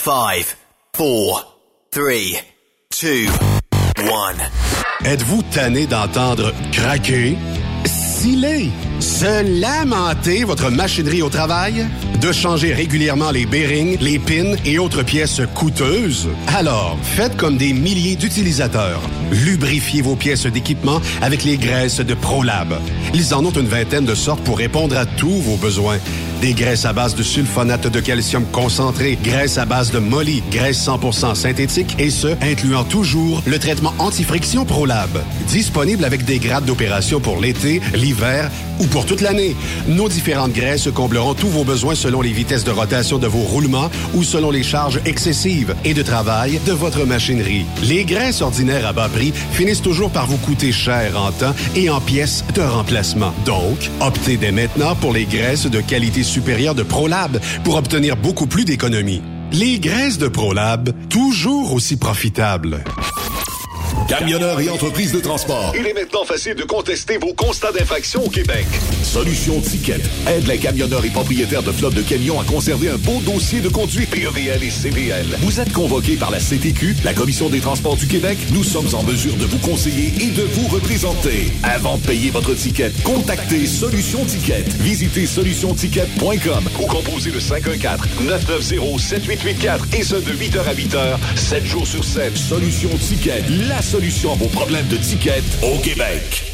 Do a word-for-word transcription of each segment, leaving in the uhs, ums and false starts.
Five, four, three, two, one. Êtes-vous tanné d'entendre craquer, sciller, se lamenter votre machinerie au travail? De changer régulièrement les bearings, les pins et autres pièces coûteuses? Alors, faites comme des milliers d'utilisateurs. Lubrifiez vos pièces d'équipement avec les graisses de ProLab. Ils en ont une vingtaine de sortes pour répondre à tous vos besoins. Des graisses à base de sulfonate de calcium concentré, graisses à base de molly, graisse cent pour cent synthétique et ce, incluant toujours le traitement anti-friction ProLab. Disponible avec des grades d'opération pour l'été, l'hiver ou pour toute l'année. Nos différentes graisses combleront tous vos besoins selon les vitesses de rotation de vos roulements ou selon les charges excessives et de travail de votre machinerie. Les graisses ordinaires à bas prix finissent toujours par vous coûter cher en temps et en pièces de remplacement. Donc, optez dès maintenant pour les graisses de qualité supérieure de ProLab pour obtenir beaucoup plus d'économies. Les graisses de ProLab, toujours aussi profitables. Camionneurs et entreprises de transport. Il est maintenant facile de contester vos constats d'infraction au Québec. Solution Ticket aide les camionneurs et propriétaires de flottes de camions à conserver un beau dossier de conduite P E V L et C V L. Vous êtes convoqué par la C T Q, la Commission des transports du Québec. Nous sommes en mesure de vous conseiller et de vous représenter. Avant de payer votre ticket, contactez Solution Ticket. Visitez solution ticket point com ou composez le cinq un quatre, neuf neuf zéro, sept huit huit quatre et ce de huit heures à huit heures, sept jours sur sept. Solution Ticket, la solution à vos problèmes de ticket au Québec.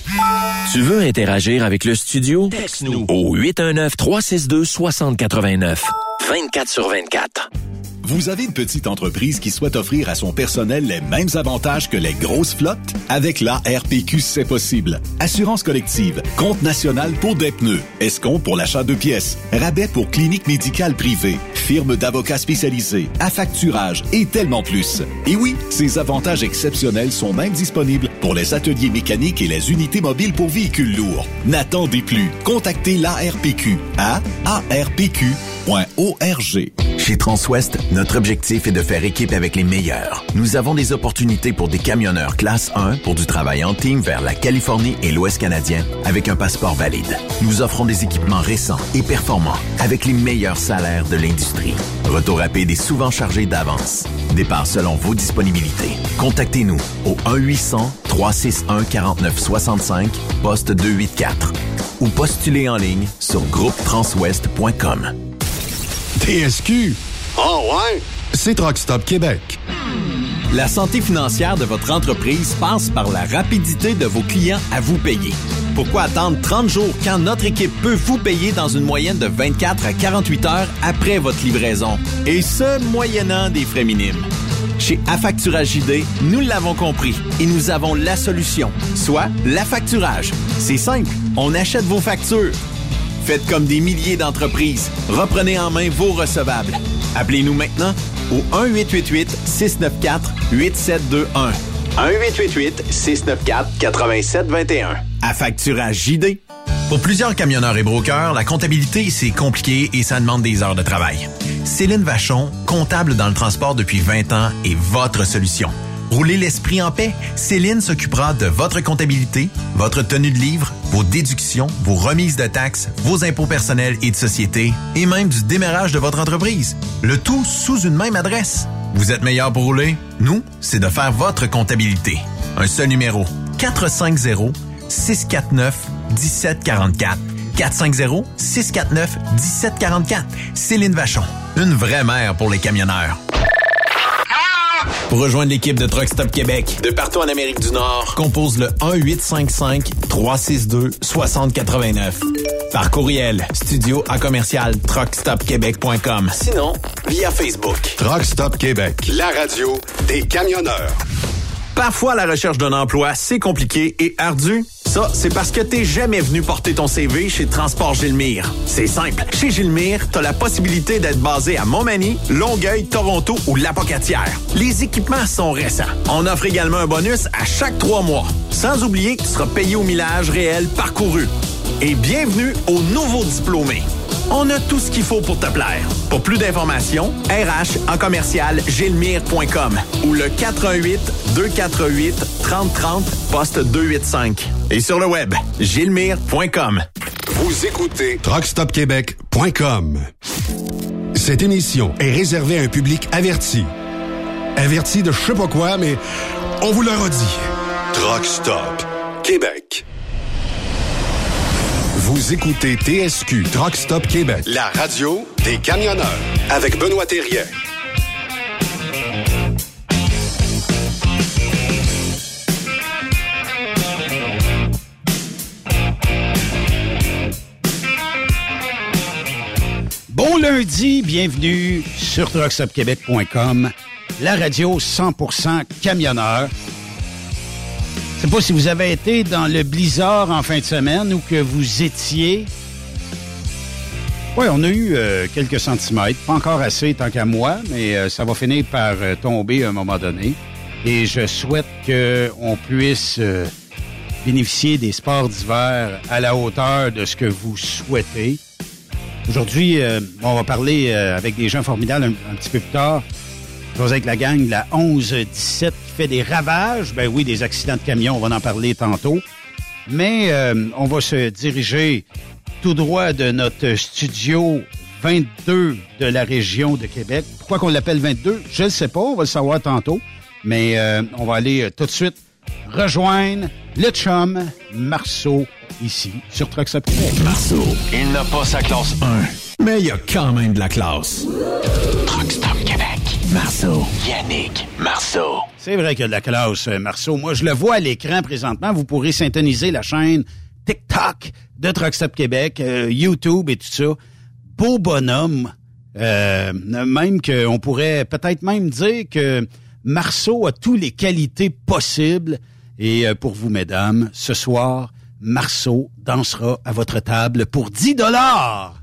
Tu veux interagir avec le studio? Texte-nous au huit un neuf, trois six deux, six zéro huit neuf. vingt-quatre sur vingt-quatre. Vous avez une petite entreprise qui souhaite offrir à son personnel les mêmes avantages que les grosses flottes? Avec l'A R P Q, c'est possible. Assurance collective, compte national pour des pneus, escompte pour l'achat de pièces, rabais pour clinique médicale privée, firme d'avocats spécialisés, affacturage et tellement plus. Et oui, ces avantages exceptionnels sont même disponibles pour les ateliers mécaniques et les unités mobiles pour véhicules lourds. N'attendez plus. Contactez l'A R P Q à a r p q point org. Chez Transwest, notre objectif est de faire équipe avec les meilleurs. Nous avons des opportunités pour des camionneurs classe un pour du travail en team vers la Californie et l'Ouest canadien avec un passeport valide. Nous offrons des équipements récents et performants avec les meilleurs salaires de l'industrie. Retour rapide et souvent chargé d'avance. Départ selon vos disponibilités. Contactez-nous au un huit cents, trois six un, quatre neuf six cinq, poste deux huit quatre ou postulez en ligne sur groupe transwest point com. T S Q. Oh ouais? C'est Truck Stop Québec. La santé financière de votre entreprise passe par la rapidité de vos clients à vous payer. Pourquoi attendre trente jours quand notre équipe peut vous payer dans une moyenne de vingt-quatre à quarante-huit heures après votre livraison? Et ce, moyennant des frais minimes. Chez Affacturage J D, nous l'avons compris et nous avons la solution, soit l'affacturage. C'est simple, on achète vos factures. Faites comme des milliers d'entreprises. Reprenez en main vos recevables. Appelez-nous maintenant au un huit huit huit, six neuf quatre, huit sept deux un. un huit huit huit, six neuf quatre, huit sept deux un. Affacturage J D. Pour plusieurs camionneurs et brokers, la comptabilité, c'est compliqué et ça demande des heures de travail. Céline Vachon, comptable dans le transport depuis vingt ans, est votre solution. Roulez l'esprit en paix. Céline s'occupera de votre comptabilité, votre tenue de livre, vos déductions, vos remises de taxes, vos impôts personnels et de société, et même du démarrage de votre entreprise. Le tout sous une même adresse. Vous êtes meilleur pour rouler? Nous, c'est de faire votre comptabilité. Un seul numéro. quatre cinq zéro, six quatre neuf, un sept quatre quatre. quatre cinq zéro, six quatre neuf, un sept quatre quatre. Céline Vachon. Une vraie mère pour les camionneurs. Pour rejoindre l'équipe de Truck Stop Québec, de partout en Amérique du Nord, compose le un huit cinq cinq, trois six deux, six zéro huit neuf. Par courriel, studio à commercial truck stop québec point com. Sinon, via Facebook. Truck Stop Québec, la radio des camionneurs. Parfois, la recherche d'un emploi, c'est compliqué et ardu. Ça, c'est parce que t'es jamais venu porter ton C V chez Transport Gilmire. C'est simple. Chez Gilmire, t'as la possibilité d'être basé à Montmagny, Longueuil, Toronto ou Lapocatière. Les équipements sont récents. On offre également un bonus à chaque trois mois. Sans oublier que tu seras payé au millage réel parcouru. Et bienvenue aux nouveaux diplômés. On a tout ce qu'il faut pour te plaire. Pour plus d'informations, R H en commercial gilmire point com ou le quatre un huit, deux quatre huit, trente trente, poste deux huit cinq. Et sur le web, gilmire point com. Vous écoutez truck stop québec point com. Cette émission est réservée à un public averti. Averti de je sais pas quoi, mais on vous le redit. Truck Stop Québec. Vous écoutez T S Q Truck Stop Québec, la radio des camionneurs avec Benoît Thérien. Bon lundi, bienvenue sur truck stop québec point com, la radio cent pour cent camionneur. Je ne sais pas si vous avez été dans le blizzard en fin de semaine ou que vous étiez. Oui, on a eu euh, quelques centimètres, pas encore assez tant qu'à moi, mais euh, ça va finir par euh, tomber à un moment donné. Et je souhaite qu'on puisse euh, bénéficier des sports d'hiver à la hauteur de ce que vous souhaitez. Aujourd'hui, euh, on va parler euh, avec des gens formidables un, un petit peu plus tard. Je vais avec la gang de la onze dix-sept qui fait des ravages. Ben oui, des accidents de camion, on va en parler tantôt. Mais euh, on va se diriger tout droit de notre studio vingt-deux de la région de Québec. Pourquoi qu'on l'appelle vingt-deux? Je ne sais pas, on va le savoir tantôt. Mais euh, on va aller euh, tout de suite rejoindre le chum Marceau ici sur Truck Stop Québec. Marceau, il n'a pas sa classe un, mais il y a quand même de la classe. Truck Stop Québec. Marceau, Yannick Marceau. C'est vrai qu'il y a de la classe, Marceau. Moi, je le vois à l'écran présentement. Vous pourrez syntoniser la chaîne TikTok de Truck Stop Québec, euh, YouTube et tout ça. Beau bonhomme. Euh, même qu'on pourrait peut-être même dire que Marceau a toutes les qualités possibles. Et euh, pour vous, mesdames, ce soir, Marceau dansera à votre table pour dix dollars.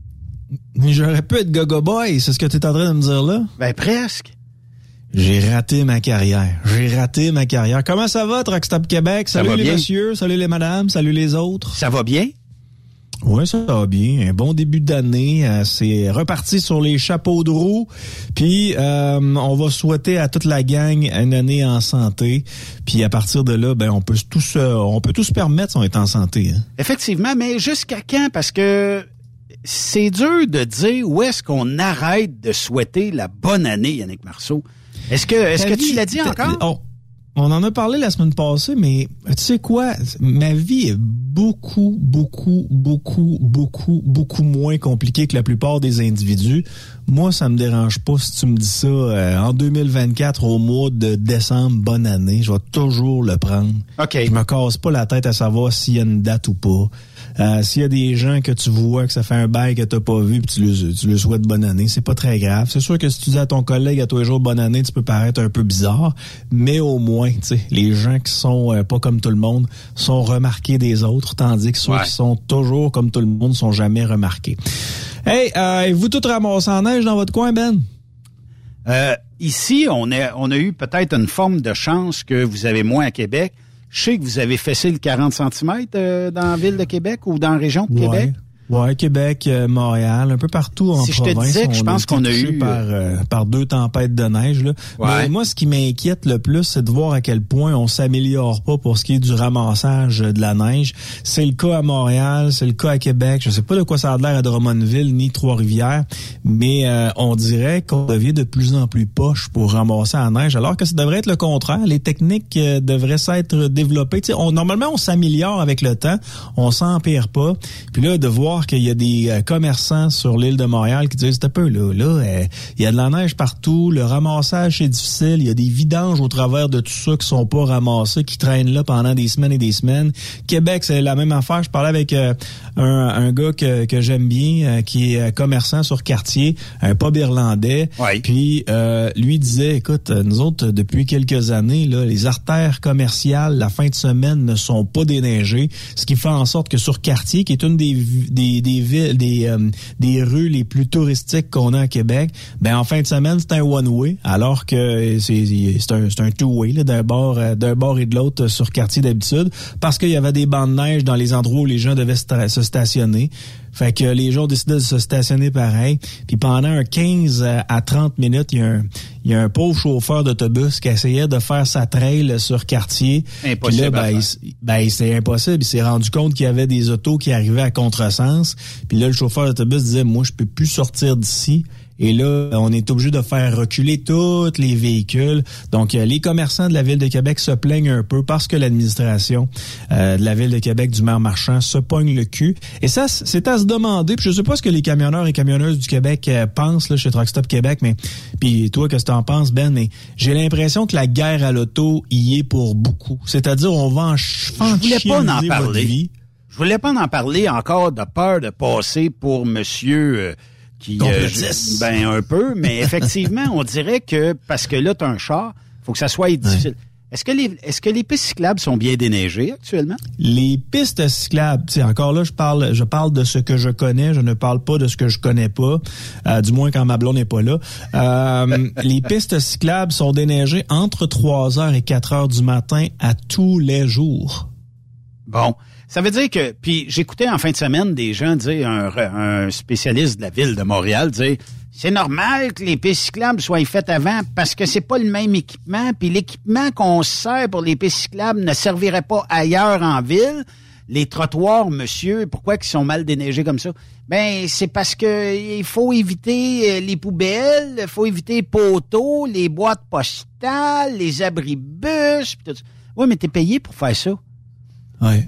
Mais j'aurais pu être Gogo Boy, c'est ce que tu es en train de me dire là? Ben, presque. J'ai raté ma carrière. J'ai raté ma carrière. Comment ça va, Truck Stop Québec? Salut les bien. Messieurs, salut les madames, salut les autres. Ça va bien? Oui, ça va bien. Un bon début d'année. Euh, c'est reparti sur les chapeaux de roue. Puis, euh, on va souhaiter à toute la gang une année en santé. Puis, à partir de là, ben, on peut tous, euh, on peut tous se permettre si on est en santé. Hein. Effectivement, mais jusqu'à quand? Parce que c'est dur de dire où est-ce qu'on arrête de souhaiter la bonne année, Yannick Marceau. Est-ce que, est-ce que tu l'as dit encore? On, on en a parlé la semaine passée, mais tu sais quoi? Ma vie est beaucoup, beaucoup, beaucoup, beaucoup, beaucoup moins compliquée que la plupart des individus. Moi, ça me dérange pas si tu me dis ça euh, en deux mille vingt-quatre, au mois de décembre, bonne année. Je vais toujours le prendre. OK. Je me casse pas la tête à savoir s'il y a une date ou pas. Euh, s'il y a des gens que tu vois que ça fait un bail que t'as pas vu puis tu le, tu le souhaites bonne année, c'est pas très grave. C'est sûr que si tu dis à ton collègue à tous les jours bonne année, tu peux paraître un peu bizarre, mais au moins, tu sais, les gens qui sont euh, pas comme tout le monde sont remarqués des autres, tandis que ceux ouais. qui sont toujours comme tout le monde sont jamais remarqués. Hey, euh, vous tous ramassez en neige dans votre coin, Ben? Euh, ici, on a, on a eu peut-être une forme de chance que vous avez moins à Québec. Je sais que vous avez fessé le quarante centimètres euh, dans la ville de Québec ou dans la région de ouais. Québec. Ouais, Québec, euh, Montréal, un peu partout en si province. Si je te disais que je pense qu'on a eu par euh, par deux tempêtes de neige là. Ouais. Mais moi, ce qui m'inquiète le plus, c'est de voir à quel point on s'améliore pas pour ce qui est du ramassage de la neige. C'est le cas à Montréal, c'est le cas à Québec. Je sais pas de quoi ça a l'air à Drummondville ni Trois-Rivières, mais euh, on dirait qu'on devient de plus en plus poche pour ramasser la neige, alors que ça devrait être le contraire. Les techniques euh, devraient s'être développées. Tu sais, on, normalement, on s'améliore avec le temps, on s'empire pas. Puis là, de voir qu'il y a des euh, commerçants sur l'île de Montréal qui disent, c'est un peu là, là, euh, il y a de la neige partout, le ramassage c'est difficile, il y a des vidanges au travers de tout ça qui sont pas ramassés, qui traînent là pendant des semaines et des semaines. Québec, c'est la même affaire. Je parlais avec euh, un, un gars que, que j'aime bien, euh, qui est commerçant sur quartier, un pub irlandais. Ouais. Puis euh, lui disait, écoute, nous autres, depuis quelques années, là, les artères commerciales, la fin de semaine, ne sont pas déneigées, ce qui fait en sorte que sur quartier, qui est une des des, des villes, des euh, des rues les plus touristiques qu'on a à Québec, ben en fin de semaine c'est un one way, alors que c'est c'est un c'est un two way là, d'un bord euh, d'un bord et de l'autre sur quartier d'habitude, parce qu'il y avait des bancs de neige dans les endroits où les gens devaient sta- se stationner. Fait que les gens décidaient de se stationner pareil. Puis pendant un quinze à trente minutes, il y a un, il y a un pauvre chauffeur d'autobus qui essayait de faire sa trail sur quartier. Impossible. Puis là, ben, il, ben, c'est impossible. Il s'est rendu compte qu'il y avait des autos qui arrivaient à contresens. Puis là, le chauffeur d'autobus disait, moi, je peux plus sortir d'ici. Et là, on est obligé de faire reculer tous les véhicules. Donc, les commerçants de la Ville de Québec se plaignent un peu parce que l'administration euh, de la Ville de Québec, du maire Marchand, se pogne le cul. Et ça, c'est à se demander. Puis je sais pas ce que les camionneurs et camionneuses du Québec euh, pensent là, chez Truck Stop Québec, mais puis toi, qu'est-ce que t'en penses, Ben? Mais j'ai l'impression que la guerre à l'auto y est pour beaucoup. C'est-à-dire, on va en ch- Je voulais pas en parler. Je voulais pas en parler encore de peur de passer pour monsieur... Euh, qui euh, ben un peu, mais effectivement, on dirait que parce que là t'as un char, faut que ça soit difficile. Ouais. Est-ce que les est-ce que les pistes cyclables sont bien déneigées actuellement? Les pistes cyclables, tu sais, encore là, je parle je parle de ce que je connais, je ne parle pas de ce que je connais pas, euh, du moins quand ma blonde n'est pas là. Euh, les pistes cyclables sont déneigées entre trois heures et quatre heures du matin à tous les jours. Bon. Ça veut dire que, puis j'écoutais en fin de semaine des gens dire, un, un spécialiste de la ville de Montréal dire, c'est normal que les pistes cyclables soient faites avant parce que c'est pas le même équipement, puis l'équipement qu'on sert pour les pistes cyclables ne servirait pas ailleurs en ville. Les trottoirs, monsieur, pourquoi ils sont mal déneigés comme ça? Ben, c'est parce que il faut éviter les poubelles, il faut éviter les poteaux, les boîtes postales, les abribus, pis tout ça. Oui, mais t'es payé pour faire ça. Oui.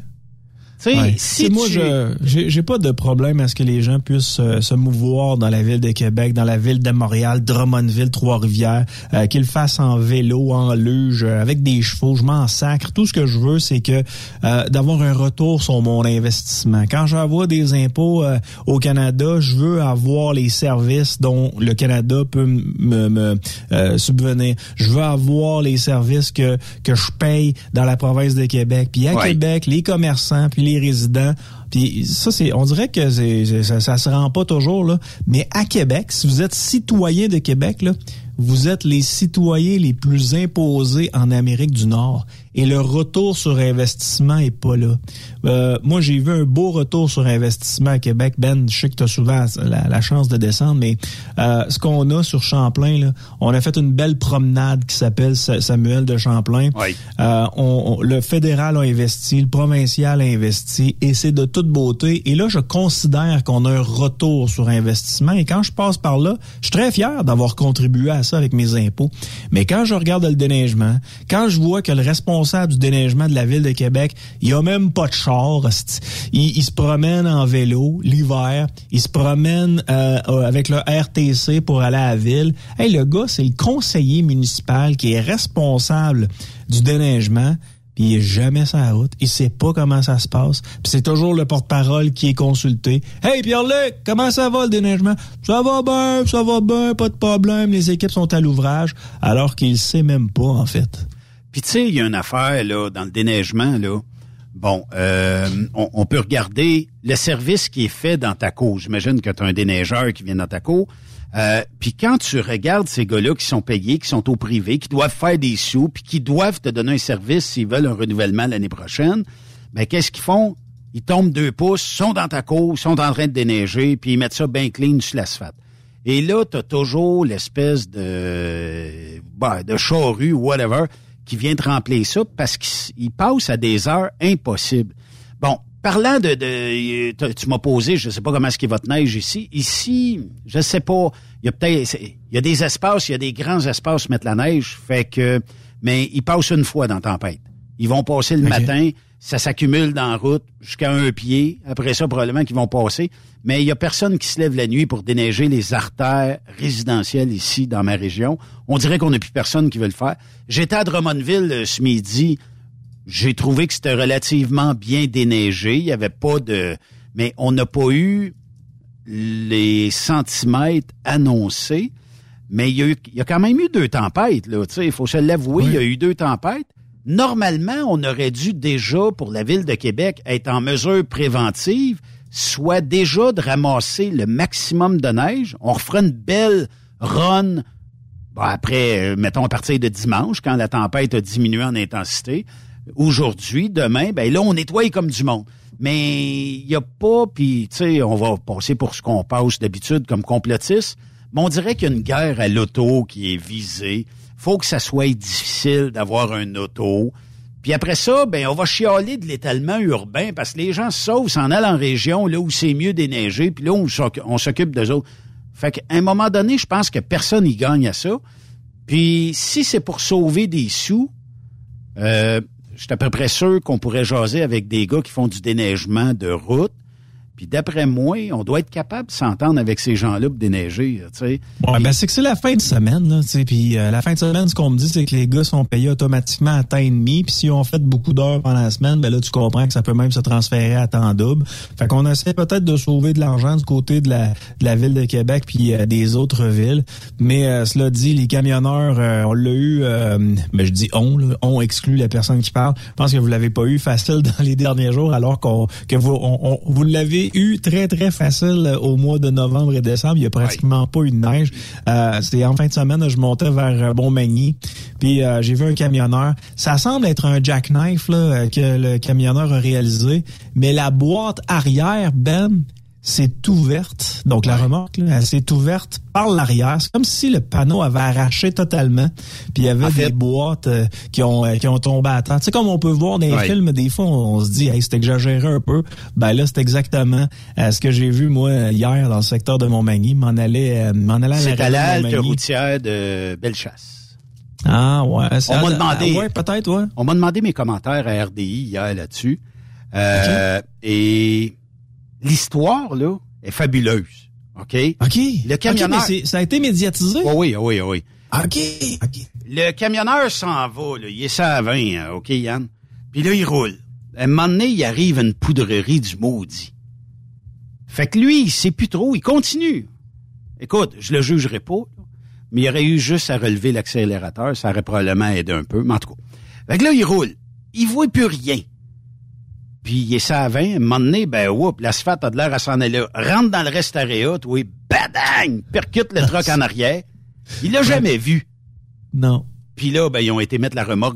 Tu sais, ouais. si moi, tu... je j'ai, j'ai pas de problème à ce que les gens puissent euh, se mouvoir dans la ville de Québec, dans la ville de Montréal, Drummondville, Trois-Rivières, euh, qu'ils le fassent en vélo, en luge, euh, avec des chevaux, je m'en sacre. Tout ce que je veux, c'est que euh, d'avoir un retour sur mon investissement. Quand j'envoie des impôts euh, au Canada, je veux avoir les services dont le Canada peut me, me euh, subvenir. Je veux avoir les services que que je paye dans la province de Québec. Puis à ouais. Québec, les commerçants, puis les résidents, puis ça c'est, on dirait que c'est, c'est, ça, ça se rend pas toujours là, mais à Québec, si vous êtes citoyen de Québec là, vous êtes les citoyens les plus imposés en Amérique du Nord et le retour sur investissement est pas là. Euh, moi, j'ai vu un beau retour sur investissement à Québec. Ben, je sais que tu as souvent la, la chance de descendre, mais euh, ce qu'on a sur Champlain, là, on a fait une belle promenade qui s'appelle Samuel de Champlain. Oui. Euh, on, on, le fédéral a investi, le provincial a investi et c'est de toute beauté. Et là, je considère qu'on a un retour sur investissement et quand je passe par là, je suis très fier d'avoir contribué à ça avec mes impôts. Mais quand je regarde le déneigement, quand je vois que le responsable du déneigement de la Ville de Québec, il a même pas de char, il, il se promène en vélo l'hiver, il se promène euh, avec le R T C pour aller à la ville. Hey, le gars, c'est le conseiller municipal qui est responsable du déneigement. Puis il est jamais sur la route, il sait pas comment ça se passe, puis c'est toujours le porte-parole qui est consulté. Hey Pierre-Luc, comment ça va le déneigement? Ça va bien, ça va bien, pas de problème, les équipes sont à l'ouvrage, alors qu'il sait même pas en fait. Puis tu sais, il y a une affaire là dans le déneigement là. Bon, euh, on, on peut regarder le service qui est fait dans ta cour. J'imagine que tu as un déneigeur qui vient dans ta cour. Euh, puis quand tu regardes ces gars-là qui sont payés, qui sont au privé, qui doivent faire des sous, puis qui doivent te donner un service s'ils veulent un renouvellement l'année prochaine, ben qu'est-ce qu'ils font? Ils tombent deux pouces, sont dans ta cour, sont en train de déneiger, puis ils mettent ça bien clean sur l'asphalte. Et là, t'as toujours l'espèce de ben, de charrue ou whatever qui vient te remplir ça parce qu'ils passent à des heures impossibles. Bon, parlant de, de tu m'as posé, je sais pas comment est-ce qu'il va te neige ici. Ici, je sais pas. Il y a peut-être, il y a des espaces, il y a des grands espaces pour mettre la neige, fait que, mais ils passent une fois dans la tempête. Ils vont passer le okay. matin, ça s'accumule dans la route jusqu'à un pied. Après ça, probablement qu'ils vont passer. Mais il y a personne qui se lève la nuit pour déneiger les artères résidentielles ici dans ma région. On dirait qu'on n'a plus personne qui veut le faire. J'étais à Drummondville ce midi. J'ai trouvé que c'était relativement bien déneigé. Il y avait pas de... Mais on n'a pas eu les centimètres annoncés. Mais il y a, eu, il y a quand même eu deux tempêtes, là. Tu sais, il faut se l'avouer, oui. Il y a eu deux tempêtes. Normalement, on aurait dû déjà, pour la Ville de Québec, être en mesure préventive, soit déjà de ramasser le maximum de neige. On refera une belle run bon, après, mettons, à partir de dimanche, quand la tempête a diminué en intensité. Aujourd'hui, demain, ben là, on nettoie comme du monde. Mais il n'y a pas, puis tu sais, on va passer pour ce qu'on passe d'habitude comme complotiste, mais on dirait qu'il y a une guerre à l'auto qui est visée. Faut que ça soit difficile d'avoir un auto. Puis après ça, ben on va chialer de l'étalement urbain parce que les gens se sauvent, s'en allent en région, là où c'est mieux déneigé, puis là, on s'occupe d'eux autres. Fait qu'à un moment donné, je pense que personne y gagne à ça. Puis si c'est pour sauver des sous, euh, je suis à peu près sûr qu'on pourrait jaser avec des gars qui font du déneigement de route. Puis d'après moi, on doit être capable de s'entendre avec ces gens-là pour déneiger, tu sais. Ouais, ben c'est que c'est la fin de semaine, là, tu sais. Puis euh, la fin de semaine, ce qu'on me dit, c'est que les gars sont payés automatiquement à temps et demi. Puis si on fait beaucoup d'heures pendant la semaine, ben là, tu comprends que ça peut même se transférer à temps double. Fait qu'on essaie peut-être de sauver de l'argent du côté de la de la ville de Québec puis euh, des autres villes. Mais euh, cela dit, les camionneurs, euh, on l'a eu, euh, ben je dis on, là, on exclut la personne qui parle. Je pense que vous l'avez pas eu facile dans les derniers jours, alors qu'on que vous on, on, vous l'avez eu très, très facile au mois de novembre et décembre. Il n'y a pratiquement ouais. pas eu de neige. Euh, c'était en fin de semaine, je montais vers Montmagny, puis euh, j'ai vu un camionneur. Ça semble être un jackknife là, que le camionneur a réalisé, mais la boîte arrière, Ben, c'est ouverte. Donc, la remorque, là, elle s'est ouverte par l'arrière. C'est comme si le panneau avait arraché totalement. Puis, il y avait en des fait, boîtes euh, qui ont euh, qui ont tombé à terre. Tu sais, comme on peut voir dans les ouais. films, des fois, on, on se dit, hey, c'est exagéré un peu. Ben là, c'est exactement euh, ce que j'ai vu, moi, hier, dans le secteur de Montmagny. M'en allait, euh, m'en allait à la C'est à la halte routière de Bellechasse. Ah, ouais. On m'a demandé. Ah, ouais, peut-être, ouais. On m'a demandé mes commentaires à R D I hier là-dessus. Euh, okay. Et... L'histoire, là, est fabuleuse. OK? OK. Le camionneur... Okay, mais ça a été médiatisé? Oh oui, oui, oui. OK. OK. Le camionneur s'en va, là. Il est ça à vingt, OK, Yann? Puis là, il roule. À un moment donné, il arrive à une poudrerie du maudit. Fait que lui, il sait plus trop. Il continue. Écoute, je le jugerai pas, là, mais il aurait eu juste à relever l'accélérateur. Ça aurait probablement aidé un peu. Mais en tout cas. Fait que là, il roule. Il voit plus rien. Puis il est ça à vingt, à un moment donné, ben whoop, l'asphalte a de l'air à s'en aller là. Rentre dans le restaréa, oui, badang, percute le truck en arrière. Il l'a jamais vu. Non. Puis là, ben ils ont été mettre la remorque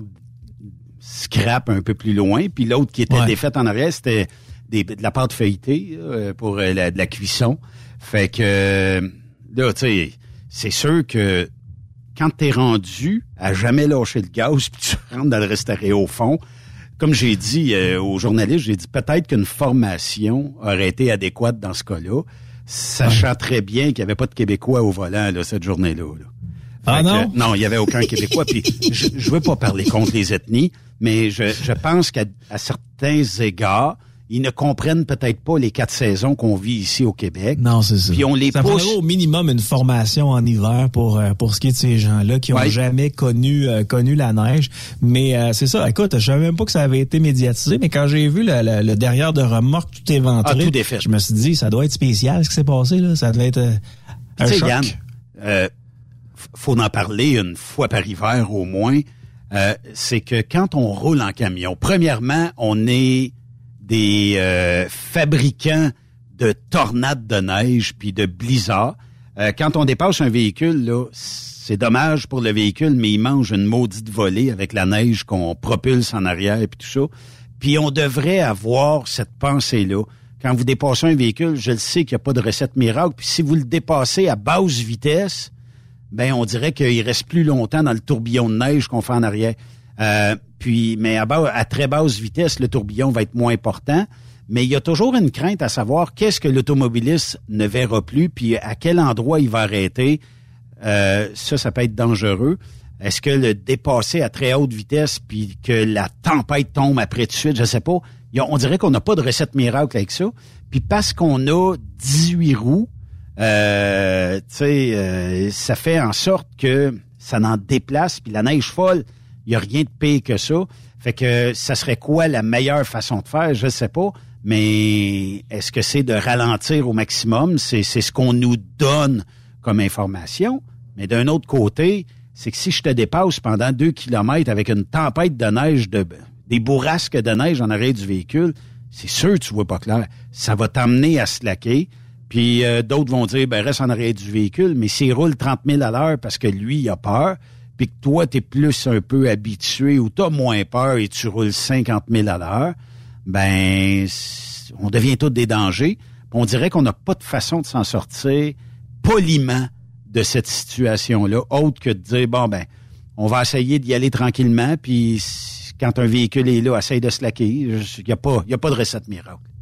scrap un peu plus loin, puis l'autre qui était ouais. défaite en arrière, c'était des, de la pâte feuilletée là, pour la, de la cuisson. Fait que là, tu sais, c'est sûr que quand t'es rendu à jamais lâcher le gaz, puis tu rentres dans le restaréa au fond, comme j'ai dit euh, aux journalistes, j'ai dit peut-être qu'une formation aurait été adéquate dans ce cas-là, sachant ouais. très bien qu'il n'y avait pas de Québécois au volant là, cette journée-là. Là. Ah non? Que, non, il n'y avait aucun Québécois. Puis je ne veux pas parler contre les ethnies, mais je, je pense qu'à à certains égards, ils ne comprennent peut-être pas les quatre saisons qu'on vit ici au Québec. Non, c'est ça. Puis on les ça pousse. prendrait au minimum une formation en hiver pour pour ce qui est de ces gens-là qui ont ouais. jamais connu euh, connu la neige. Mais euh, c'est ça. Écoute, je savais même pas que ça avait été médiatisé, mais quand j'ai vu le, le, le derrière de remorque tout éventré, ah, tout défait. Je me suis dit, ça doit être spécial ce qui s'est passé là. Ça devait être euh, un choc. Yann, euh, faut en parler une fois par hiver au moins. Euh, c'est que quand on roule en camion, premièrement, on est des euh, fabricants de tornades de neige puis de blizzards. Euh, quand on dépasse un véhicule, là, c'est dommage pour le véhicule, mais il mange une maudite volée avec la neige qu'on propulse en arrière puis tout ça. Puis on devrait avoir cette pensée-là. Quand vous dépassez un véhicule, je le sais qu'il n'y a pas de recette miracle. Puis si vous le dépassez à basse vitesse, ben on dirait qu'il reste plus longtemps dans le tourbillon de neige qu'on fait en arrière. Euh, puis, mais à, bas, à très basse vitesse, le tourbillon va être moins important. Mais il y a toujours une crainte à savoir qu'est-ce que l'automobiliste ne verra plus, puis à quel endroit il va arrêter. Euh, ça, ça peut être dangereux. Est-ce que le dépasser à très haute vitesse, puis que la tempête tombe après tout de suite, je sais pas. A, on dirait qu'on n'a pas de recette miracle avec ça. Puis parce qu'on a dix-huit roues, euh, tu sais, euh, ça fait en sorte que ça n'en déplace, puis la neige folle, il n'y a rien de pire que ça. Fait que ça serait quoi la meilleure façon de faire? Je sais pas. Mais est-ce que c'est de ralentir au maximum? C'est, c'est ce qu'on nous donne comme information. Mais d'un autre côté, c'est que si je te dépasse pendant deux kilomètres avec une tempête de neige, de des bourrasques de neige en arrière du véhicule, c'est sûr que tu vois pas clair. Ça va t'amener à slacker. Puis euh, d'autres vont dire, ben reste en arrière du véhicule. Mais s'il roule trente mille à l'heure parce que lui, il a peur, puis que toi, t'es plus un peu habitué ou t'as moins peur et tu roules cinquante mille à l'heure, ben, on devient tous des dangers. On dirait qu'on n'a pas de façon de s'en sortir poliment de cette situation-là, autre que de dire, bon, ben, on va essayer d'y aller tranquillement, puis quand un véhicule est là, essaye de slacker. Il n'y a pas, il y a pas de recette miracle.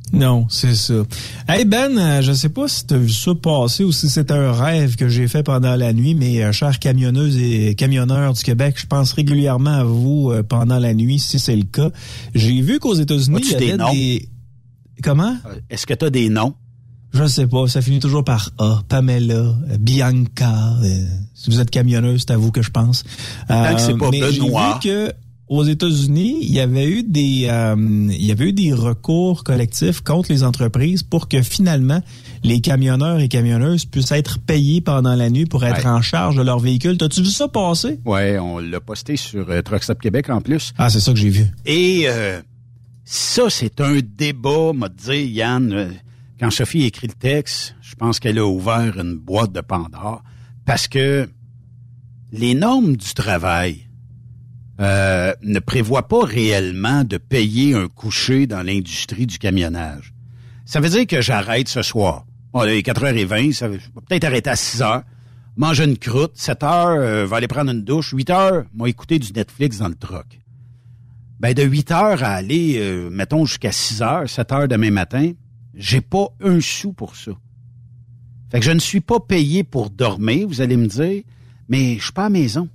Non, c'est ça. Hey Ben, je sais pas si tu as vu ça passer ou si c'est un rêve que j'ai fait pendant la nuit, mais euh, chers camionneuses et camionneurs du Québec, je pense régulièrement à vous euh, pendant la nuit, si c'est le cas. J'ai vu qu'aux États-Unis, il y avait des, noms? des... Comment? Est-ce que tu as des noms? Je sais pas, ça finit toujours par A. Pamela, Bianca. Euh, si vous êtes camionneuse, c'est à vous que je pense. Tant euh, que c'est pas mais Benoît. J'ai vu que aux États-Unis, il y avait eu des euh, il y avait eu des recours collectifs contre les entreprises pour que finalement les camionneurs et camionneuses puissent être payés pendant la nuit pour être ouais. en charge de leur véhicule. T'as-tu vu ça passer? Ouais, on l'a posté sur euh, Truck Stop Québec en plus. Ah, c'est ça que j'ai vu. Et euh, ça, c'est un débat, m'a dit Yann. Euh, quand Sophie a écrit le texte, je pense qu'elle a ouvert une boîte de Pandore parce que les normes du travail Euh, ne prévoit pas réellement de payer un coucher dans l'industrie du camionnage. Ça veut dire que j'arrête ce soir. Bon, là, il est quatre heures vingt, ça va peut-être arrêter à six heures, manger une croûte, sept heures, euh, va aller prendre une douche, huit heures, moi écouter du Netflix dans le truck. Ben, de huit heures à aller, euh, mettons, jusqu'à six heures, sept heures demain matin, j'ai pas un sou pour ça. Fait que je ne suis pas payé pour dormir, vous allez me dire, mais je suis pas à la maison.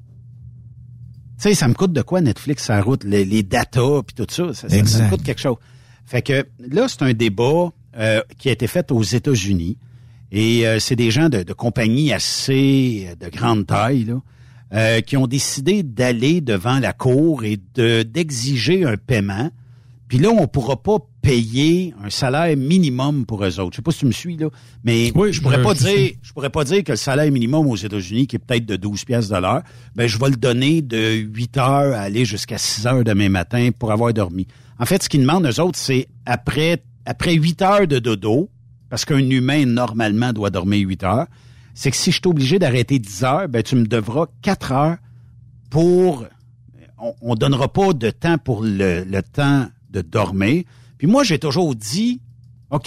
Tu sais, ça me coûte de quoi Netflix sur la route, les, les datas puis tout ça, ça, ça, ça me coûte quelque chose. Fait que là, c'est un débat euh, qui a été fait aux États-Unis et euh, c'est des gens de, de compagnies assez de grande taille là, euh, qui ont décidé d'aller devant la cour et de d'exiger un paiement. Puis là, on pourra pas payer un salaire minimum pour eux autres. Je sais pas si tu me suis, là, mais oui, je pourrais je, pas je dire, sais. je pourrais pas dire que le salaire minimum aux États-Unis, qui est peut-être de douze piastres de l'heure, ben, je vais le donner de huit heures à aller jusqu'à six heures demain matin pour avoir dormi. En fait, ce qu'ils demandent, eux autres, c'est après, après huit heures de dodo, parce qu'un humain, normalement, doit dormir huit heures, c'est que si je suis obligé d'arrêter dix heures, ben, tu me devras quatre heures pour, on, on donnera pas de temps pour le, le temps de dormir. Puis moi, j'ai toujours dit, OK,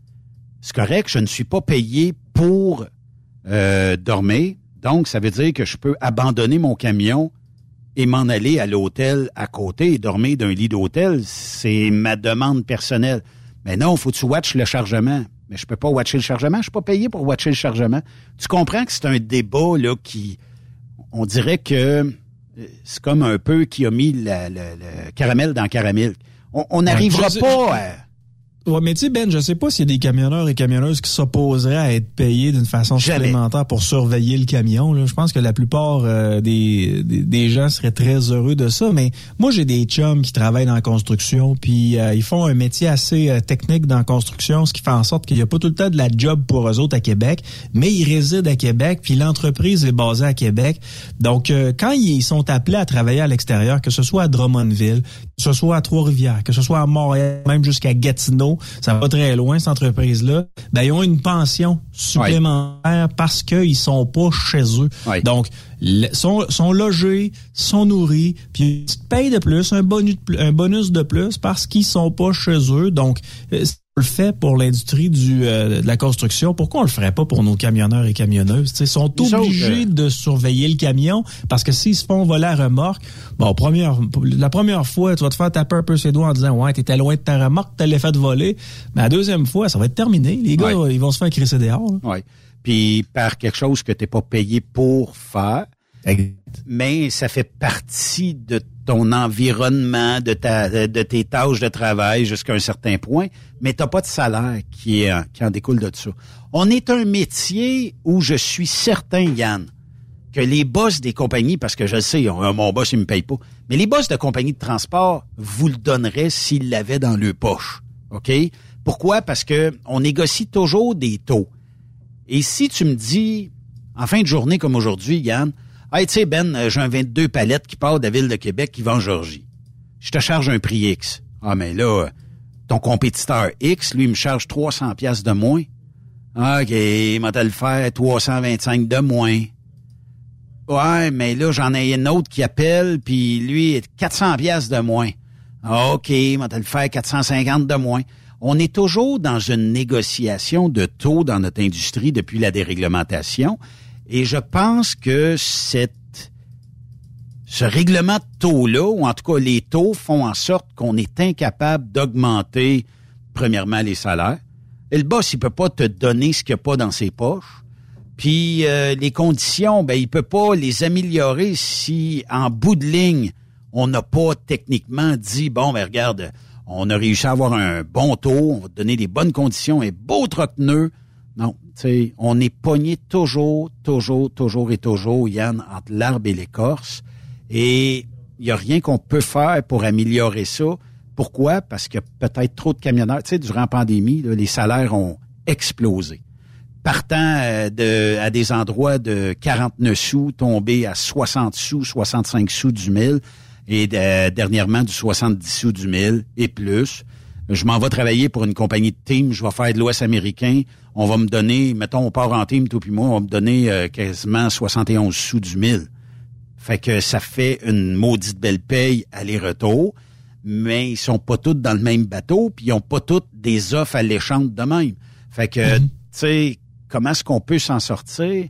c'est correct, je ne suis pas payé pour euh, dormir, donc ça veut dire que je peux abandonner mon camion et m'en aller à l'hôtel à côté et dormir d'un lit d'hôtel. C'est ma demande personnelle. Mais non, faut que tu watches le chargement. Mais je peux pas watcher le chargement, je suis pas payé pour watcher le chargement. Tu comprends que c'est un débat là qui, on dirait que c'est comme un peu qui a mis la, la, le caramel dans le caramel. On n'arrivera ouais, pas à... Ouais, mais tu sais, Ben, je sais pas s'il y a des camionneurs et camionneuses qui s'opposeraient à être payés d'une façon Jamais. supplémentaire pour surveiller le camion. Là. Je pense que la plupart euh, des, des, des gens seraient très heureux de ça. Mais moi, j'ai des chums qui travaillent dans la construction, puis euh, ils font un métier assez euh, technique dans la construction, ce qui fait en sorte qu'il n'y a pas tout le temps de la job pour eux autres à Québec, mais ils résident à Québec, puis l'entreprise est basée à Québec. Donc, euh, quand ils sont appelés à travailler à l'extérieur, que ce soit à Drummondville, que ce soit à Trois-Rivières, que ce soit à Montréal, même jusqu'à Gatineau, ça va très loin, cette entreprise-là, ben, ils ont une pension supplémentaire oui. parce qu'ils sont pas chez eux. Oui. Donc, sont, sont logés, sont nourris, puis une petite paye de plus, un bonus de, un bonus de plus parce qu'ils sont pas chez eux. Donc, on le fait pour l'industrie du euh, de la construction. Pourquoi on le ferait pas pour nos camionneurs et camionneuses? Ils sont obligés de surveiller le camion parce que s'ils se font voler à remorque, bon, première, la première fois, tu vas te faire taper un peu ses doigts en disant « Ouais, t'étais loin de ta remorque, t'as l'as fait voler. » Mais la deuxième fois, ça va être terminé. Les gars, ouais. ils vont se faire crisser dehors. Oui. Puis par quelque chose que t'es pas payé pour faire, exact. Mais ça fait partie de ton environnement, de ta, de tes tâches de travail jusqu'à un certain point, mais t'as pas de salaire qui est, qui en découle de ça. On est un métier où je suis certain, Yann, que les boss des compagnies, parce que je le sais, mon boss, il me paye pas, mais les boss de compagnies de transport vous le donneraient s'ils l'avaient dans leur poche. OK? Pourquoi? Parce que on négocie toujours des taux. Et si tu me dis, en fin de journée comme aujourd'hui, Yann, hey, tu sais, Ben, j'ai un vingt-deux palettes qui part de la ville de Québec qui va en Georgie. Je te charge un prix X. Ah, mais là, ton compétiteur X, lui, il me charge trois cents piastres de moins. OK, il m'a te le faire trois cent vingt-cinq de moins. Ouais, mais là, j'en ai une autre qui appelle, puis lui, quatre cents piastres de moins. OK, il m'a te le faire quatre cent cinquante de moins. On est toujours dans une négociation de taux dans notre industrie depuis la déréglementation. Et je pense que cette, ce règlement de taux-là, ou en tout cas les taux, font en sorte qu'on est incapable d'augmenter premièrement, les salaires. Et le boss, il peut pas te donner ce qu'il n'y a pas dans ses poches. Puis euh, les conditions, ben il peut pas les améliorer si, en bout de ligne, on n'a pas techniquement dit, bon, ben regarde, on a réussi à avoir un bon taux, on va te donner des bonnes conditions, un beau troc-pneu. Non, tu sais, on est pogné toujours, toujours, toujours et toujours, Yann, entre l'arbre et l'écorce. Et il n'y a rien qu'on peut faire pour améliorer ça. Pourquoi? Parce qu'il y a peut-être trop de camionneurs. Tu sais, durant la pandémie, là, les salaires ont explosé. Partant euh, de, à des endroits de quarante-neuf sous, tombés à soixante sous, soixante-cinq sous du mille, et euh, dernièrement du soixante-dix sous du mille et plus. Je m'en vais travailler pour une compagnie de team, je vais faire de l'Ouest américain. On va me donner, mettons, on part en team, toi puis moi, on va me donner euh, quasiment soixante et onze sous du mille. Fait que ça fait une maudite belle paye aller-retour, mais ils sont pas tous dans le même bateau, puis ils ont pas tous des offres alléchantes de même. Fait que, mm-hmm. tu sais, comment est-ce qu'on peut s'en sortir?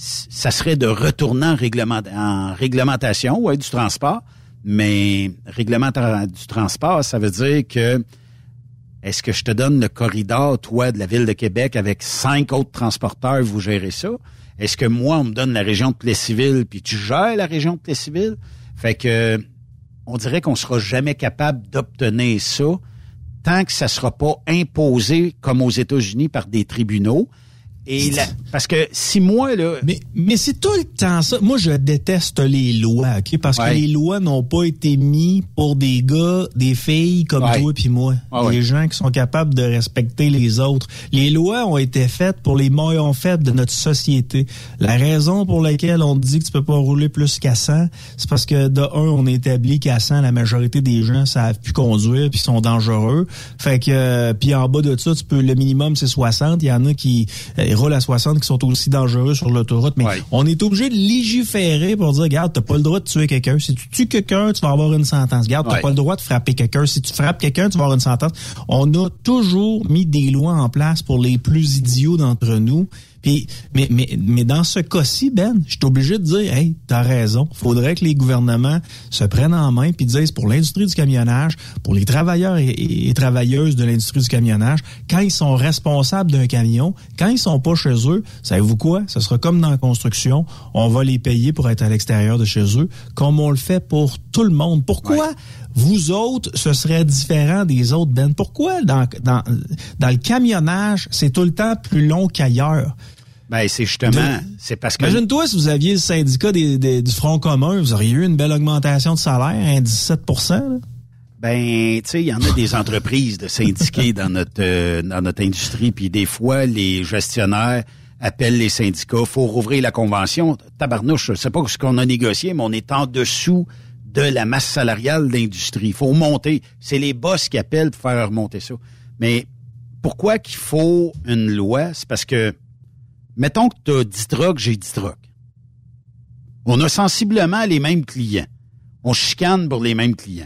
Ça serait de retourner en, réglement, en réglementation, ouais, du transport, mais réglementation du transport, ça veut dire que est-ce que je te donne le corridor, toi, de la Ville de Québec, avec cinq autres transporteurs, vous gérez ça? Est-ce que moi, on me donne la région de Plessisville, puis tu gères la région de Plessisville? Fait que on dirait qu'on sera jamais capable d'obtenir ça tant que ça sera pas imposé, comme aux États-Unis, par des tribunaux. Et la, parce que si moi, là... Mais, mais c'est tout le temps ça. Moi, je déteste les lois, OK? Parce ouais. que les lois n'ont pas été mises pour des gars, des filles comme ouais. toi puis moi. Ouais, ouais. Les gens qui sont capables de respecter les autres. Les lois ont été faites pour les maillons faibles de notre société. La raison pour laquelle on dit que tu peux pas rouler plus qu'à cent, c'est parce que, de un, on établit qu'à cent, la majorité des gens savent plus conduire puis sont dangereux. Fait que, euh, puis en bas de ça, tu peux, le minimum, c'est soixante. Il y en a qui... Euh, roulent à soixante qui sont aussi dangereux sur l'autoroute, mais ouais. on est obligé de légiférer pour dire, regarde, t'as pas le droit de tuer quelqu'un. Si tu tues quelqu'un, tu vas avoir une sentence. Regarde, t'as ouais. pas le droit de frapper quelqu'un. Si tu frappes quelqu'un, tu vas avoir une sentence. On a toujours mis des lois en place pour les plus idiots d'entre nous. Puis, mais, mais, mais dans ce cas-ci, Ben, je suis obligé de dire, hey, t'as raison. Faudrait que les gouvernements se prennent en main puis disent pour l'industrie du camionnage, pour les travailleurs et, et, et travailleuses de l'industrie du camionnage, quand ils sont responsables d'un camion, quand ils sont pas chez eux, savez-vous quoi? Ce sera comme dans la construction. On va les payer pour être à l'extérieur de chez eux, comme on le fait pour tout le monde. Pourquoi? Ouais. Vous autres, ce serait différent des autres, Ben. Pourquoi dans, dans, dans le camionnage, c'est tout le temps plus long qu'ailleurs? Ben, c'est justement, de, c'est parce que... Imagine-toi si vous aviez le syndicat des, des, du Front commun, vous auriez eu une belle augmentation de salaire, un dix-sept pour cent, là. Ben, tu sais, il y en a des entreprises de syndiqués dans notre euh, dans notre industrie, puis des fois, les gestionnaires appellent les syndicats, faut rouvrir la convention. Tabarnouche, je sais pas ce qu'on a négocié, mais on est en dessous de la masse salariale de l'industrie. Il faut monter. C'est les boss qui appellent pour faire remonter ça. Mais pourquoi qu'il faut une loi? C'est parce que, mettons que tu as dix trucks, j'ai dix trucks. On a sensiblement les mêmes clients. On chicane pour les mêmes clients.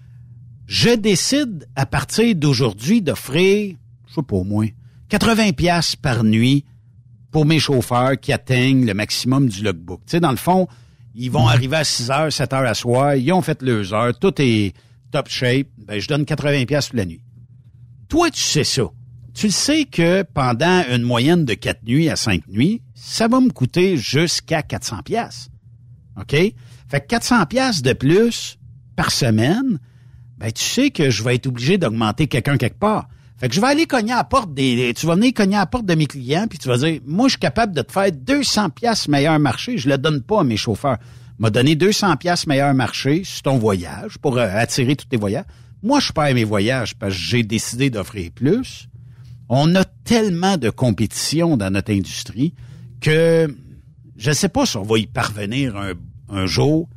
Je décide, à partir d'aujourd'hui, d'offrir, je sais pas au moins, quatre-vingts piastres par nuit pour mes chauffeurs qui atteignent le maximum du logbook. Tu sais, dans le fond, ils vont arriver à six heures, sept heures à soir, ils ont fait leurs heures, tout est top shape, ben je donne quatre-vingts piastres la nuit. Toi, tu sais ça. Tu sais que pendant une moyenne de quatre nuits à cinq nuits, ça va me coûter jusqu'à quatre cents piastres. OK? Fait que quatre cents piastres de plus par semaine, ben tu sais que je vais être obligé d'augmenter quelqu'un quelque part. Fait que je vais aller cogner à la porte des... Tu vas venir cogner à la porte de mes clients, puis tu vas dire, moi, je suis capable de te faire deux cents piastres meilleur marché. Je le donne pas à mes chauffeurs. M'a donné deux cents piastres meilleur marché sur ton voyage pour euh, attirer tous tes voyages. Moi, je perds mes voyages parce que j'ai décidé d'offrir plus. On a tellement de compétition dans notre industrie que je ne sais pas si on va y parvenir un, un jour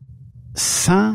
sans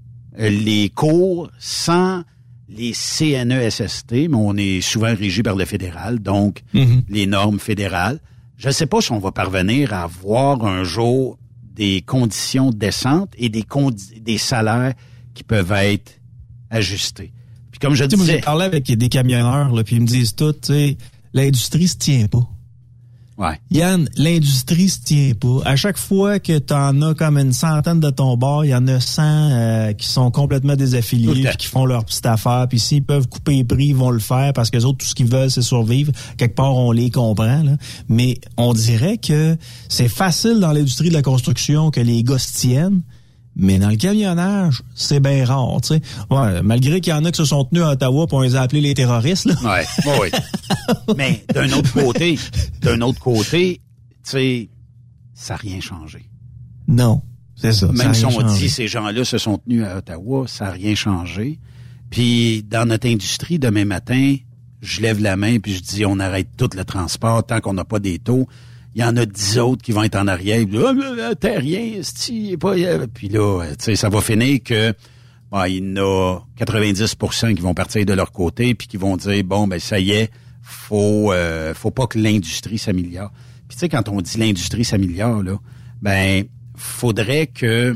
les cours, sans les C N E S S T, mais on est souvent régi par le fédéral, donc mm-hmm. les normes fédérales. Je ne sais pas si on va parvenir à avoir un jour des conditions décentes et des, condi- des salaires qui peuvent être ajustés. Puis comme je tu disais... Moi, j'ai parlé avec des camionneurs, là, puis ils me disent tout, tu sais, l'industrie se tient pas. Ouais. Yann, l'industrie se tient pas. À chaque fois que tu en as comme une centaine de ton bord, il y en a cent euh, qui sont complètement désaffiliés, puis qui font leur petite affaire. Puis s'ils peuvent couper les prix, ils vont le faire parce que les autres, tout ce qu'ils veulent, c'est survivre. Quelque part, on les comprend. Là. Mais on dirait que c'est facile dans l'industrie de la construction que les gars se tiennent. Mais dans le camionnage, c'est bien rare, tu sais. Ouais, malgré qu'il y en a qui se sont tenus à Ottawa pour on les a appelés les terroristes, là. Ouais, oui. Mais d'un autre côté, d'un autre côté, tu sais, ça n'a rien changé. Non, c'est ça. Même ça si on changé. dit ces gens-là se sont tenus à Ottawa, ça n'a rien changé. Puis dans notre industrie, demain matin, je lève la main puis je dis on arrête tout le transport tant qu'on n'a pas des taux. Il y en a dix autres qui vont être en arrière. Puis, oh, t'as rien, c'est pas. Puis là, tu sais, ça va finir que bon, il y en a quatre-vingt-dix pour cent qui vont partir de leur côté puis qui vont dire bon ben ça y est, faut euh, faut pas que l'industrie s'améliore. Puis tu sais, quand on dit l'industrie s'améliore, là, ben faudrait que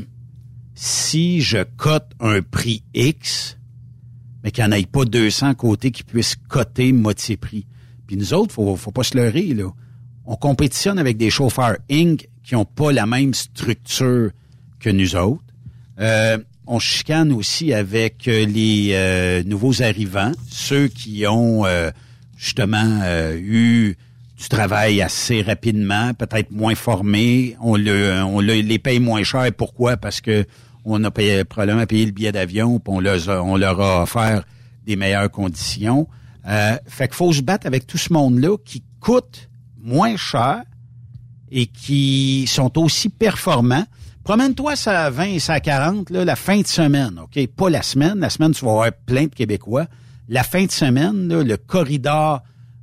si je cote un prix X, mais qu'il n'y en ait pas deux cents côtés qui puissent coter moitié prix. Puis nous autres, faut faut pas se leurrer, là. On compétitionne avec des chauffeurs Inc qui ont pas la même structure que nous autres. Euh, on chicane aussi avec les euh, nouveaux arrivants, ceux qui ont euh, justement euh, eu du travail assez rapidement, peut-être moins formés. On, le, on le, les paye moins cher. Pourquoi? Parce que on a payé, probablement payé le billet d'avion, puis on, leur a, on leur a offert des meilleures conditions. Euh, fait qu'il faut se battre avec tout ce monde-là qui coûte moins cher et qui sont aussi performants. Promène-toi ça à vingt et ça à quarante, là, la fin de semaine, OK? Pas la semaine. La semaine, tu vas avoir plein de Québécois. La fin de semaine, là, le corridor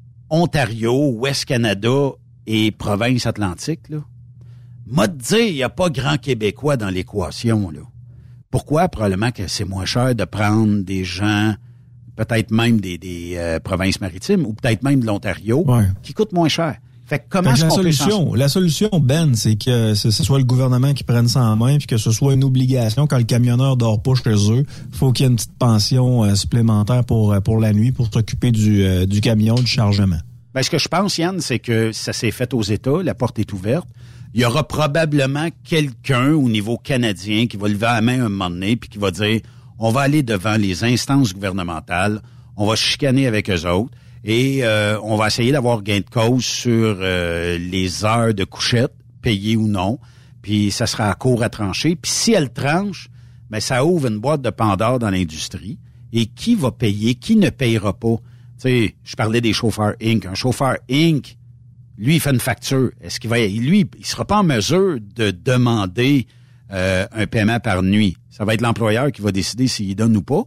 Ontario, Ouest-Canada et Province-Atlantique, là, m'a te dire, il n'y a pas grand Québécois dans l'équation, là. Pourquoi? Probablement que c'est moins cher de prendre des gens, peut-être même des, des euh, provinces maritimes ou peut-être même de l'Ontario, ouais, qui coûtent moins cher. Fait que comment est-ce qu'on peut solution, la solution, Ben, c'est que ce soit le gouvernement qui prenne ça en main puis que ce soit une obligation quand le camionneur dort pas chez eux. Faut qu'il y ait une petite pension euh, supplémentaire pour pour la nuit pour s'occuper du euh, du camion, du chargement. Ben, ce que je pense, Yann, c'est que ça s'est fait aux États, la porte est ouverte. Il y aura probablement quelqu'un au niveau canadien qui va lever la main un moment donné puis qui va dire on va aller devant les instances gouvernementales, on va chicaner avec eux autres. Et euh, on va essayer d'avoir gain de cause sur euh, les heures de couchette, payées ou non. Puis ça sera à court à trancher. Puis si elle tranche, ben ça ouvre une boîte de Pandore dans l'industrie. Et qui va payer? Qui ne payera pas? Tu sais, je parlais des chauffeurs Inc. Un chauffeur Inc, lui, il fait une facture. Est-ce qu'il va... Lui, il sera pas en mesure de demander euh, un paiement par nuit. Ça va être l'employeur qui va décider s'il donne ou pas.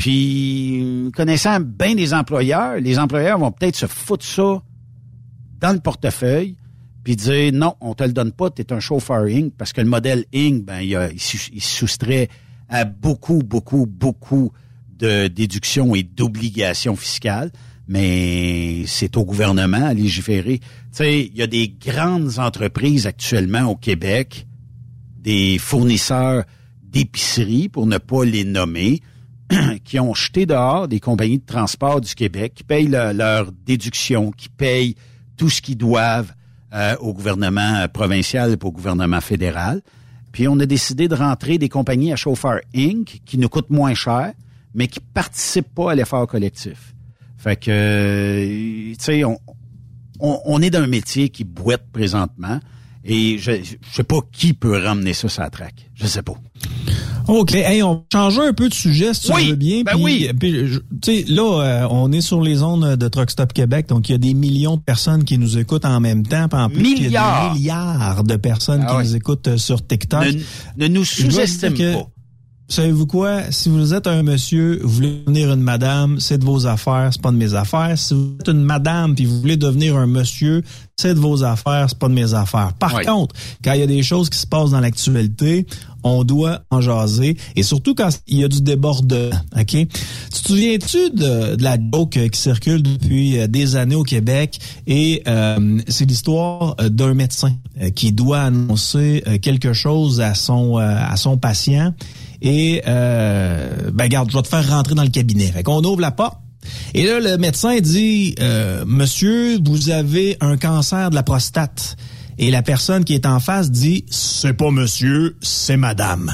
Puis, connaissant bien les employeurs, les employeurs vont peut-être se foutre ça dans le portefeuille puis dire non, on te le donne pas, t'es un chauffeur Inc parce que le modèle Inc, ben il, a, il, il se soustrait à beaucoup, beaucoup, beaucoup de déductions et d'obligations fiscales, mais c'est au gouvernement à légiférer. Tu sais, il y a des grandes entreprises actuellement au Québec, des fournisseurs d'épicerie, pour ne pas les nommer, qui ont jeté dehors des compagnies de transport du Québec, qui payent leur, leur déduction, qui payent tout ce qu'ils doivent euh, au gouvernement provincial et au gouvernement fédéral. Puis on a décidé de rentrer des compagnies à chauffeurs Inc qui nous coûtent moins cher, mais qui participent pas à l'effort collectif. Fait que, euh, tu sais, on, on, on est dans un métier qui boite présentement et je, je sais pas qui peut ramener ça sur la traque. Je sais pas. OK. Hey, on change un peu de sujet, si tu oui, veux bien. Ben puis, oui. Puis, tu sais, là, euh, on est sur les ondes de Truck Stop Québec, donc il y a des millions de personnes qui nous écoutent en même temps. Puis en plus, il y a des milliards de personnes ah, qui ouais. nous écoutent sur TikTok. Ne, ne nous sous-estime pas. Savez-vous quoi? Si vous êtes un monsieur, vous voulez devenir une madame, c'est de vos affaires, c'est pas de mes affaires. Si vous êtes une madame puis vous voulez devenir un monsieur, c'est de vos affaires, c'est pas de mes affaires. Par oui. contre, quand il y a des choses qui se passent dans l'actualité, on doit en jaser. Et surtout quand il y a du débordement, OK? Tu te souviens-tu de, de la joke qui circule depuis des années au Québec? Et euh, c'est l'histoire d'un médecin qui doit annoncer quelque chose à son, à son patient. Et, euh, ben, regarde, je vais te faire rentrer dans le cabinet. Fait qu'on ouvre la porte. Et là, le médecin dit, euh, monsieur, vous avez un cancer de la prostate. Et la personne qui est en face dit, c'est pas monsieur, c'est madame.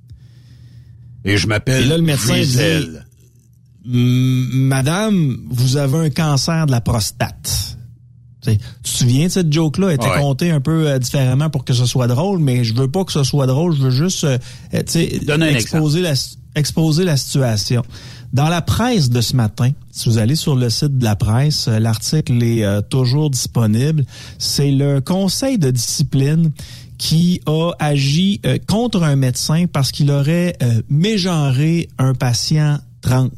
Et je m'appelle Et là, le médecin Gisèle. dit, madame, vous avez un cancer de la prostate. T'sais, tu te souviens de cette joke-là? Elle était ouais. contée un peu euh, différemment pour que ce soit drôle, mais je veux pas que ce soit drôle, je veux juste euh, exposer, la, exposer la situation. Dans la presse de ce matin, si vous allez sur le site de la presse, euh, l'article est euh, toujours disponible. C'est le conseil de discipline qui a agi euh, contre un médecin parce qu'il aurait euh, mégenré un patient trans.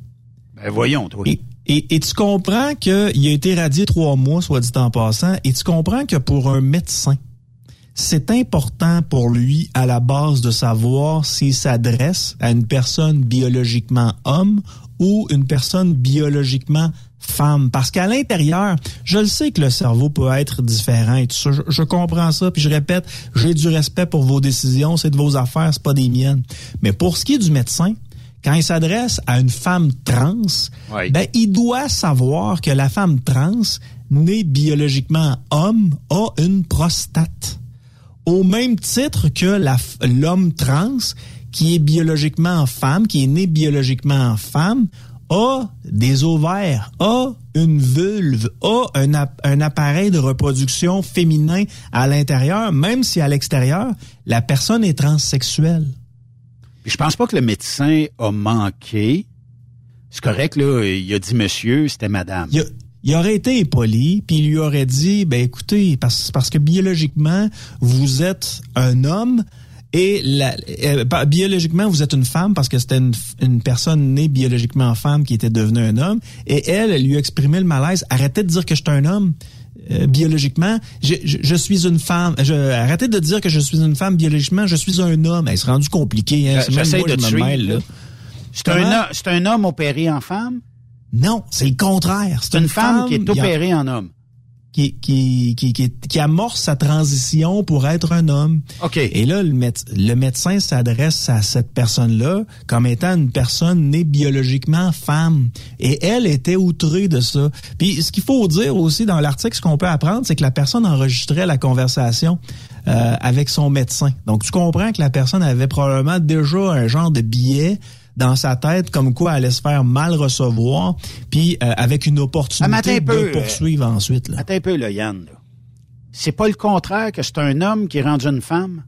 Ben voyons, toi. Et, Et, et tu comprends qu'il a été radié trois mois, soit dit en passant, et tu comprends que pour un médecin, c'est important pour lui, à la base, de savoir s'il s'adresse à une personne biologiquement homme ou une personne biologiquement femme. Parce qu'à l'intérieur, je le sais que le cerveau peut être différent et tout ça. Je, je comprends ça, puis je répète, j'ai du respect pour vos décisions, c'est de vos affaires, c'est pas des miennes. Mais pour ce qui est du médecin, quand il s'adresse à une femme trans, oui. ben, il doit savoir que la femme trans, née biologiquement homme, a une prostate. Au même titre que la, l'homme trans, qui est biologiquement femme, qui est né biologiquement femme, a des ovaires, a une vulve, a un, un appareil de reproduction féminin à l'intérieur, même si à l'extérieur, la personne est transsexuelle. Puis je pense pas que le médecin a manqué. C'est correct, là, il a dit monsieur, c'était madame. Il, a, il aurait été poli, puis il lui aurait dit, ben écoutez, parce, parce que biologiquement, vous êtes un homme, et la, euh, biologiquement, vous êtes une femme, parce que c'était une, une personne née biologiquement femme qui était devenue un homme, et elle, elle lui a exprimé le malaise. Arrêtez de dire que je suis un homme. Euh, biologiquement, je, je, je suis une femme. Je, arrêtez de dire que je suis une femme biologiquement, je suis un homme. Hey, c'est rendu compliqué. Hein? C'est J'essaie même moi, de je me mêle, là. C'est un, c'est un homme opéré en femme? Non, c'est le contraire. C'est, c'est une, une femme, femme qui est opérée a, en homme. Qui, qui, qui, qui, qui amorce sa transition pour être un homme. OK. Et là, le, méde- le médecin s'adresse à cette personne-là comme étant une personne née biologiquement femme. Et elle était outrée de ça. Puis ce qu'il faut dire aussi dans l'article, ce qu'on peut apprendre, c'est que la personne enregistrait la conversation euh, avec son médecin. Donc tu comprends que la personne avait probablement déjà un genre de biais dans sa tête, comme quoi elle allait se faire mal recevoir, puis euh, avec une opportunité ah, de peu, poursuivre euh, ensuite. Là. Attends un peu, là, Yann. Là. C'est pas le contraire que c'est un homme qui est rendu une femme?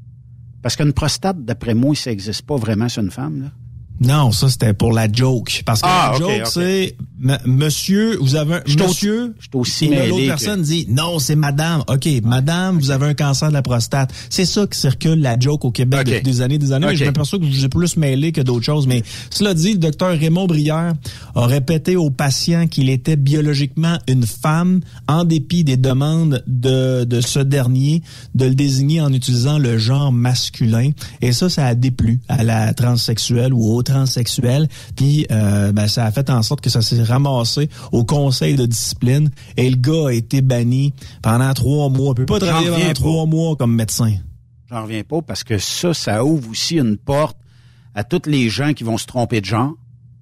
Parce qu'une prostate, d'après moi, ça n'existe pas vraiment sur une femme, là. Non, ça, c'était pour la joke. Parce que ah, la okay, joke, okay. c'est, m- monsieur, vous avez un, j'suis monsieur, je aussi et mêlé l'autre que... personne dit, non, c'est madame. OK, madame, vous avez un cancer de la prostate. C'est ça qui circule, la joke au Québec okay. depuis des années, des années. Okay. Mais je m'aperçois que j'ai plus mêlé que d'autres choses. Mais cela dit, le docteur Raymond Brière a répété aux patients qu'il était biologiquement une femme, en dépit des demandes de, de ce dernier, de le désigner en utilisant le genre masculin. Et ça, ça a déplu à la transsexuelle ou au transsexuel. Puis euh, ben, ça a fait en sorte que ça s'est ramassé au conseil de discipline et le gars a été banni pendant trois mois. Il peut pas travailler pendant pas. trois mois comme médecin. J'en reviens pas parce que ça, ça ouvre aussi une porte à tous les gens qui vont se tromper de genre.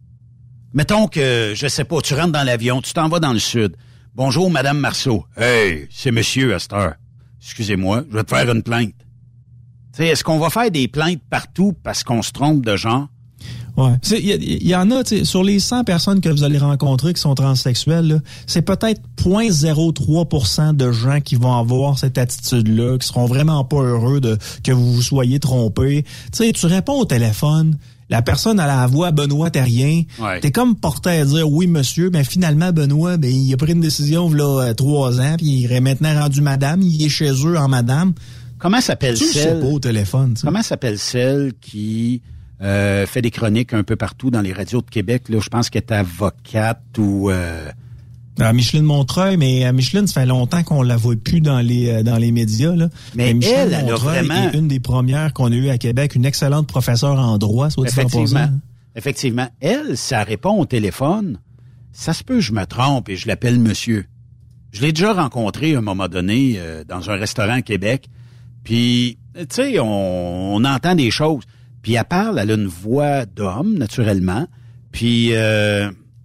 Mettons que, je sais pas, tu rentres dans l'avion, tu t'en vas dans le sud. Bonjour, Madame Marceau. Hey, c'est monsieur à cette heure. Excusez-moi, je vais te faire une plainte. Tu sais, est-ce qu'on va faire des plaintes partout parce qu'on se trompe de genre? Ouais. Il y, y en a, sur les cent personnes que vous allez rencontrer qui sont transsexuelles, là, c'est peut-être zéro virgule zéro trois pour cent de gens qui vont avoir cette attitude-là, qui seront vraiment pas heureux de que vous vous soyez trompé. Tu sais, tu réponds au téléphone, la personne a la voix Benoît Terrien, ouais. T'es comme porté à dire oui monsieur, mais finalement Benoît, ben il a pris une décision là trois ans, puis il est maintenant rendu madame, il est chez eux en madame. Comment s'appelle tu celle sais pas au téléphone, t'sais. Comment s'appelle celle qui Euh, fait des chroniques un peu partout dans les radios de Québec. Là, je pense qu'elle est avocate ou... Euh... À Micheline Montreuil, mais à Micheline, ça fait longtemps qu'on la voit plus dans les dans les médias. Là. Mais, mais elle, elle a vraiment... est une des premières qu'on a eues à Québec, une excellente professeure en droit, soit dit en passant. Effectivement. Elle, ça répond au téléphone. Ça se peut, je me trompe et je l'appelle monsieur. Je l'ai déjà rencontré à un moment donné euh, dans un restaurant à Québec. Puis, tu sais, on, on entend des choses. Puis elle parle, elle a une voix d'homme, naturellement. Puis, euh,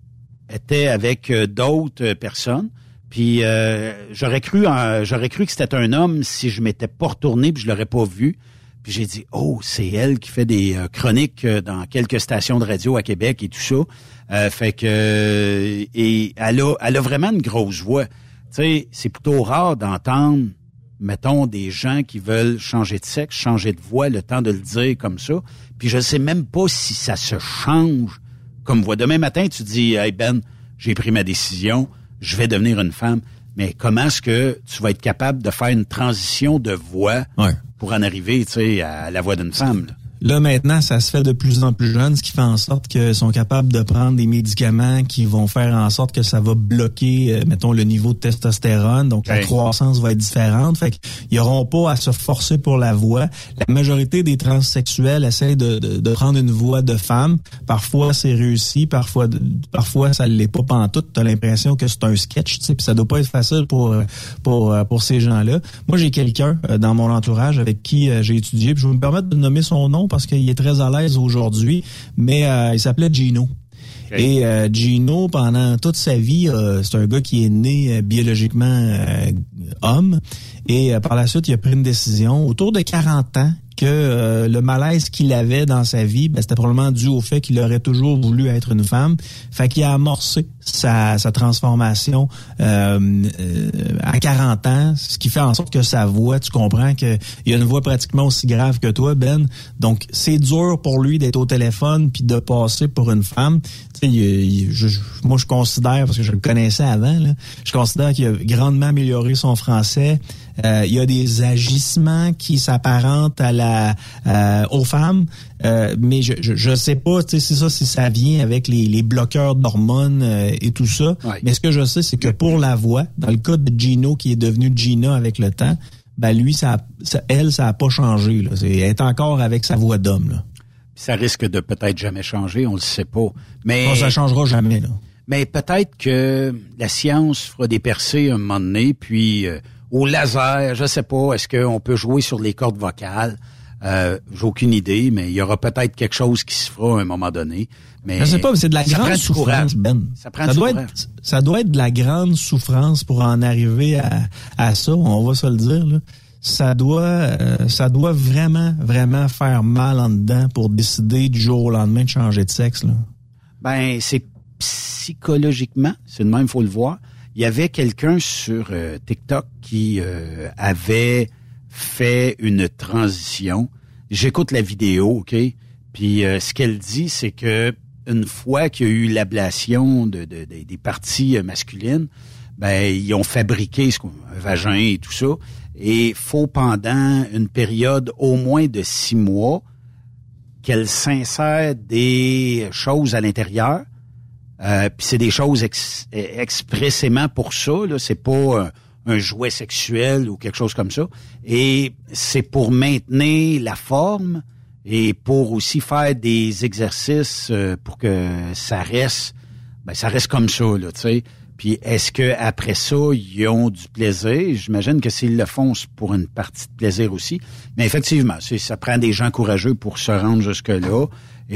était avec euh, d'autres personnes. Puis euh, j'aurais cru en, j'aurais cru que c'était un homme si je m'étais pas retourné puis je l'aurais pas vu. Puis j'ai dit, oh, c'est elle qui fait des euh, chroniques euh, dans quelques stations de radio à Québec et tout ça. Euh, fait que euh, et elle a, elle a vraiment une grosse voix. Tu sais, c'est plutôt rare d'entendre, mettons, des gens qui veulent changer de sexe, changer de voix, le temps de le dire comme ça. Puis je sais même pas si ça se change comme voix. Demain matin, tu dis, hey Ben, j'ai pris ma décision, je vais devenir une femme. Mais comment est-ce que tu vas être capable de faire une transition de voix ouais. pour en arriver, tu sais, à la voix d'une femme, là? Là, maintenant, ça se fait de plus en plus jeune, ce qui fait en sorte qu'ils sont capables de prendre des médicaments qui vont faire en sorte que ça va bloquer, euh, mettons, le niveau de testostérone. Donc, okay. La croissance va être différente. Fait qu'ils n'auront pas à se forcer pour la voix. La majorité des transsexuels essayent de, de, de prendre une voix de femme. Parfois, c'est réussi. Parfois, parfois ça l'est pas pantoute. T'as l'impression que c'est un sketch, tu sais, puis ça doit pas être facile pour, pour, pour ces gens-là. Moi, j'ai quelqu'un dans mon entourage avec qui j'ai étudié, puis je vais me permettre de nommer son nom parce qu'il est très à l'aise aujourd'hui, mais euh, il s'appelait Gino. Okay. Et euh, Gino, pendant toute sa vie, euh, c'est un gars qui est né euh, biologiquement euh, homme, et euh, par la suite, il a pris une décision autour de quarante ans que euh, le malaise qu'il avait dans sa vie, ben, c'était probablement dû au fait qu'il aurait toujours voulu être une femme. Fait qu'il a amorcé sa, sa transformation euh, euh, à quarante ans, ce qui fait en sorte que sa voix, tu comprends qu'il y a une voix pratiquement aussi grave que toi, Ben. Donc, c'est dur pour lui d'être au téléphone puis de passer pour une femme. Tu sais, il, il, je, moi, je considère, parce que je le connaissais avant, là, je considère qu'il a grandement amélioré son français. Euh, il y a des agissements qui s'apparentent à la euh, aux femmes, euh, mais je, je je sais pas, tu sais, c'est ça, si ça vient avec les, les bloqueurs d'hormones euh, et tout ça. Ouais. Mais ce que je sais, c'est que pour la voix, dans le cas de Gino qui est devenu Gina avec le temps, ben lui, ça, ça elle, ça a pas changé. Là. C'est, elle est encore avec sa voix d'homme. Là. Ça risque de peut-être jamais changer, on le sait pas. Mais non, ça changera jamais là. Mais peut-être que la science fera des percées un moment donné, puis euh, au laser, je sais pas, est-ce qu'on peut jouer sur les cordes vocales? Euh, j'ai aucune idée, mais il y aura peut-être quelque chose qui se fera à un moment donné. Mais je sais pas, mais c'est de la grande souffrance, Ben. Ça prend ça du doit courage. être, ça doit être de la grande souffrance pour en arriver à, à ça, on va se le dire, là. Ça doit, euh, ça doit vraiment, vraiment faire mal en dedans pour décider du jour au lendemain de changer de sexe, là. Ben, c'est psychologiquement, c'est de même, faut le voir. Il y avait quelqu'un sur euh, TikTok qui euh, avait fait une transition. J'écoute la vidéo, OK? Puis euh, ce qu'elle dit, c'est que une fois qu'il y a eu l'ablation de, de, de, des parties masculines, ben ils ont fabriqué ce qu'on, un vagin et tout ça. Et faut pendant une période au moins de six mois qu'elle s'insère des choses à l'intérieur. Euh, puis c'est des choses ex, expressément pour ça, là. C'est pas un, un jouet sexuel ou quelque chose comme ça. Et c'est pour maintenir la forme et pour aussi faire des exercices euh, pour que ça reste, ben ça reste comme ça, là, tu sais. Puis est-ce que après ça, ils ont du plaisir? J'imagine que s'ils le font, c'est pour une partie de plaisir aussi. Mais effectivement, c'est, ça prend des gens courageux pour se rendre jusque-là.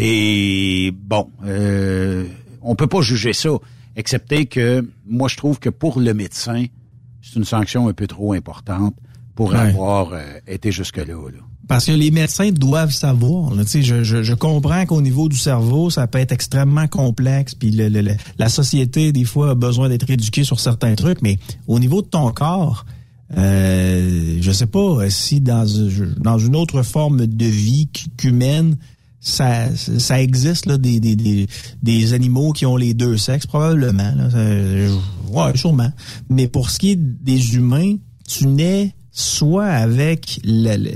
Et bon, euh, on peut pas juger ça, excepté que moi, je trouve que pour le médecin, c'est une sanction un peu trop importante pour ouais. avoir euh, été jusque-là, là. Parce que les médecins doivent savoir. Là, je, je, je comprends qu'au niveau du cerveau, ça peut être extrêmement complexe, puis le, le, le, la société, des fois, a besoin d'être éduquée sur certains trucs, mais au niveau de ton corps, euh, je sais pas si dans, dans une autre forme de vie qu'humaine, ça, ça existe là des, des, des, des animaux qui ont les deux sexes, probablement. Là, ça, ouais, sûrement. Mais pour ce qui est des humains, tu nais soit avec le, le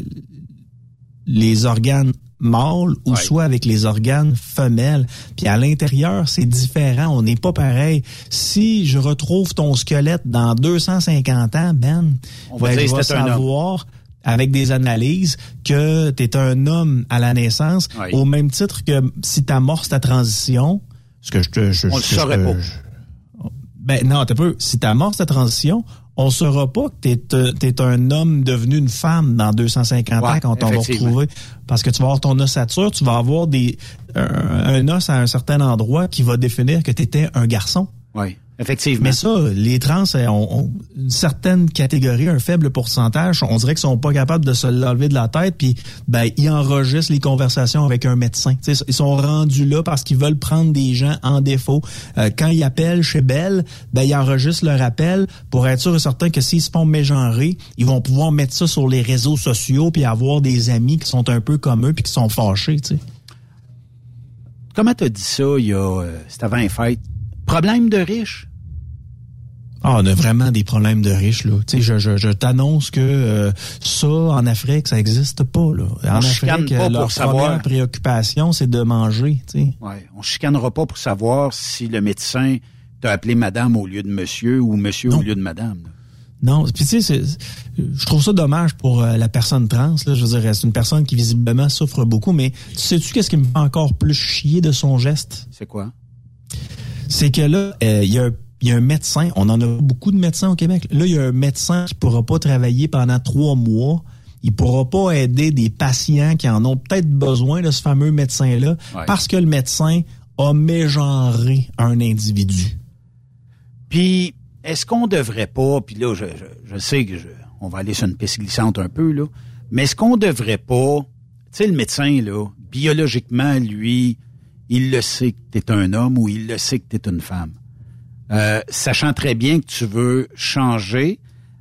les organes mâles ou ouais. soit avec les organes femelles. Puis à l'intérieur, c'est différent. On n'est pas pareil. Si je retrouve ton squelette dans deux cent cinquante ans, Ben, on va, ben, dire je vais savoir avec des analyses que tu es un homme à la naissance, ouais. au même titre que si tu amorces ta transition, ce que je te... Je, on je, le saurait je, pas. Je, ben non, t'as peu. Si tu amorces ta transition, on saura pas que t'es, t'es un homme devenu une femme dans deux cent cinquante ouais, ans quand on va retrouver. Parce que tu vas avoir ton ossature, tu vas avoir des un, un os à un certain endroit qui va définir que t'étais un garçon. Oui. Effectivement. Mais ça, les trans ont, ont une certaine catégorie, un faible pourcentage. On dirait qu'ils sont pas capables de se l'enlever de la tête. Puis, ben, ils enregistrent les conversations avec un médecin. T'sais, ils sont rendus là parce qu'ils veulent prendre des gens en défaut. Euh, quand ils appellent chez Bell, ben, ils enregistrent leur appel pour être sûr et certain que s'ils se font mégenrer, ils vont pouvoir mettre ça sur les réseaux sociaux puis avoir des amis qui sont un peu comme eux puis qui sont fâchés. T'sais. Comment t'as dit ça il y a, euh, c'était avant les fêtes? Problème de riches? Ah, on a vraiment des problèmes de riches, là. Tu sais, je, je, je t'annonce que euh, ça, en Afrique, ça existe pas, là. En on Afrique, pas leur pour savoir. première préoccupation, c'est de manger, tu sais. Ouais, on chicanera pas pour savoir si le médecin t'a appelé madame au lieu de monsieur ou monsieur non. au lieu de madame. Là. Non, puis tu sais, je trouve ça dommage pour euh, la personne trans, là. Je veux dire, c'est une personne qui visiblement souffre beaucoup, mais tu sais-tu qu'est-ce qui me fait encore plus chier de son geste? C'est quoi? C'est que là, il euh, y a un Il y a un médecin, on en a beaucoup de médecins au Québec. Là, il y a un médecin qui pourra pas travailler pendant trois mois. Il pourra pas aider des patients qui en ont peut-être besoin de ce fameux médecin-là ouais. parce que le médecin a mégenré un individu. Puis, est-ce qu'on devrait pas, puis là, je, je, je sais que je, on va aller sur une piste glissante un peu, là, mais est-ce qu'on devrait pas, tu sais, le médecin, là, biologiquement, lui, il le sait que t'es un homme ou il le sait que t'es une femme. Euh, sachant très bien que tu veux changer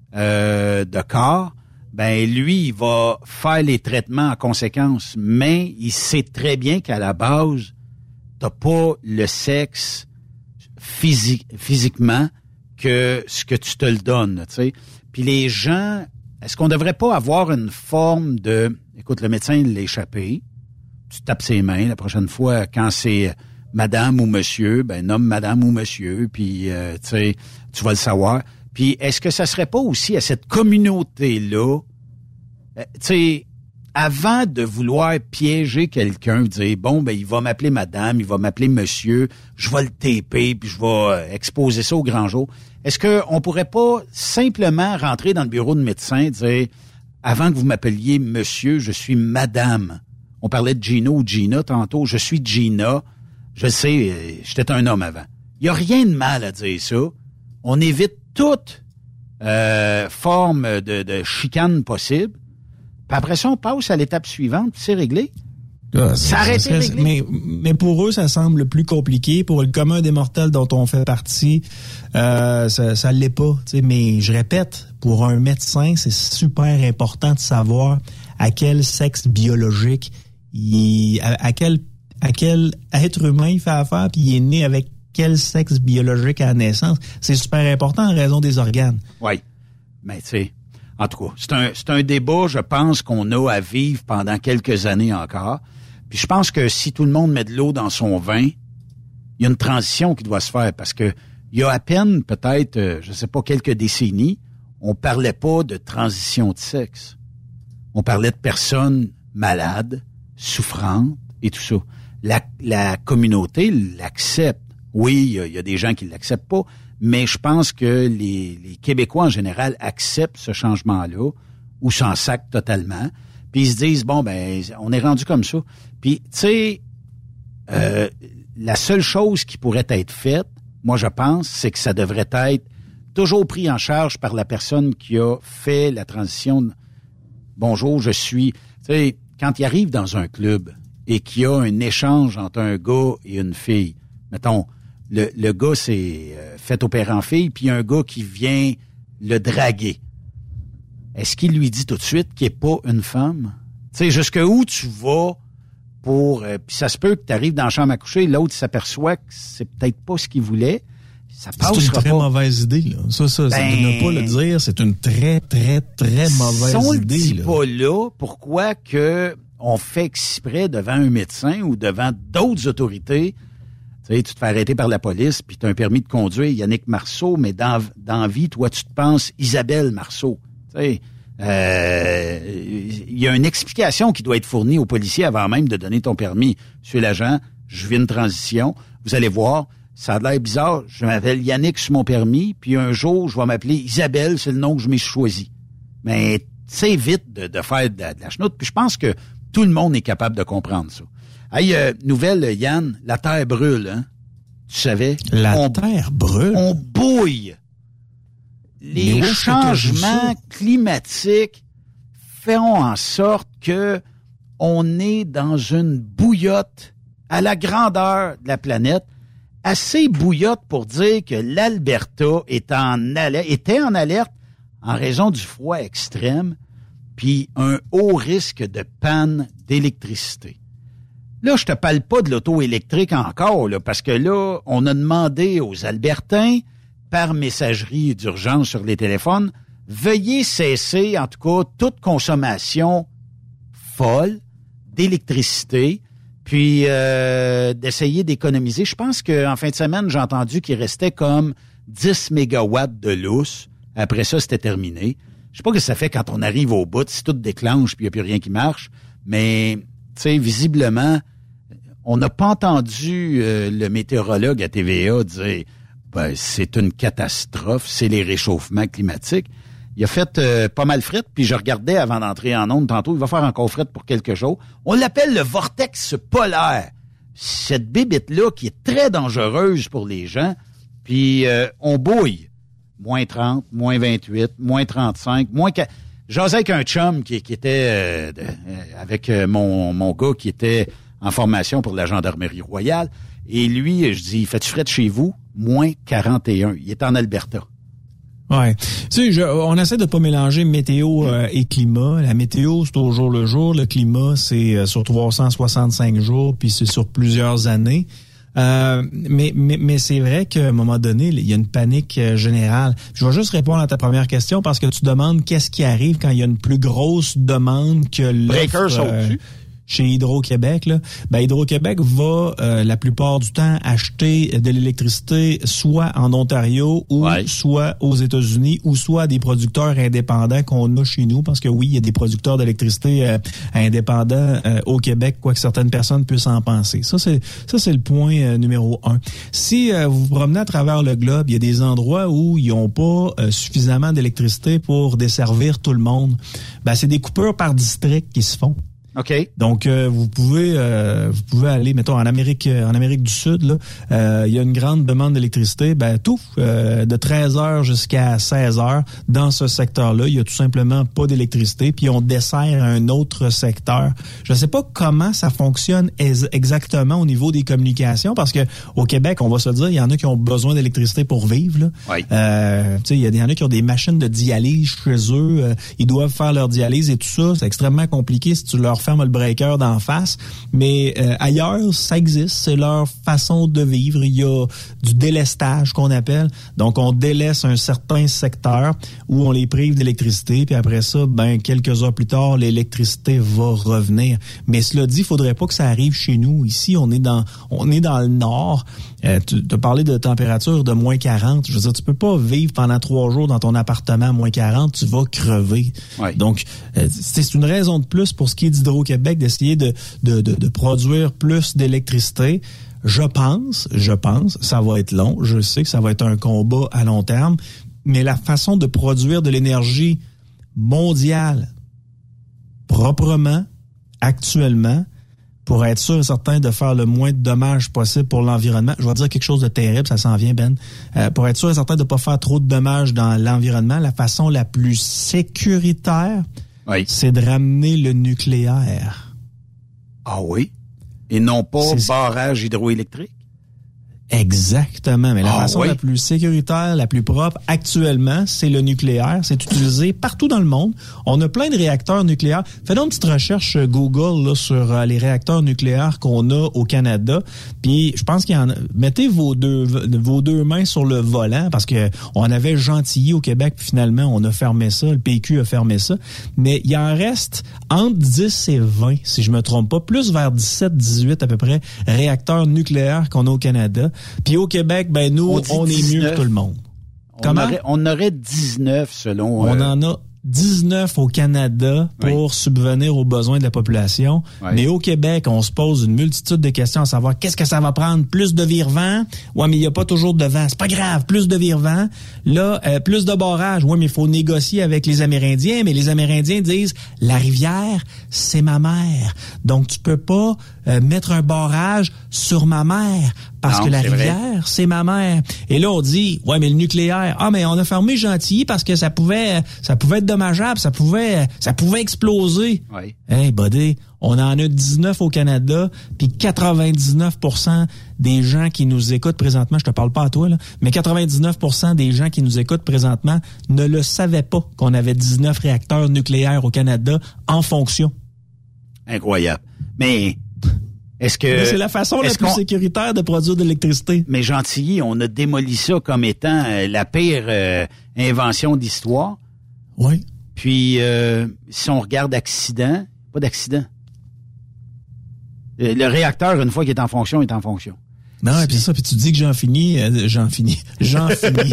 euh, de corps, ben lui, il va faire les traitements en conséquence, mais il sait très bien qu'à la base, t'as pas le sexe physique, physiquement que ce que tu te le donnes, tu sais. Puis les gens, est-ce qu'on devrait pas avoir une forme de, écoute, le médecin il l'a échappé, tu tapes ses mains la prochaine fois quand c'est madame ou monsieur, ben nomme madame ou monsieur, puis euh, tu sais, tu vas le savoir. Puis est-ce que ça serait pas aussi à cette communauté-là, euh, tu sais, avant de vouloir piéger quelqu'un, dire bon ben il va m'appeler madame, il va m'appeler monsieur, je vais le taper, puis je vais euh, exposer ça au grand jour. Est-ce que on pourrait pas simplement rentrer dans le bureau de médecin, dire avant que vous m'appeliez monsieur, je suis madame. On parlait de Gino ou Gina tantôt, je suis Gina. Je sais, j'étais un homme avant. Il y a rien de mal à dire ça. On évite toute euh, forme de, de chicane possible. Puis après ça, on passe à l'étape suivante, puis c'est réglé. Ah, ça arrête réglé. Mais, mais pour eux, ça semble plus compliqué. Pour le commun des mortels dont on fait partie, euh, ça, ça l'est pas. T'sais. Mais je répète, pour un médecin, c'est super important de savoir à quel sexe biologique, il, à, à quel à quel être humain il fait affaire, puis il est né avec quel sexe biologique à la naissance. C'est super important en raison des organes. Oui, mais tu sais, en tout cas, c'est un, c'est un débat, je pense, qu'on a à vivre pendant quelques années encore. Puis je pense que si tout le monde met de l'eau dans son vin, il y a une transition qui doit se faire, parce que il y a à peine, peut-être, euh, je sais pas, quelques décennies, on parlait pas de transition de sexe. On parlait de personnes malades, souffrantes et tout ça. La, la communauté l'accepte. Oui, il y a, y a des gens qui l'acceptent pas, mais je pense que les, les Québécois en général acceptent ce changement-là ou s'en sacent totalement. Puis ils se disent, bon, ben, on est rendu comme ça. Puis, tu sais, euh, la seule chose qui pourrait être faite, moi je pense, c'est que ça devrait être toujours pris en charge par la personne qui a fait la transition. Bonjour, je suis... Tu sais, quand il arrive dans un club et qu'il y a un échange entre un gars et une fille, mettons, le, le gars s'est euh, fait opérer en fille, puis il y a un gars qui vient le draguer. Est-ce qu'il lui dit tout de suite qu'il n'est pas une femme? Tu sais, jusqu'où tu vas pour... Euh, puis ça se peut que tu arrives dans la chambre à coucher, l'autre s'aperçoit que c'est peut-être pas ce qu'il voulait. Ça c'est une très pas. mauvaise idée, là. Ça, ça, ben, de ne pas le dire, c'est une très, très, très mauvaise si on idée. le dit là. pas là, pourquoi que on fait exprès devant un médecin ou devant d'autres autorités? Tu sais, tu te fais arrêter par la police, puis tu as un permis de conduire, Yannick Marceau, mais dans, dans vie, toi, tu te penses Isabelle Marceau. Tu sais, euh, il y a une explication qui doit être fournie aux policiers avant même de donner ton permis. Monsieur l'agent, je vis une transition. Vous allez voir, ça a l'air bizarre. Je m'appelle Yannick sur mon permis, puis un jour, je vais m'appeler Isabelle, c'est le nom que je m'ai choisi. Mais c'est vite de, de faire de, de la chenoute, puis je pense que tout le monde est capable de comprendre ça. Hey, euh, nouvelle, Yann, la terre brûle, hein? Tu savais? La on, terre brûle? On bouille. Les changements climatiques feront en sorte que on est dans une bouillotte à la grandeur de la planète, assez bouillotte pour dire que l'Alberta est en alerte, était en alerte en raison du froid extrême, puis un haut risque de panne d'électricité. Là, je te parle pas de l'auto électrique encore, là, parce que là, on a demandé aux Albertains, par messagerie d'urgence sur les téléphones, veuillez cesser, en tout cas, toute consommation folle d'électricité, puis euh, d'essayer d'économiser. Je pense qu'en fin de semaine, j'ai entendu qu'il restait comme dix mégawatts de lousse. Après ça, c'était terminé. Je sais pas ce que ça fait quand on arrive au bout, si tout déclenche puis il n'y a plus rien qui marche, mais, tu sais, visiblement, on n'a pas entendu euh, le météorologue à T V A dire ben, c'est une catastrophe, c'est les réchauffements climatiques. Il a fait euh, pas mal frette, puis je regardais avant d'entrer en onde tantôt, il va faire encore frette pour quelques jours. On l'appelle le vortex polaire. Cette bébite-là qui est très dangereuse pour les gens, puis euh, on bouille. Moins trente, moins vingt-huit, moins trente-cinq, moins... J'osais avec un chum qui, qui était euh, de, euh, avec euh, mon, mon gars qui était en formation pour la Gendarmerie royale, et lui, je dis, fais-tu frette chez vous? Moins quarante et un. Il est en Alberta. Ouais. Tu sais, je, on essaie de pas mélanger météo euh, et climat. La météo, c'est au jour le jour. Le climat, c'est euh, sur trois cent soixante-cinq jours, puis c'est sur plusieurs années. Euh, mais mais, mais c'est vrai qu'à un moment donné, il y a une panique euh, générale. Je vais juste répondre à ta première question parce que tu demandes qu'est-ce qui arrive quand il y a une plus grosse demande que l'offre euh, chez Hydro-Québec. Là. Ben, Hydro-Québec va euh, la plupart du temps acheter de l'électricité soit en Ontario ou ouais. soit aux États-Unis ou soit des producteurs indépendants qu'on a chez nous parce que oui, il y a des producteurs d'électricité euh, indépendants euh, au Québec, quoi que certaines personnes puissent en penser. Ça, c'est ça c'est le point euh, numéro un. Si euh, vous vous promenez à travers le globe, il y a des endroits où ils n'ont pas euh, suffisamment d'électricité pour desservir tout le monde. Ben, c'est des coupures par district qui se font. OK. Donc euh, vous pouvez euh, vous pouvez aller mettons en Amérique en Amérique du Sud là, euh, il y a une grande demande d'électricité, ben tout euh, de treize heures jusqu'à seize heures dans ce secteur-là, il y a tout simplement pas d'électricité, puis on dessert un autre secteur. Je sais pas comment ça fonctionne ex- exactement au niveau des communications parce que au Québec, on va se dire, il y en a qui ont besoin d'électricité pour vivre là. Oui. Euh, tu sais, il y, y en a qui ont des machines de dialyse chez eux, euh, ils doivent faire leur dialyse et tout ça, c'est extrêmement compliqué si tu leur ferme le breaker d'en face, mais euh, ailleurs, ça existe, c'est leur façon de vivre. Il y a du délestage qu'on appelle, donc on délaisse un certain secteur où on les prive d'électricité, puis après ça, ben quelques heures plus tard, l'électricité va revenir. Mais cela dit, il faudrait pas que ça arrive chez nous. Ici, on est dans on est dans le nord. Euh, tu as parlé de température de moins quarante. Je veux dire, tu peux pas vivre pendant trois jours dans ton appartement à moins quarante, tu vas crever. Ouais. Donc, euh, c'est une raison de plus pour ce qui est d'Hydro-Québec d'essayer de, de, de, de produire plus d'électricité. Je pense, je pense, ça va être long. Je sais que ça va être un combat à long terme, mais la façon de produire de l'énergie mondiale proprement, actuellement, pour être sûr et certain de faire le moins de dommages possible pour l'environnement. Je vais dire quelque chose de terrible, ça s'en vient, Ben. Euh, pour être sûr et certain de ne pas faire trop de dommages dans l'environnement, la façon la plus sécuritaire, oui. c'est de ramener le nucléaire. Ah oui? Et non pas c'est barrage hydroélectrique? Exactement, mais la ah, façon oui. la plus sécuritaire, la plus propre actuellement, c'est le nucléaire. C'est utilisé partout dans le monde. On a plein de réacteurs nucléaires. Fais donc une petite recherche Google là, sur euh, les réacteurs nucléaires qu'on a au Canada. Puis je pense qu'il y en a. Mettez vos deux vos deux mains sur le volant parce que on avait Gentilly au Québec, puis finalement on a fermé ça. Le P Q a fermé ça. Mais il en reste entre dix et vingt, si je me trompe pas, plus vers dix-sept, dix-huit à peu près réacteurs nucléaires qu'on a au Canada. Puis au Québec, ben nous, on, on est mieux que tout le monde. On aurait, on aurait dix-neuf selon... On euh... en a dix-neuf au Canada pour oui. subvenir aux besoins de la population. Oui. Mais au Québec, on se pose une multitude de questions à savoir qu'est-ce que ça va prendre? Plus de vire-vent? Ouais, mais il n'y a pas toujours de vent. C'est pas grave, plus de vire-vent. Là, euh, plus de barrages. Ouais, mais il faut négocier avec les Amérindiens. Mais les Amérindiens disent, la rivière, c'est ma mère. Donc, tu peux pas euh, mettre un barrage sur ma mère. Parce non, que la rivière, vrai. c'est ma mère. Et là, on dit, ouais, mais le nucléaire, ah, mais on a fermé Gentilly parce que ça pouvait, ça pouvait être dommageable, ça pouvait, ça pouvait exploser. Oui. Hey, buddy, on en a dix-neuf au Canada, puis quatre-vingt-dix-neuf pour cent des gens qui nous écoutent présentement, je te parle pas à toi, là, mais quatre-vingt-dix-neuf pour cent des gens qui nous écoutent présentement ne le savaient pas qu'on avait dix-neuf réacteurs nucléaires au Canada en fonction. Incroyable. Mais... Est-ce que mais c'est la façon la plus sécuritaire de produire de l'électricité. Mais Gentilly, on a démoli ça comme étant euh, la pire euh, invention d'histoire. Oui. Puis, euh, si on regarde accident, pas d'accident. Le, le réacteur, une fois qu'il est en fonction, est en fonction. Non, et puis c'est ça, puis tu dis que j'en finis, euh, j'en finis, j'en finis.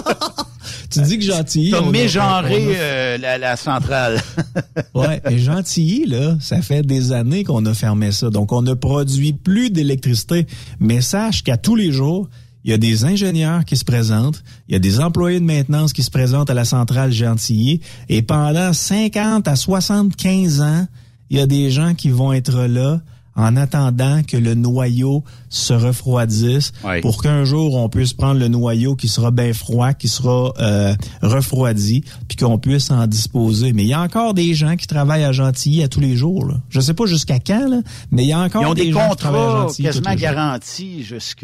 Tu dis que Gentilly... T'as mégenré euh, la, la centrale. Ouais, et Gentilly, là, ça fait des années qu'on a fermé ça. Donc, on ne produit plus d'électricité. Mais sache qu'à tous les jours, il y a des ingénieurs qui se présentent, il y a des employés de maintenance qui se présentent à la centrale Gentilly, et pendant cinquante à soixante-quinze ans, il y a des gens qui vont être là en attendant que le noyau se refroidisse oui. pour qu'un jour on puisse prendre le noyau qui sera bien froid, qui sera euh, refroidi, puis qu'on puisse en disposer. Mais il y a encore des gens qui travaillent à Gentilly à tous les jours. Là. Je sais pas jusqu'à quand, là, mais il y a encore Ils ont des, des gens contrats qui travaillent à Gentilly quasiment garantis jusque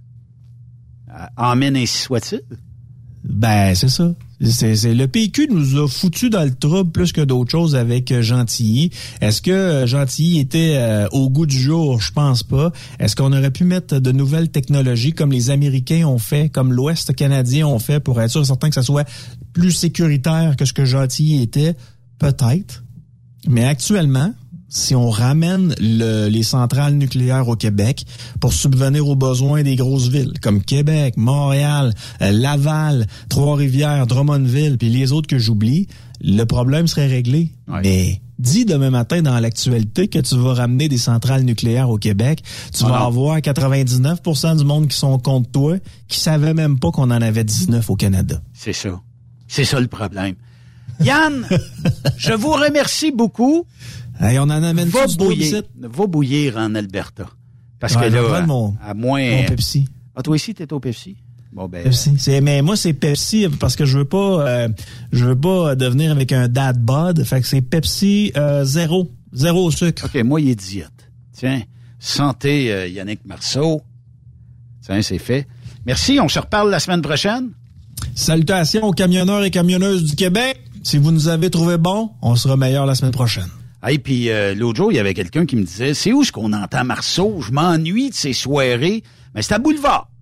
emmène ainsi soit-il. Ben, c'est ça. C'est, c'est, le P Q nous a foutu dans le trouble plus que d'autres choses avec euh, Gentilly. Est-ce que euh, Gentilly était euh, au goût du jour? Je pense pas. Est-ce qu'on aurait pu mettre de nouvelles technologies comme les Américains ont fait, comme l'Ouest canadien ont fait pour être sûr et certain que ça soit plus sécuritaire que ce que Gentilly était? Peut-être. Mais actuellement, si on ramène le, les centrales nucléaires au Québec pour subvenir aux besoins des grosses villes comme Québec, Montréal, euh, Laval, Trois-Rivières, Drummondville, puis les autres que j'oublie, le problème serait réglé. Oui. Mais dis demain matin dans l'actualité que tu vas ramener des centrales nucléaires au Québec, tu oh vas non. avoir quatre-vingt-dix-neuf pour cent du monde qui sont contre toi, qui savaient même pas qu'on en avait dix-neuf au Canada. C'est ça. C'est ça le problème. Yann, je vous remercie beaucoup. Hey, on en amène va tout bouillir, va bouillir en Alberta. Parce ouais, que là, à, mon, à moins... Mon Pepsi. Ah, toi aussi, t'es au Pepsi? Bon, ben... Pepsi. C'est, mais moi, c'est Pepsi parce que je veux pas euh, je veux pas devenir avec un dad bod. Fait que c'est Pepsi euh, zéro. Zéro sucre. OK, moi, il est diète. Tiens, santé euh, Yannick Marceau. Tiens, c'est fait. Merci, on se reparle la semaine prochaine. Salutations aux camionneurs et camionneuses du Québec. Si vous nous avez trouvé bon, on sera meilleur la semaine prochaine. Ah, et puis euh, l'autre jour, il y avait quelqu'un qui me disait, c'est où est-ce qu'on entend Marceau? Je m'ennuie de ces soirées. Mais c'est à Boulevard.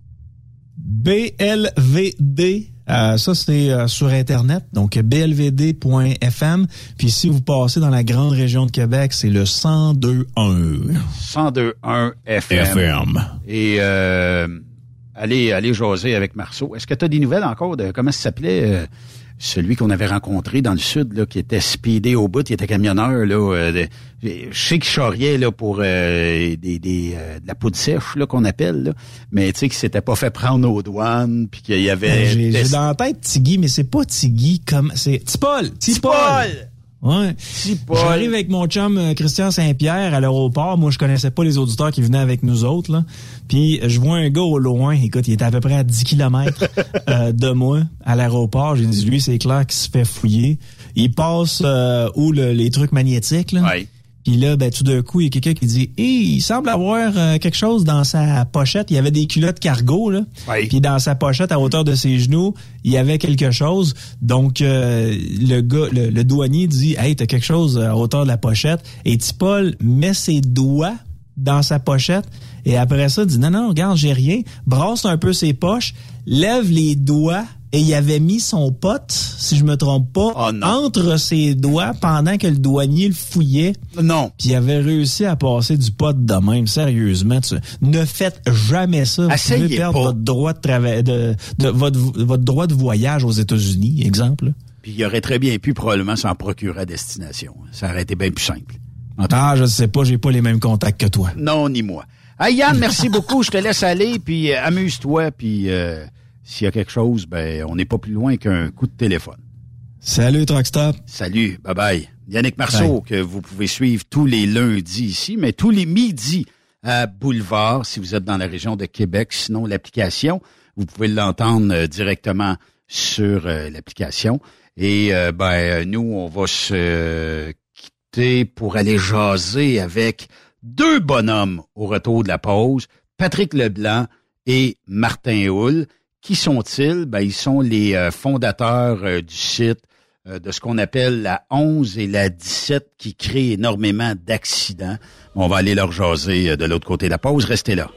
B L V D, euh, ça c'est euh, sur Internet, donc b l v d point f m. Puis si vous passez dans la grande région de Québec, c'est le cent deux virgule un. cent deux virgule un F M. F M. Et euh, allez, allez jaser avec Marceau. Est-ce que tu as des nouvelles encore de comment ça s'appelait euh, celui qu'on avait rencontré dans le sud, là, qui était speedé au bout, qui était camionneur, là, euh, de, je sais qu'il charriait, là, pour euh, des, des euh, de la poudre sèche, là, qu'on appelle, là, mais tu sais, qu'il s'était pas fait prendre aux douanes, puis qu'il y avait... Ben, j'ai, des... j'ai dans la tête Tiggy, mais c'est pas Tiggy, comme... C'est Tipol! Tipol! Ouais. Tipol! J'arrive avec mon chum euh, Christian Saint-Pierre à l'aéroport. Moi, je connaissais pas les auditeurs qui venaient avec nous autres, là. Puis je vois un gars au loin, écoute, il était à peu près à dix kilomètres euh, de moi à l'aéroport. J'ai dit, lui, c'est clair qu'il se fait fouiller. Il passe euh, où le, les trucs magnétiques, là. Ouais. Puis là, ben tout d'un coup, il y a quelqu'un qui dit, hey, il semble avoir euh, quelque chose dans sa pochette. Il y avait des culottes cargo, là. Ouais. Puis dans sa pochette, à hauteur de ses genoux, il y avait quelque chose. Donc euh, le gars, le, le douanier dit, hey, t'as quelque chose à hauteur de la pochette. Et Tipol met ses doigts dans sa pochette. Et après ça, dit, non, non, regarde, j'ai rien. Brasse un peu ses poches, lève les doigts. Et il avait mis son pote, si je me trompe pas, oh entre ses doigts pendant que le douanier le fouillait. Non. Puis il avait réussi à passer du pot de même. Sérieusement, tu, ne faites jamais ça. Vous Essayez pouvez perdre pas. votre droit de, trava- de, de votre, votre droit de voyage aux États-Unis, exemple. Puis il aurait très bien pu probablement s'en procurer à destination. Ça aurait été bien plus simple. Ah, je ne sais pas, j'ai pas les mêmes contacts que toi. Non, ni moi. Hey Yann, merci beaucoup. Je te laisse aller, puis euh, amuse-toi, puis euh, s'il y a quelque chose, ben on n'est pas plus loin qu'un coup de téléphone. Salut, Truckstop. Salut, bye-bye. Yannick Marceau, que vous pouvez suivre tous les lundis ici, mais tous les midis à Boulevard, si vous êtes dans la région de Québec. Sinon, l'application, vous pouvez l'entendre euh, directement sur euh, l'application. Et euh, ben nous, on va se euh, quitter pour aller jaser avec deux bonhommes au retour de la pause, Patrick Leblanc et Martin Houle. Qui sont-ils? Ben, ils sont les euh, fondateurs euh, du site euh, de ce qu'on appelle la onze et la dix-sept qui crée énormément d'accidents. On va aller leur jaser euh, de l'autre côté de la pause. Restez là.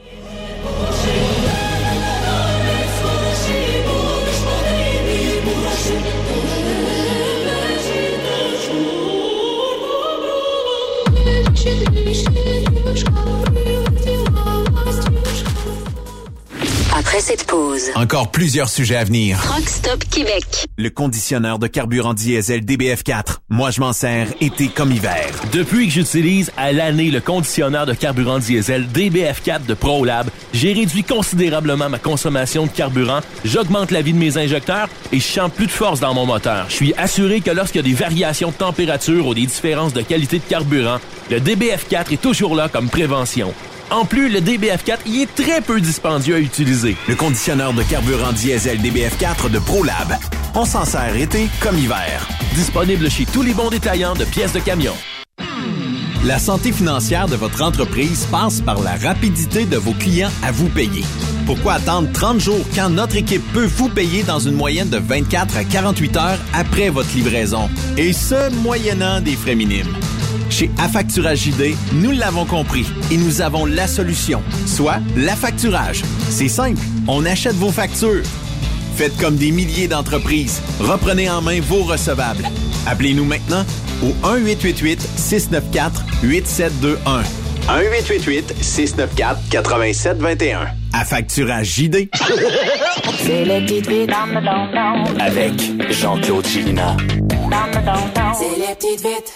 Après cette pause, Encore plusieurs sujets à venir. Truck Stop Québec. Le conditionneur de carburant diesel D B F quatre. Moi, je m'en sers été comme hiver. Depuis que j'utilise à l'année le conditionneur de carburant diesel D B F quatre de ProLab, j'ai réduit considérablement ma consommation de carburant, j'augmente la vie de mes injecteurs et je sens plus de force dans mon moteur. Je suis assuré que lorsqu'il y a des variations de température ou des différences de qualité de carburant, le D B F quatre est toujours là comme prévention. En plus, le D B F quatre y est très peu dispendieux à utiliser. Le conditionneur de carburant diesel D B F quatre de ProLab. On s'en sert été comme hiver. Disponible chez tous les bons détaillants de pièces de camion. La santé financière de votre entreprise passe par la rapidité de vos clients à vous payer. Pourquoi attendre trente jours quand notre équipe peut vous payer dans une moyenne de vingt-quatre à quarante-huit heures après votre livraison? Et ce, moyennant des frais minimes. Chez Affacturage J D, nous l'avons compris et nous avons la solution, soit l'affacturage. C'est simple, on achète vos factures. Faites comme des milliers d'entreprises, reprenez en main vos recevables. Appelez-nous maintenant au un huit huit huit, six neuf quatre, huit sept deux un. un huit huit huit, six neuf quatre, huit sept deux un. Affacturage J D. C'est les petites vites dans le don-don. Avec Jean-Claude Gélina. Dans le don-don. C'est les petites vites.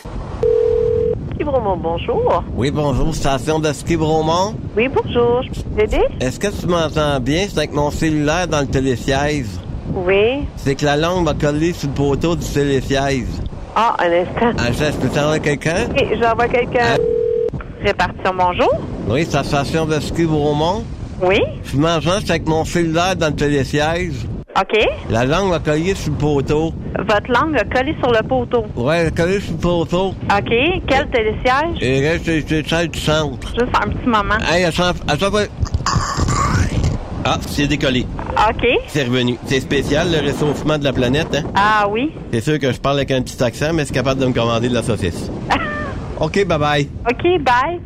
Ski Bromont, bonjour. Oui, bonjour, station de ski Bromont. Oui, bonjour, je peux t'aider? Est-ce que tu m'entends bien? C'est avec mon cellulaire dans le télésiège. Oui. C'est que la langue m'a collé sur le poteau du télésiège. Ah, un instant. Ah, je peux t'envoyer quelqu'un? Oui, j'envoie quelqu'un. Ah. Répartition, bonjour. Oui, c'est la station de ski Bromont. Oui. Je m'entends, c'est avec mon cellulaire dans le télésiège. OK. La langue m'a collé sur le poteau. Votre langue a collé sur le poteau. Oui, elle a collé sur le poteau. OK. Quel télésiège? Et là, c'est le siège du centre. Juste un petit moment. Hey, elle s'en va. Ah, c'est décollé. OK. C'est revenu. C'est spécial, le réchauffement de la planète, hein? Ah oui. C'est sûr que je parle avec un petit accent, mais c'est capable de me commander de la saucisse. OK, bye-bye. OK, bye.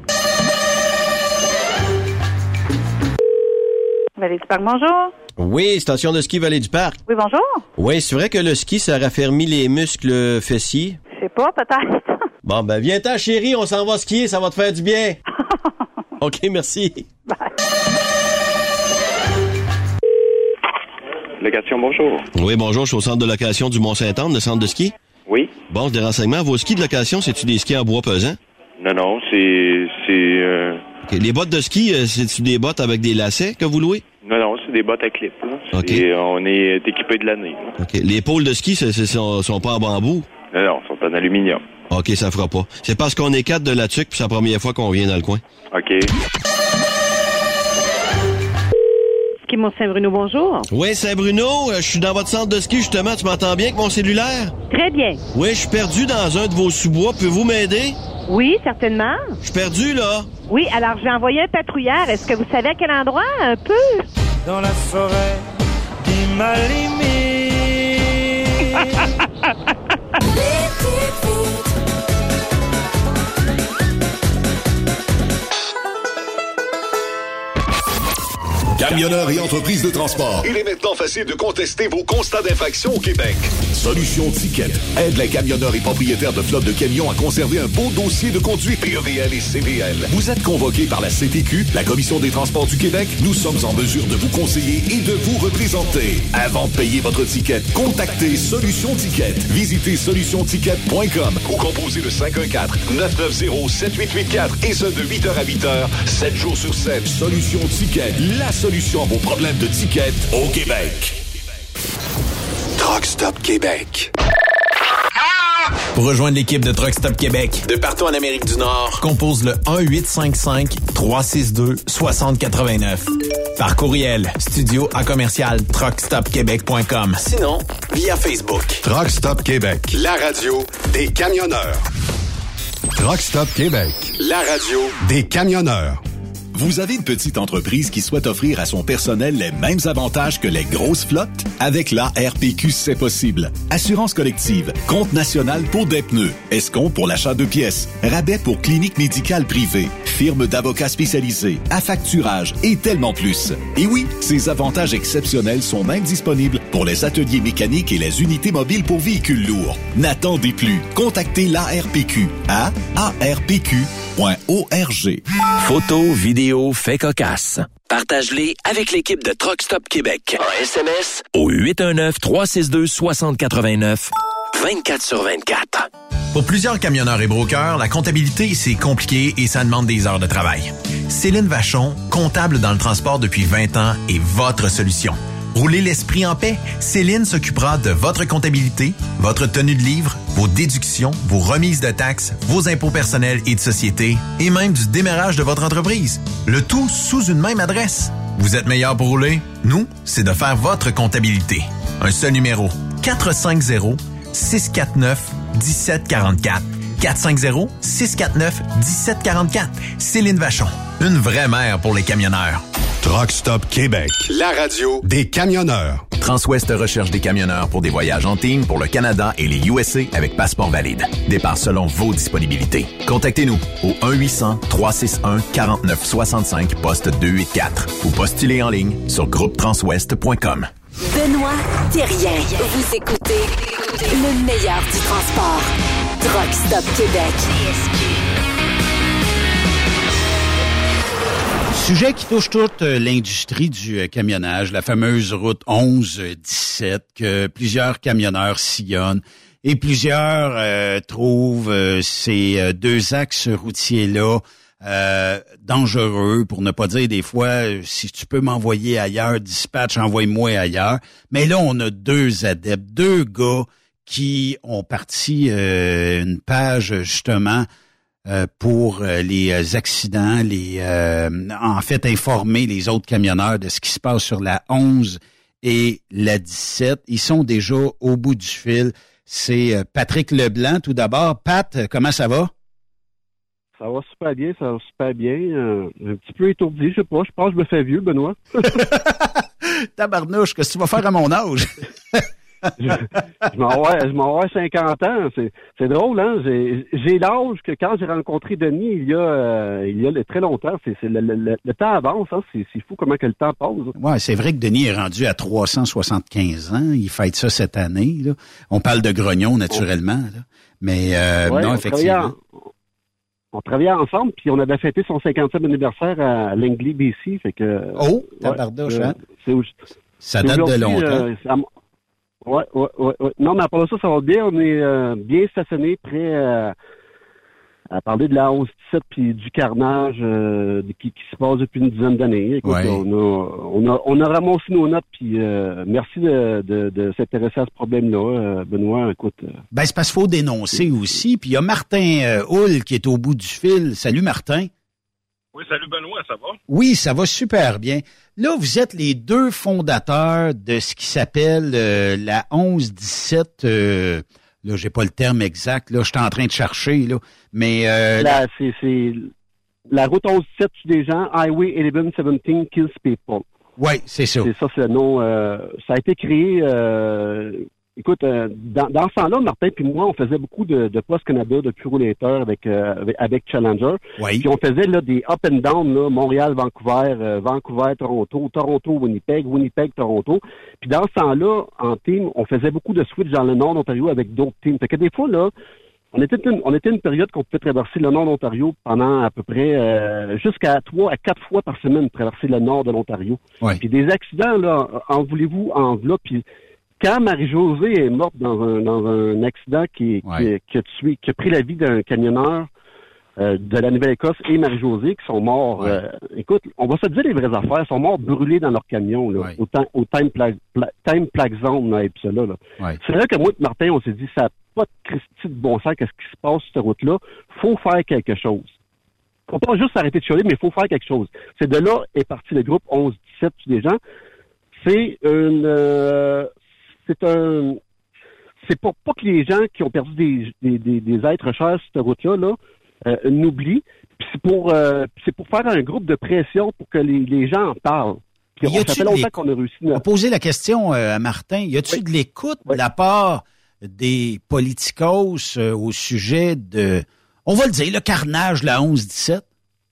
Vallée du Parc, bonjour. Oui, station de ski Vallée du Parc. Oui, bonjour. Oui, c'est vrai que le ski, ça raffermit les muscles fessiers. Je sais pas, peut-être. Bon, ben, viens-t'en, chérie, on s'en va skier, ça va te faire du bien. OK, merci. Bye. Location, bonjour. Oui, bonjour, je suis au centre de location du Mont-Saint-Anne, le centre de ski. Oui. Bon, des renseignements. Vos skis de location, c'est-tu des skis en bois pesant? Non, non, c'est... c'est euh... OK. Les bottes de ski, c'est-tu des bottes avec des lacets que vous louez? Non, non, c'est des bottes à clip. Là. OK. Et on est équipé de l'année. Là. OK. Les pôles de ski, c'est, c'est, sont, sont pas en bambou? Non, non, ils sont en aluminium. OK, ça fera pas. C'est parce qu'on est quatre de la tuque, puis c'est la première fois qu'on vient dans le coin. OK. Ski Mont-Saint-Bruno, bonjour. Oui, Saint-Bruno, je suis dans votre centre de ski, justement. Tu m'entends bien avec mon cellulaire? Très bien. Oui, je suis perdu dans un de vos sous-bois. Pouvez-vous m'aider? Oui, certainement. Je suis perdu, là. Oui, alors j'ai envoyé un patrouilleur. Est-ce que vous savez à quel endroit, un peu? Dans la forêt d'Imalimi. Camionneurs et entreprises de transport. Il est maintenant facile de contester vos constats d'infraction au Québec. Solution Ticket aide les camionneurs et propriétaires de flottes de camions à conserver un beau dossier de conduite P E V L et C V L. Vous êtes convoqué par la C T Q, la Commission des transports du Québec. Nous sommes en mesure de vous conseiller et de vous représenter. Avant de payer votre ticket, contactez Solution Ticket. Visitez solution ticket point com ou composez le cinq un quatre, neuf neuf zéro, sept huit huit quatre et ce de huit heures à huit heures, sept jours sur sept. Solution Ticket, la solution à vos problèmes de ticket au Québec. Truck Stop Québec. Pour rejoindre l'équipe de Truck Stop Québec, de partout en Amérique du Nord, compose le un huit cinq cinq, trois six deux, six zéro huit neuf. Par courriel, studio à commercial truckstopquebec point com. Sinon, via Facebook. Truck Stop Québec, La radio des camionneurs. Truck Stop Québec, La radio des camionneurs. Vous avez une petite entreprise qui souhaite offrir à son personnel les mêmes avantages que les grosses flottes? Avec l'A R P Q, c'est possible. Assurance collective, compte national pour des pneus, escompte pour l'achat de pièces, rabais pour clinique médicale privée, firme d'avocats spécialisés, affacturage et tellement plus. Et oui, ces avantages exceptionnels sont même disponibles pour les ateliers mécaniques et les unités mobiles pour véhicules lourds. N'attendez plus. Contactez l'A R P Q à a r p q point org. Photos, vidéos, faits cocasses. Partage-les avec l'équipe de Truck Stop Québec. En S M S au huit un neuf, trois six deux, six zéro huit neuf, vingt-quatre sur vingt-quatre. Pour plusieurs camionneurs et brokers, la comptabilité, c'est compliqué et ça demande des heures de travail. Céline Vachon, comptable dans le transport depuis vingt ans, est votre solution. Roulez l'esprit en paix. Céline s'occupera de votre comptabilité, votre tenue de livre, vos déductions, vos remises de taxes, vos impôts personnels et de société, et même du démarrage de votre entreprise. Le tout sous une même adresse. Vous êtes meilleur pour rouler? Nous, c'est de faire votre comptabilité. Un seul numéro. quatre cinq zéro, six quatre neuf, un sept quatre quatre. quatre cinq zéro, six quatre neuf, un sept quatre quatre. Céline Vachon. Une vraie mère pour les camionneurs. Truck Stop Québec, La radio des camionneurs. Transwest recherche des camionneurs pour des voyages en team pour le Canada et les U S A avec passeport valide. Départ selon vos disponibilités. Contactez-nous au un huit cents, trois six un, quatre neuf six cinq, poste deux huit quatre ou postulez en ligne sur groupe transwest point com. Benoît Thérien. Vous écoutez le meilleur du transport. Truck Stop Québec. Sujet qui touche toute l'industrie du camionnage, la fameuse route onze dix-sept que plusieurs camionneurs sillonnent et plusieurs euh, trouvent euh, ces deux axes routiers-là euh, dangereux, pour ne pas dire des fois, si tu peux m'envoyer ailleurs, dispatch, envoie-moi ailleurs. Mais là, on a deux adeptes, deux gars qui ont parti euh, une page justement Euh, pour euh, les accidents, les euh, en fait informer les autres camionneurs de ce qui se passe sur la onze et la dix-sept. Ils sont déjà au bout du fil. C'est euh, Patrick Leblanc tout d'abord. Pat, comment ça va? Ça va super bien, ça va super bien. Euh, un petit peu étourdi, je sais pas. Je pense que je me fais vieux, Benoît. Tabarnouche, qu'est-ce que tu vas faire à mon âge? je, je m'en vais, je m'en vais cinquante ans. C'est, c'est drôle, hein? J'ai, j'ai l'âge que quand j'ai rencontré Denis il y a, euh, il y a très longtemps. C'est, c'est le, le, le temps avance, hein? C'est, c'est fou comment que le temps passe. Ouais, c'est vrai que Denis est rendu à trois cent soixante-quinze ans. Il fête ça cette année, là. On parle de grognon, naturellement, là. Mais, euh, ouais, non, on effectivement. Travaillait en, on travaillait ensemble, puis on avait fêté son cinquantième anniversaire à Langley, B C. Fait que, oh, tabarnouche, ouais, hein? C'est, ça date de longtemps. Euh, ça, Ouais, ouais, ouais, ouais. Non, mais à part ça, ça va bien. On est euh, bien stationné, prêt à, à parler de la onze dix-sept puis du carnage euh, qui, qui se passe depuis une dizaine d'années. Écoute, ouais. on, a, on, a, on a ramassé nos notes, puis euh, merci de, de, de s'intéresser à ce problème-là, euh, Benoît. Écoute. Euh, ben, c'est parce qu'il faut dénoncer aussi. Puis il y a Martin euh, Hull qui est au bout du fil. Salut, Martin. Oui, salut Benoît, ça va? Oui, ça va super bien. Là, vous êtes les deux fondateurs de ce qui s'appelle euh, la onze dix-sept. Euh, là, j'ai pas le terme exact. Là, je suis en train de chercher. Là, mais euh, la, c'est, c'est la route onze dix-sept tue des gens. Highway eleven seventeen kills people. Oui, c'est ça. C'est ça, c'est le nom. Euh, ça a été créé. Euh, écoute, euh, dans, dans ce temps-là, Martin puis moi, on faisait beaucoup de, de Post Canada, de Purolator avec, euh, avec avec Challenger. Oui. Puis on faisait là des up and down, là, Montréal, Vancouver, euh, Vancouver, Toronto, Toronto, Winnipeg, Winnipeg, Toronto. Puis dans ce temps-là, en team, on faisait beaucoup de switch dans le nord d'Ontario avec d'autres teams. Fait que des fois, là, on était une, on était une période qu'on pouvait traverser le nord d'Ontario pendant à peu près euh, jusqu'à trois à quatre fois par semaine, traverser le nord de l'Ontario. Ouais. Puis des accidents, là, en voulez-vous, en là, puis quand Marie-Josée est morte dans un dans un accident qui, ouais. qui, qui a tué, qui a pris la vie d'un camionneur euh, de la Nouvelle-Écosse et Marie-Josée, qui sont morts, ouais. euh, écoute, on va se dire les vraies affaires, sont morts brûlés dans leur camion, là, ouais. au, time, au time, plague, pla, time plague zone, là, et puis ça, là. là. Ouais. C'est là que moi et Martin, on s'est dit, ça n'a pas de Christy de bon sens, qu'est-ce qui se passe sur cette route-là, faut faire quelque chose. Faut pas juste s'arrêter de chialer, mais il faut faire quelque chose. C'est de là est parti le groupe onze dix-sept des gens. C'est une... Euh, c'est un... C'est pour pas que les gens qui ont perdu des, des, des, des êtres chers sur cette route-là là, euh, n'oublient. Puis c'est pour, euh, c'est pour faire un groupe de pression pour que les, les gens en parlent. Puis on, ça fait longtemps qu'on a réussi. On va poser la question euh, à Martin. Y a-t-il oui. de l'écoute oui. de la part des politicos euh, au sujet de... On va le dire, le carnage, la onze dix-sept?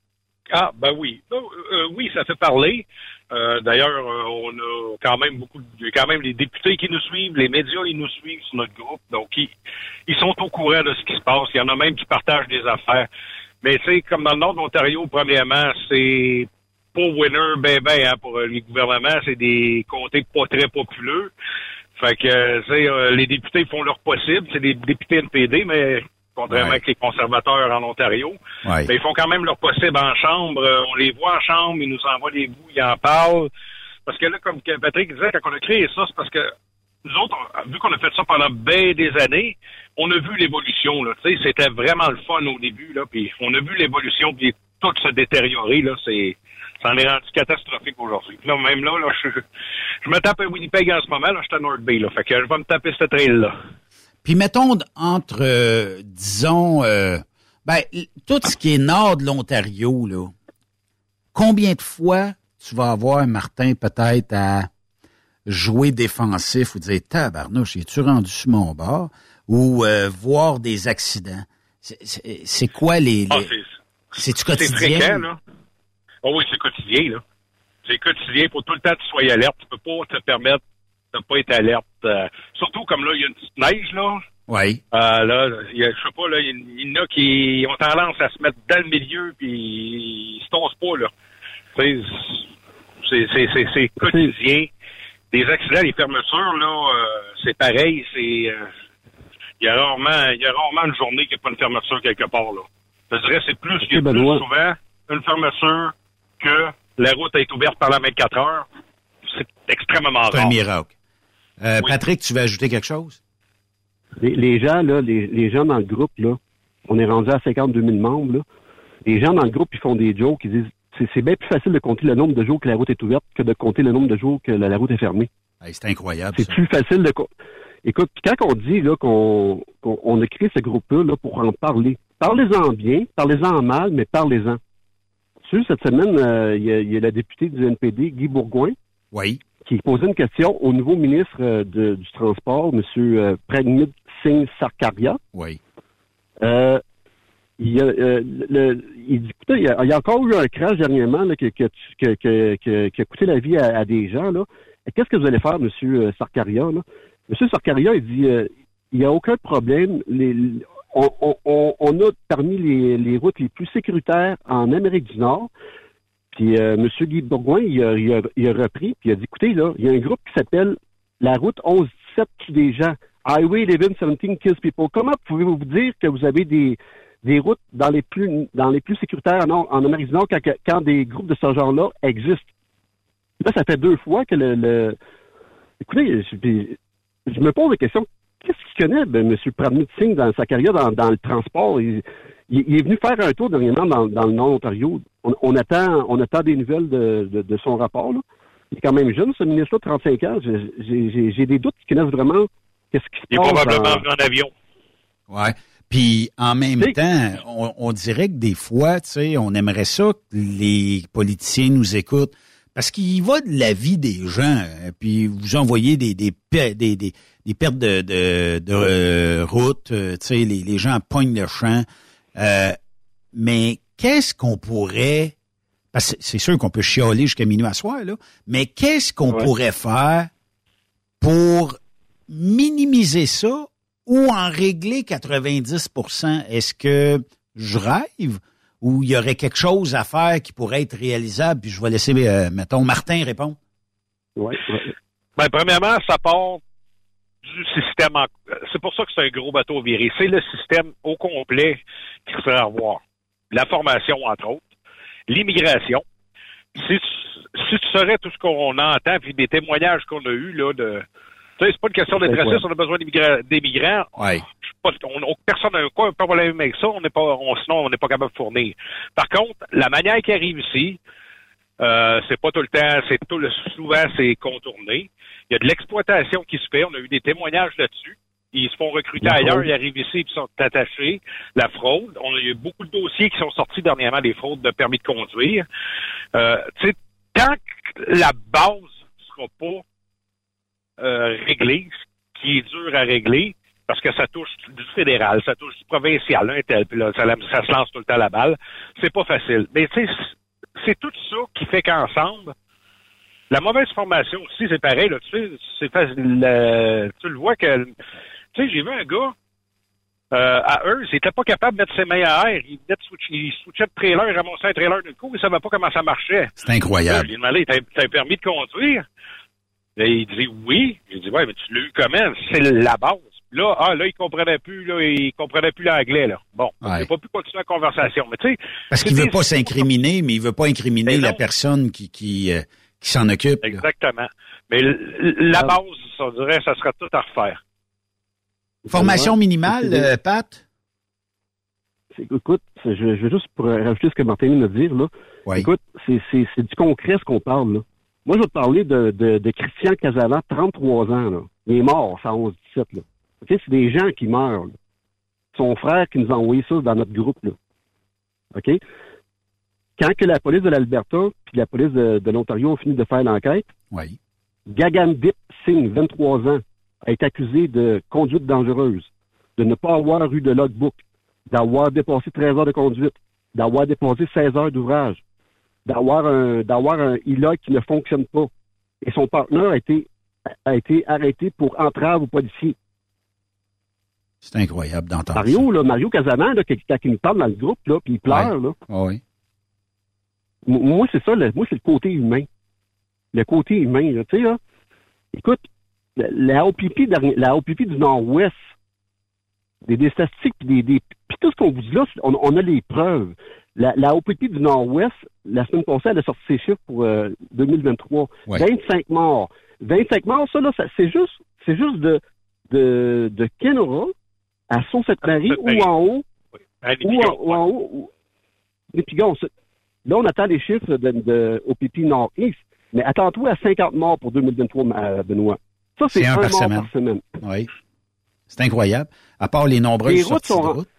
Ah, ben oui. Euh, euh, oui, ça fait parler. Euh, d'ailleurs, euh, on a quand même beaucoup, il y a quand même les députés qui nous suivent, les médias, ils nous suivent sur notre groupe. Donc, ils, ils sont au courant de ce qui se passe. Il y en a même qui partagent des affaires. Mais tu sais, comme dans le nord de l'Ontario, premièrement, c'est pas winner ben ben hein, pour les gouvernements. C'est des comtés pas très populeux. Fait que, tu sais, euh, les députés font leur possible. C'est des députés N P D, mais... contrairement ouais. que les conservateurs en Ontario. Ouais. Mais ils font quand même leur possible en chambre. On les voit en chambre, ils nous envoient des bouts, ils en parlent. Parce que là, comme Patrick disait, quand on a créé ça, c'est parce que nous autres, on, vu qu'on a fait ça pendant bien des années, on a vu l'évolution. Là, tu sais, c'était vraiment le fun au début. Là, puis on a vu l'évolution, puis tout se détériorer. Là, c'est, ça en est rendu catastrophique aujourd'hui. Là, même là, là je, je me tape à Winnipeg en ce moment. Là, je suis à North Bay. Là, fait que je vais me taper cette trail-là. Puis mettons entre, euh, disons, euh, ben tout ce qui est nord de l'Ontario, là, combien de fois tu vas avoir, Martin, peut-être à jouer défensif ou dire « Tabarnouche, es-tu rendu sur mon bord? » ou euh, voir des accidents? C'est, c'est, c'est quoi les... les... Ah, c'est, C'est-tu quotidien? C'est fréquent, là. Oh oui, c'est quotidien, là. C'est quotidien. Faut tout le temps que tu sois alerte. Tu peux pas te permettre de pas être alerte. Euh, surtout comme là, il y a une petite neige, là. Oui. Euh, là, y a, je sais pas, là, il y en a qui ont tendance à se mettre dans le milieu puis ils se tossent pas, là. C'est, c'est, c'est, c'est, c'est quotidien. Des accidents, les fermetures, là, euh, c'est pareil. C'est, il euh, y a rarement, il y a rarement une journée qu'il n'y a pas une fermeture quelque part, là. Je dirais c'est plus, il y a plus souvent une fermeture que la route est ouverte pendant vingt-quatre heures. C'est extrêmement rare. C'est un miracle. Euh, oui. Patrick, tu veux ajouter quelque chose? Les, les gens, là, les, les gens dans le groupe, là, on est rendu à cinquante-deux mille membres, là. Les gens dans le groupe, ils font des jokes, ils disent, c'est, c'est bien plus facile de compter le nombre de jours que la route est ouverte que de compter le nombre de jours que la, la route est fermée. Hey, c'est incroyable, C'est ça. plus facile de... Écoute, quand on dit, là, qu'on, qu'on on a créé ce groupe-là, là, pour en parler, parlez-en bien, parlez-en mal, mais parlez-en. Tu sais, cette semaine, il euh, y, y a la députée du N P D, Guy Bourgouin, oui. qui posait une question au nouveau ministre euh, de, du Transport, M. Euh, Pragnit Singh Sarkaria. Oui. Euh, il, a, euh, le, il dit, écoutez, il y, a, il y a encore eu un crash dernièrement là, qui, qui, qui, qui, qui, qui a coûté la vie à, à des gens. Là. Et qu'est-ce que vous allez faire, M. Sarkaria? Là? M. Sarkaria, il dit, euh, il n'y a aucun problème. Les, on, on, on a parmi les, les routes les plus sécuritaires en Amérique du Nord. Puis euh, M. Guy Bourgouin, il a, il, a, il a repris, puis il a dit, écoutez, là, il y a un groupe qui s'appelle la route onze dix-sept tue des gens. Highway eleven seventeen kills people. Comment pouvez-vous vous dire que vous avez des, des routes dans les plus dans les plus sécuritaires en, en Amérique du Nord quand, quand des groupes de ce genre-là existent? Là, ça fait deux fois que le... le... Écoutez, je, je me pose la question, qu'est-ce qu'il connaît, ben, M. Pramit Singh, dans sa carrière dans, dans le transport? Il, il, il est venu faire un tour dernièrement dans, dans le Nord-Ontario. On, on, attend, on attend des nouvelles de, de, de son rapport. Là. Il est quand même jeune, ce ministre-là, trente-cinq ans. J'ai, j'ai, j'ai des doutes qu'il connaisse vraiment qu'est-ce qui se il passe. Il est probablement venu en avion. Ouais. Puis, en même c'est... temps, on, on dirait que des fois, tu sais, on aimerait ça que les politiciens nous écoutent. Parce qu'il va de la vie des gens, euh, puis vous envoyez des des des des, des pertes de de, de euh, route, euh, tu sais, les, les gens pognent le champ. Euh, mais qu'est-ce qu'on pourrait, parce que c'est sûr qu'on peut chialer jusqu'à minuit à soir, là, mais qu'est-ce qu'on ouais. pourrait faire pour minimiser ça ou en régler quatre-vingt-dix pour cent? Est-ce que je rêve? Ou il y aurait quelque chose à faire qui pourrait être réalisable, puis je vais laisser, euh, mettons, Martin répondre. Oui. Ouais. Ben, premièrement, ça part du système. En... C'est pour ça que c'est un gros bateau viré. C'est le système au complet qu'il faudrait avoir. La formation, entre autres. L'immigration. Si tu, si tu saurais tout ce qu'on entend, puis des témoignages qu'on a eus, là, de... Tu sais, c'est pas une question d'être raciste, on a besoin d'immigrants. Ouais. Pas, on, personne n'a pas un problème avec ça, on n'est pas, on, sinon on n'est pas capable de fournir. Par contre, la manière qu'ils arrivent ici, euh, c'est pas tout le temps, c'est tout le, souvent c'est contourné. Il y a de l'exploitation qui se fait, on a eu des témoignages là-dessus. Ils se font recruter la ailleurs, fraude. Ils arrivent ici et sont attachés. La fraude, on a eu beaucoup de dossiers qui sont sortis dernièrement des fraudes de permis de conduire. Euh, tu sais, tant que la base sera pas euh, réglée, ce qui est dur à régler, parce que ça touche du fédéral, ça touche du provincial, un tel, puis là, ça, ça se lance tout le temps la balle. C'est pas facile. Mais tu sais, c'est tout ça qui fait qu'ensemble, la mauvaise formation aussi, c'est pareil, là, tu sais, c'est facile, euh, tu le vois que, tu sais, j'ai vu un gars, euh, à eux, il était pas capable de mettre ses mains à air, il venait de switcher, il switchait de trailer, il ramassait un trailer d'un coup, il savait pas comment ça marchait. C'est incroyable. Je lui ai demandé, t'as, t'as un permis de conduire? Là, il dit oui. J'ai dit, ouais, mais tu l'as eu comment? C'est la base. Là, ah, là, il comprenait plus, là, il comprenait plus l'anglais, là. Bon. Ouais. Il n'a pas pu continuer la conversation. Mais tu sais. Parce qu'il veut pas s'incriminer, mais il veut pas incriminer la personne qui, qui, euh, qui s'en occupe. Exactement. Là. Mais la base, on dirait, ça sera tout à refaire. Formation minimale, euh, Pat? Écoute, je, je vais juste pour rajouter ce que Martin vient de dire, là. Ouais. Écoute, c'est, c'est, c'est du concret ce qu'on parle, là. Moi, je vais te parler de, de, de Christian Casalan, trente-trois ans, là. Il est mort, ça onze dix-sept, là. OK? C'est des gens qui meurent, là. Son frère qui nous a envoyé ça dans notre groupe, là. OK? Quand que la police de l'Alberta puis la police de, de l'Ontario ont fini de faire l'enquête, oui. Gagandip Singh, vingt-trois ans, a été accusé de conduite dangereuse, de ne pas avoir eu de logbook, d'avoir dépassé treize heures de conduite, d'avoir dépassé seize heures d'ouvrage, d'avoir un d'avoir un I L O G qui ne fonctionne pas. Et son partenaire a été a été arrêté pour entrave aux policiers. C'est incroyable d'entendre Mario, ça. là, Mario Casaman, là, quand il me parle dans le groupe, là, puis il pleure, ouais. là. Oh oui. Moi, c'est ça, le, moi, c'est le côté humain. Le côté humain, là, tu sais, là. Écoute, la O P P, la O P P du Nord-Ouest, des, des statistiques, puis des, des, puis tout ce qu'on vous dit là, on, on a les preuves. La, la O P P du Nord-Ouest, la semaine passée, elle a sorti ses chiffres pour euh, deux mille vingt-trois. Ouais. vingt-cinq morts. vingt-cinq morts, ça, là, ça, c'est juste, c'est juste de, de, de Kenora à Sault-Sainte-Marie ou en haut, oui. ou en, ou en haut, ou, et puis, gars, là, on attend les chiffres de, de O P P Nord-Est, mais attends-toi à cinquante morts pour deux mille vingt-trois, euh, Benoît. Ça, c'est, c'est un, un par, mort semaine. par semaine. Oui. C'est incroyable. À part les nombreuses les sorties sont... de route.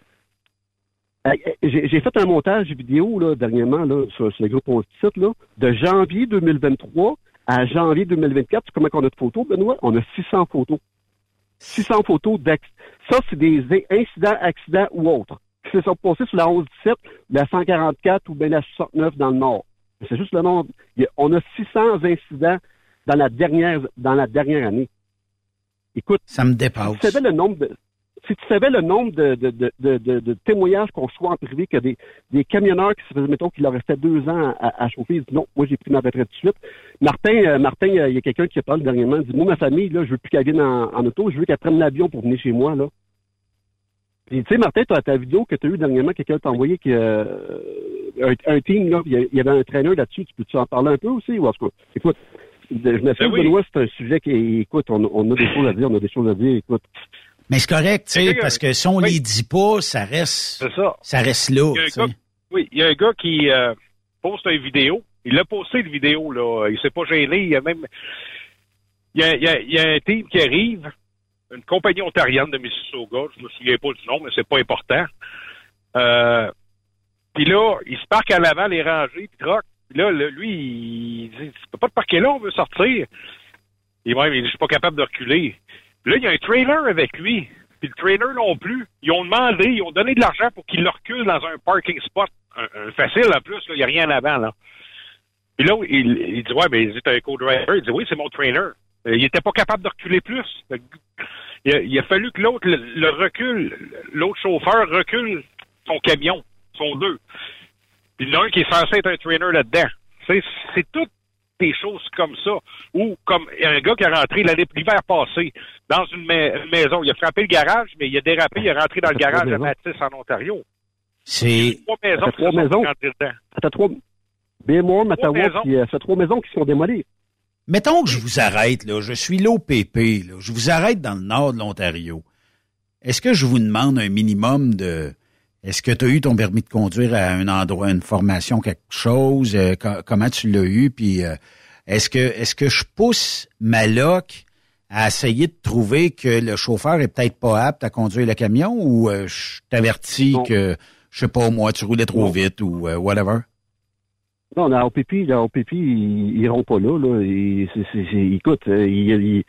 Euh, j'ai, j'ai fait un montage vidéo, là, dernièrement, là, sur, sur le groupe onze dix-sept, là, de janvier deux mille vingt-trois à janvier deux mille vingt-quatre. Tu sais comment on a de photos, Benoît? On a six cents photos. six cents photos d'accidents. Ça, c'est des incidents, accidents ou autres. Qui se sont passés sur la onze dix-sept, la cent quarante-quatre ou bien la soixante-neuf dans le Nord. C'est juste le nom. On a six cents incidents dans la dernière, dans la dernière année. Écoute. Ça me dépasse. Si tu savais le nombre de, si tu savais le nombre de, de, de, de, de, de témoignages qu'on reçoit en privé, que des, des camionneurs qui se faisaient, mettons, qu'il leur restait deux ans à, à chauffer, ils disent non, moi, j'ai pris ma retraite tout de suite. Martin, euh, Martin, il euh, y a quelqu'un qui a parlé dernièrement, il dit, moi, ma famille, là, je veux plus qu'elle vienne en, en auto, je veux qu'elle prenne l'avion pour venir chez moi, là. Puis, tu sais, Martin, tu as ta vidéo que tu as eue dernièrement, quelqu'un t'a envoyé qui, euh, un, un team, là, il y avait un traîneur là-dessus, tu peux-tu en parler un peu aussi, ou en tout cas, écoute, je m'assure, ben oui. Benoît, c'est un sujet qui, écoute, on, on a des choses à dire, on a des choses à dire, écoute. Mais c'est correct, tu sais, parce que si on oui. les dit pas, ça reste, c'est ça. ça reste là. Il y a un gars, oui, il y a un gars qui euh, poste une vidéo. Il a posté une vidéo, là. Il s'est pas gêné. Il y a même, il y a, il y a, il y a un team qui arrive, une compagnie ontarienne de Mississauga. Je me souviens pas du nom, mais c'est pas important. Euh, puis là, il se parque à l'avant, les rangées, puis troc. Là, là, lui, il dit, tu peux pas te parquer là, on veut sortir. Et ouais, mais je suis pas capable de reculer. Là, il y a un trailer avec lui. Puis le trailer non plus. Ils ont demandé, ils ont donné de l'argent pour qu'il le recule dans un parking spot. Un, un facile, en plus, il n'y a rien en avant, là. Puis là, il, il dit, ouais, mais il dit, t'as un co-driver. Il dit, oui, c'est mon trailer. Il était pas capable de reculer plus. Il a, il a fallu que l'autre le, le recule, l'autre chauffeur recule son camion, son deux. Puis il y en a un qui est censé être un trainer là-dedans. C'est, c'est toutes des choses comme ça. Ou comme un gars qui a rentré l'hiver passé dans une, ma- une maison. Il a frappé le garage, mais il a dérapé, il est rentré dans le garage à Matisse, en Ontario. C'est... Trois maisons Ça fait trois maisons. Ça fait trois... Bémor, Mattawa, puis euh, ça fait trois maisons qui se sont démolies. Mettons que je vous arrête, là. Je suis l'O P P, là. Je vous arrête dans le nord de l'Ontario. Est-ce que je vous demande un minimum de... Est-ce que tu as eu ton permis de conduire à un endroit, une formation, quelque chose? Euh, co- comment tu l'as eu? Puis euh, est-ce que est-ce que je pousse ma loc à essayer de trouver que le chauffeur est peut-être pas apte à conduire le camion ou euh, je t'avertis non. que, je sais pas moi, tu roulais trop non. vite ou euh, whatever? Non, la O P P, la O P P, ils iront pas là, là. Ils, c'est, c'est, c'est, écoute, ils, ils,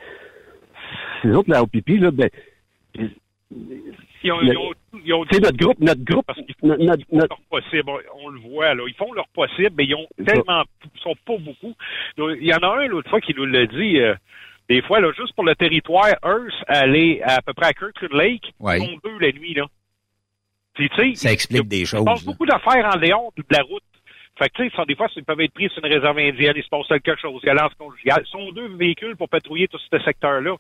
ces autres, la O P P, là, ben, ils, ils ont, ils ont, ils ont c'est notre groupe, notre groupe, parce qu'ils font, notre, notre, ils font leur possible. On le voit, là. Ils font leur possible, mais ils ont tellement, ils sont pas beaucoup. Donc, il y en a un, l'autre fois, qui nous l'a dit, euh, des fois, là, juste pour le territoire, Hearst, aller à peu près à Kirkland Lake, ouais. ils sont deux la nuit, là. Puis, tu sais, ça explique des choses. Ils passent beaucoup d'affaires en dehors de la route. Fait que, tu sais, des fois, ils peuvent être pris sur une réserve indienne, il se passe quelque chose, violence conjugale. Ils sont deux véhicules pour patrouiller tout ce secteur-là.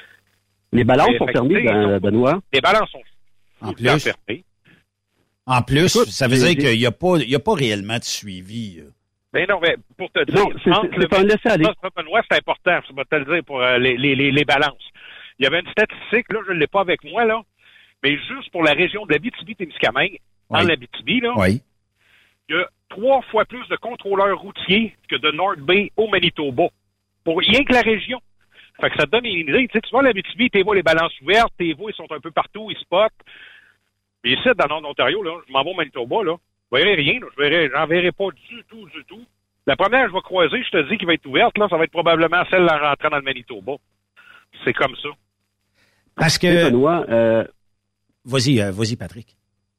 Les balances euh, sont fermées, ben, Benoît. Les balances sont en plus, fermées. En plus, Écoute, ça veut dire qu'il n'y a pas, il y a pas réellement de suivi. Ben non, mais pour te dire, non, c'est, c'est, c'est pas un laisser-aller. Benoît, c'est important, je vais te le dire pour euh, les, les, les, les balances. Il y avait une statistique, là, je ne l'ai pas avec moi, là, mais juste pour la région de l'Abitibi-Témiscamingue, oui. en l'Abitibi, là, oui. il y a trois fois plus de contrôleurs routiers que de North Bay au Manitoba. Pour rien que la région. Fait que ça te donne une idée. Tu sais, tu vois, l'Abitibi, t'es vois les balances ouvertes, t'es vois, ils sont un peu partout, ils spotent. Mais ici, dans le nord de l'Ontario, là, je m'en vais au Manitoba, là, je verrai rien, là, je verrai, j'en verrai pas du tout, du tout. La première que je vais croiser, je te dis, qui va être ouverte, là, ça va être probablement celle en rentrant dans le Manitoba. C'est comme ça. Parce que... Benoît, euh... Vas-y, euh, vas-y, Patrick.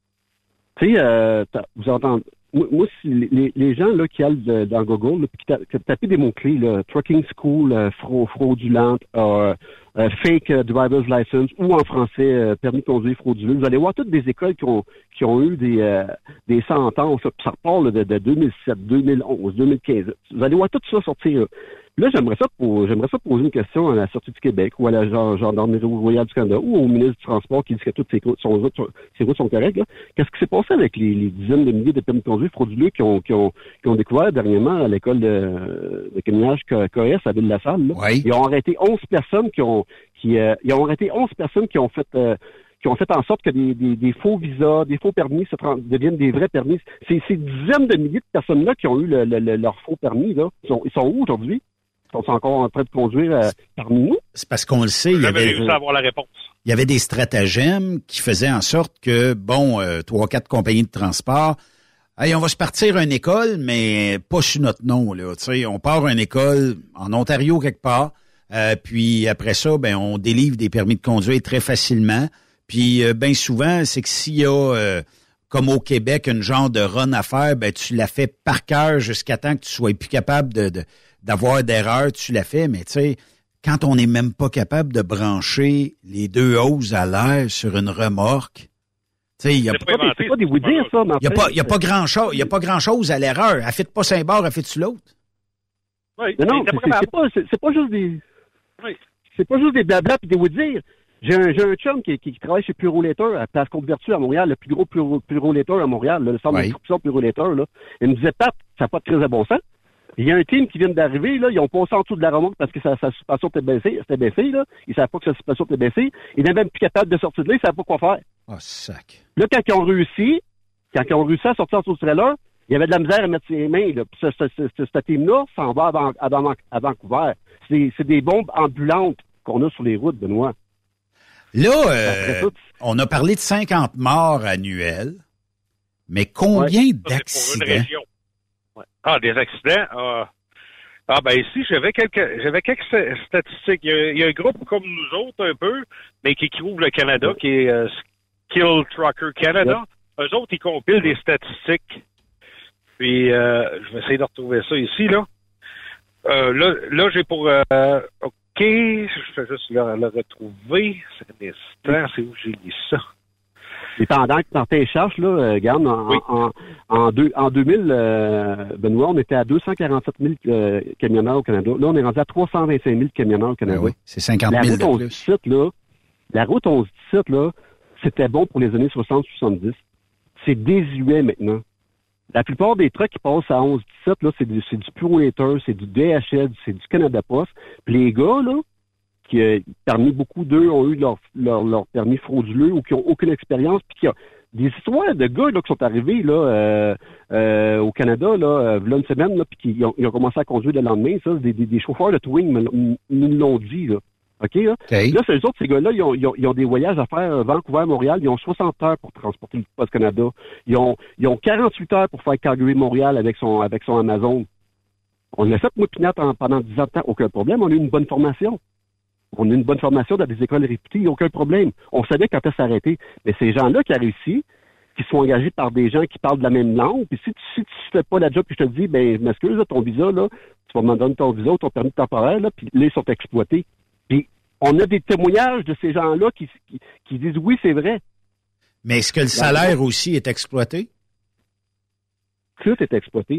Tu sais, euh, vous entendez... Moi, si les, les gens là qui allent dans Google, là, qui, ta, qui tapent des mots-clés, là, trucking school, euh, fraudulente, euh, euh, fake uh, driver's license, ou en français, euh, permis de conduire frauduleux, vous allez voir toutes des écoles qui ont qui ont eu des euh, des sentences, ça, ça repart là, de, de deux mille sept, deux mille onze, deux mille quinze. Vous allez voir tout ça sortir là. Là, j'aimerais ça pour, j'aimerais ça poser une question à la Sûreté du Québec ou à la Gendarmerie royale du Canada ou au ministre du Transport qui dit que toutes ces routes sont, ces routes sont correctes. Là. Qu'est-ce qui s'est passé avec les, les dizaines de milliers de permis de conduire frauduleux qui ont, qui ont, qui ont découvert dernièrement à l'école de, de camionnage K S à Ville-la-Salle? Oui. Ils ont arrêté onze personnes qui ont, qui, euh, ils ont arrêté onze personnes qui ont fait, euh, qui ont fait en sorte que des, des, des faux visas, des faux permis se tra- deviennent des vrais permis. C'est ces dizaines de milliers de personnes-là qui ont eu le, le, le, leur faux permis, là. Ils sont, ils sont où aujourd'hui? Ils sont encore en train de conduire euh, parmi nous? C'est parce qu'on le sait, il y avait... réussi à avoir la réponse. Il y avait des stratagèmes qui faisaient en sorte que, bon, euh, trois, quatre compagnies de transport, hey, on va se partir à une école, mais pas sur notre nom, là. Tu sais, on part à une école en Ontario quelque part, euh, puis après ça, ben, on délivre des permis de conduire très facilement. Puis, euh, bien souvent, c'est que s'il y a, euh, comme au Québec, une genre de run à faire, ben, tu la fais par cœur jusqu'à temps que tu sois plus capable de, de d'avoir d'erreurs, tu la fais, mais tu sais, quand on n'est même pas capable de brancher les deux hausses à l'air sur une remorque, tu sais, il y a pas, pas, c'est pas des vous dire ça, il y a pas, il y a pas grand chose, il y a pas grand chose à l'erreur. Elle fait pas Saint-Bar, elle fait-tu l'autre? Oui, non, non, c'est, c'est, c'est pas, c'est, c'est pas juste des, oui. c'est pas juste des blabla pis des vous dire. J'ai un, j'ai un chum qui, qui, qui travaille chez Purolator à Place Côte-Vertu à Montréal, le plus gros Purolator à Montréal, là, le centre oui. d'instruction Purolator, là. Il me disait, Pat, ça n'a pas de crise à bon sens. Il y a un team qui vient d'arriver, là, ils ont passé en dessous de la remorque parce que sa, sa suspension était baissée, c'était baissé, là. Ils ne savaient pas que sa suspension était baissée. Ils n'étaient même plus capables de sortir de là, ils ne savaient pas quoi faire. Oh, sac. Là, quand ils ont réussi, quand ils ont réussi à sortir en dessous du trailer, il y avait de la misère à mettre ses mains, là. Puis ce, ce, ce, ce, ce team-là s'en va à, à, à Vancouver. C'est, c'est des bombes ambulantes qu'on a sur les routes, Benoît. Là, euh, on a parlé de cinquante morts annuels, mais combien ouais. d'accidents? Ouais. Ah, des accidents? Ah, ah ben ici, j'avais quelques j'avais quelques statistiques. Il y, a, il y a un groupe comme nous autres, un peu, mais qui couvre le Canada, qui est euh, Skill Tracker Canada. Ouais. Eux autres, ils compilent des statistiques. Puis, euh, je vais essayer de retrouver ça ici, là. Euh, là, là, j'ai pour... Euh, OK, je vais juste le, le retrouver. C'est un instant, c'est où j'ai mis ça. Et pendant que dans tes cherches, là, euh, regarde, en, oui. en, en, deux, en deux mille, euh, Benoît, on était à deux cent quarante-sept mille euh, camionneurs au Canada. Là, on est rendu à trois cent vingt-cinq mille camionneurs au Canada. Ben oui, c'est cinquante mille de plus. dix-sept, là, la route onze dix-sept, là, c'était bon pour les années soixante soixante-dix. C'est désuet maintenant. La plupart des trucks qui passent à onze dix-sept, là, c'est du, c'est du Pure Waiter, c'est du D H L, c'est du Canada Post. Puis les gars, là, qui, euh, parmi beaucoup d'eux, ont eu leur, leur, leur permis frauduleux ou qui ont aucune expérience, puis qui ont des histoires de gars là, qui sont arrivés là euh, euh, au Canada là, euh, là une semaine, là, puis qui ont, ils ont commencé à conduire le lendemain. Ça, des, des, des chauffeurs de Twing nous l'ont dit. Là. OK, là? Okay. Là, c'est eux autres, ces gars-là, ils ont, ils, ont, ils ont des voyages à faire Vancouver-Montréal. Ils ont soixante heures pour transporter le Post Canada. Ils ont, ils ont quarante-huit heures pour faire Calgary-Montréal avec son, avec son Amazon. On a fait moi Pinat pendant dix ans de temps. Aucun problème. On a eu une bonne formation. On a eu une bonne formation dans des écoles réputées. Il n'y a aucun problème. On savait quand est-ce s'arrêter. Mais ces gens-là qui ont réussi, qui sont engagés par des gens qui parlent de la même langue, puis si tu si tu fais pas la job, puis je te dis, ben, je m'excuse, là, ton visa, là, tu vas me donner ton visa, ton permis temporaire, là, puis là, ils sont exploités. Puis on a des témoignages de ces gens-là qui, qui, qui disent oui, c'est vrai. Mais est-ce que le salaire aussi est exploité? Tout est exploité.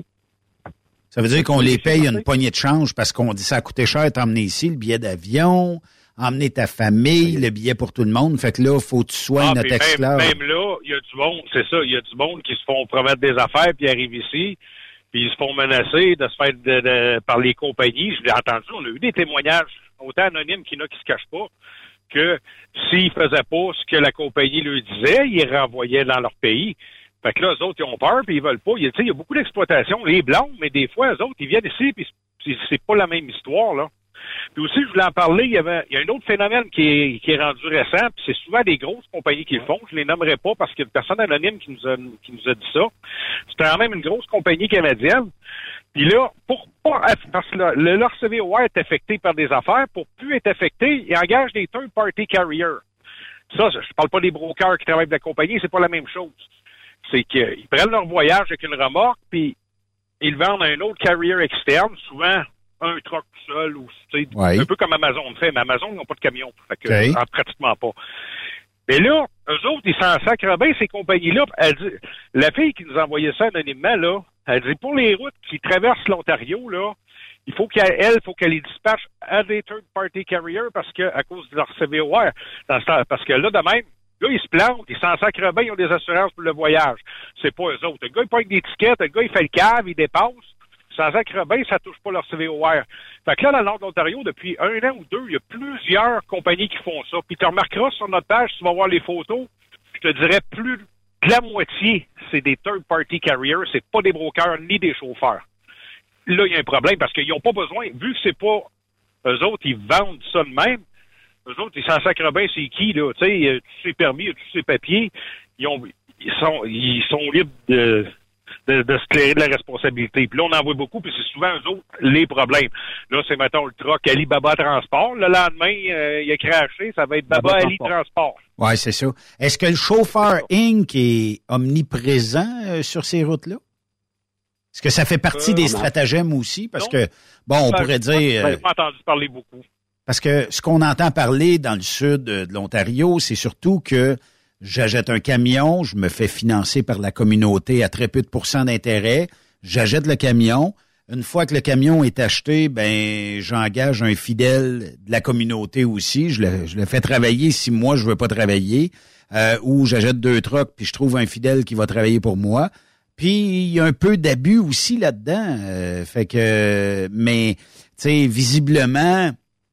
Ça veut dire qu'on les paye une poignée de change parce qu'on dit ça a coûté cher t'emmener ici, le billet d'avion, emmener ta famille, le billet pour tout le monde. Fait que là, faut que tu sois ah, notre esclave. Même, même là, il y a du monde, c'est ça, il y a du monde qui se font promettre des affaires puis arrivent ici, puis ils se font menacer de se faire de, de, par les compagnies. Je l'ai entendu, on a eu des témoignages, autant anonymes qu'il y en a qui se cachent pas, que s'ils faisaient pas ce que la compagnie leur disait, ils les renvoyaient dans leur pays. Fait que là, eux autres, ils ont peur, puis ils veulent pas. Il y a, il y a beaucoup d'exploitation. Les blancs, mais des fois, eux autres, ils viennent ici, puis c'est, c'est pas la même histoire, là. Puis aussi, je voulais en parler, il y avait, il y a un autre phénomène qui est, qui est rendu récent, puis c'est souvent des grosses compagnies qui le font. Je les nommerai pas parce qu'il y a une personne anonyme qui nous a, qui nous a dit ça. C'est quand même une grosse compagnie canadienne. Puis là, pour pas, parce que le, leur C V O R est affecté par des affaires, pour plus être affecté, ils engagent des third-party carriers. Ça, je parle pas des brokers qui travaillent avec la compagnie, c'est pas la même chose. C'est qu'ils prennent leur voyage avec une remorque, puis ils le vendent à un autre carrier externe, souvent un truck tout seul, ou tu sais, ouais. un peu comme Amazon fait, mais Amazon n'ont pas de camion, fait que okay. pratiquement pas. Mais là, eux autres, ils s'en sacrent bien, ces compagnies-là. Elle dit, la fille qui nous envoyait ça anonymement, là, elle dit, pour les routes qui traversent l'Ontario, là, il faut qu'elle, elle, faut qu'elle les dispatche à des third-party carriers parce que, à cause de leur C V O R, parce que là, de même, là, ils se plantent, ils s'en sacrent bien, ils ont des assurances pour le voyage. C'est pas eux autres. Le gars, il prend des tickets, le gars, il fait le cave, il dépasse. S'en sacrent bien, ça touche pas leur C V O R. Fait que là, dans le nord de l'Ontario, depuis un an ou deux, il y a plusieurs compagnies qui font ça. Puis tu remarqueras sur notre page, tu vas voir les photos, je te dirais plus de la moitié, c'est des third-party carriers, c'est pas des brokers ni des chauffeurs. Là, il y a un problème parce qu'ils n'ont pas besoin, vu que c'est pas eux autres, ils vendent ça de même. Eux autres, ils s'en sacrent bien, c'est qui, là? Tu sais, tous ces permis, tous ces papiers, ils ont, ils sont, ils sont libres de, de, de se clairer de la responsabilité. Puis là, on en voit beaucoup, puis c'est souvent eux autres les problèmes. Là, c'est, mettons, le truck Alibaba Transport. Le lendemain, euh, il a craché, ça va être Baba, Baba Ali Transport. Transport. Oui, c'est ça. Est-ce que le chauffeur Inc est omniprésent euh, sur ces routes-là? Est-ce que ça fait partie euh, des stratagèmes aussi? Parce non. que, bon, on ben, pourrait dire... Je n'ai pas entendu parler beaucoup. Parce que ce qu'on entend parler dans le sud de l'Ontario, c'est surtout que j'achète un camion, je me fais financer par la communauté à très peu de pourcents d'intérêt, j'achète le camion. Une fois que le camion est acheté, ben j'engage un fidèle de la communauté aussi. Je le, je le fais travailler si moi je veux pas travailler, euh, ou j'achète deux trucks puis je trouve un fidèle qui va travailler pour moi. Puis il y a un peu d'abus aussi là-dedans. Euh, fait que, mais tu sais, visiblement.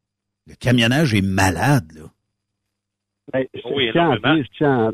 Le camionnage est malade, là. Ben, je, oui, je, tiens à dire, je, tiens à,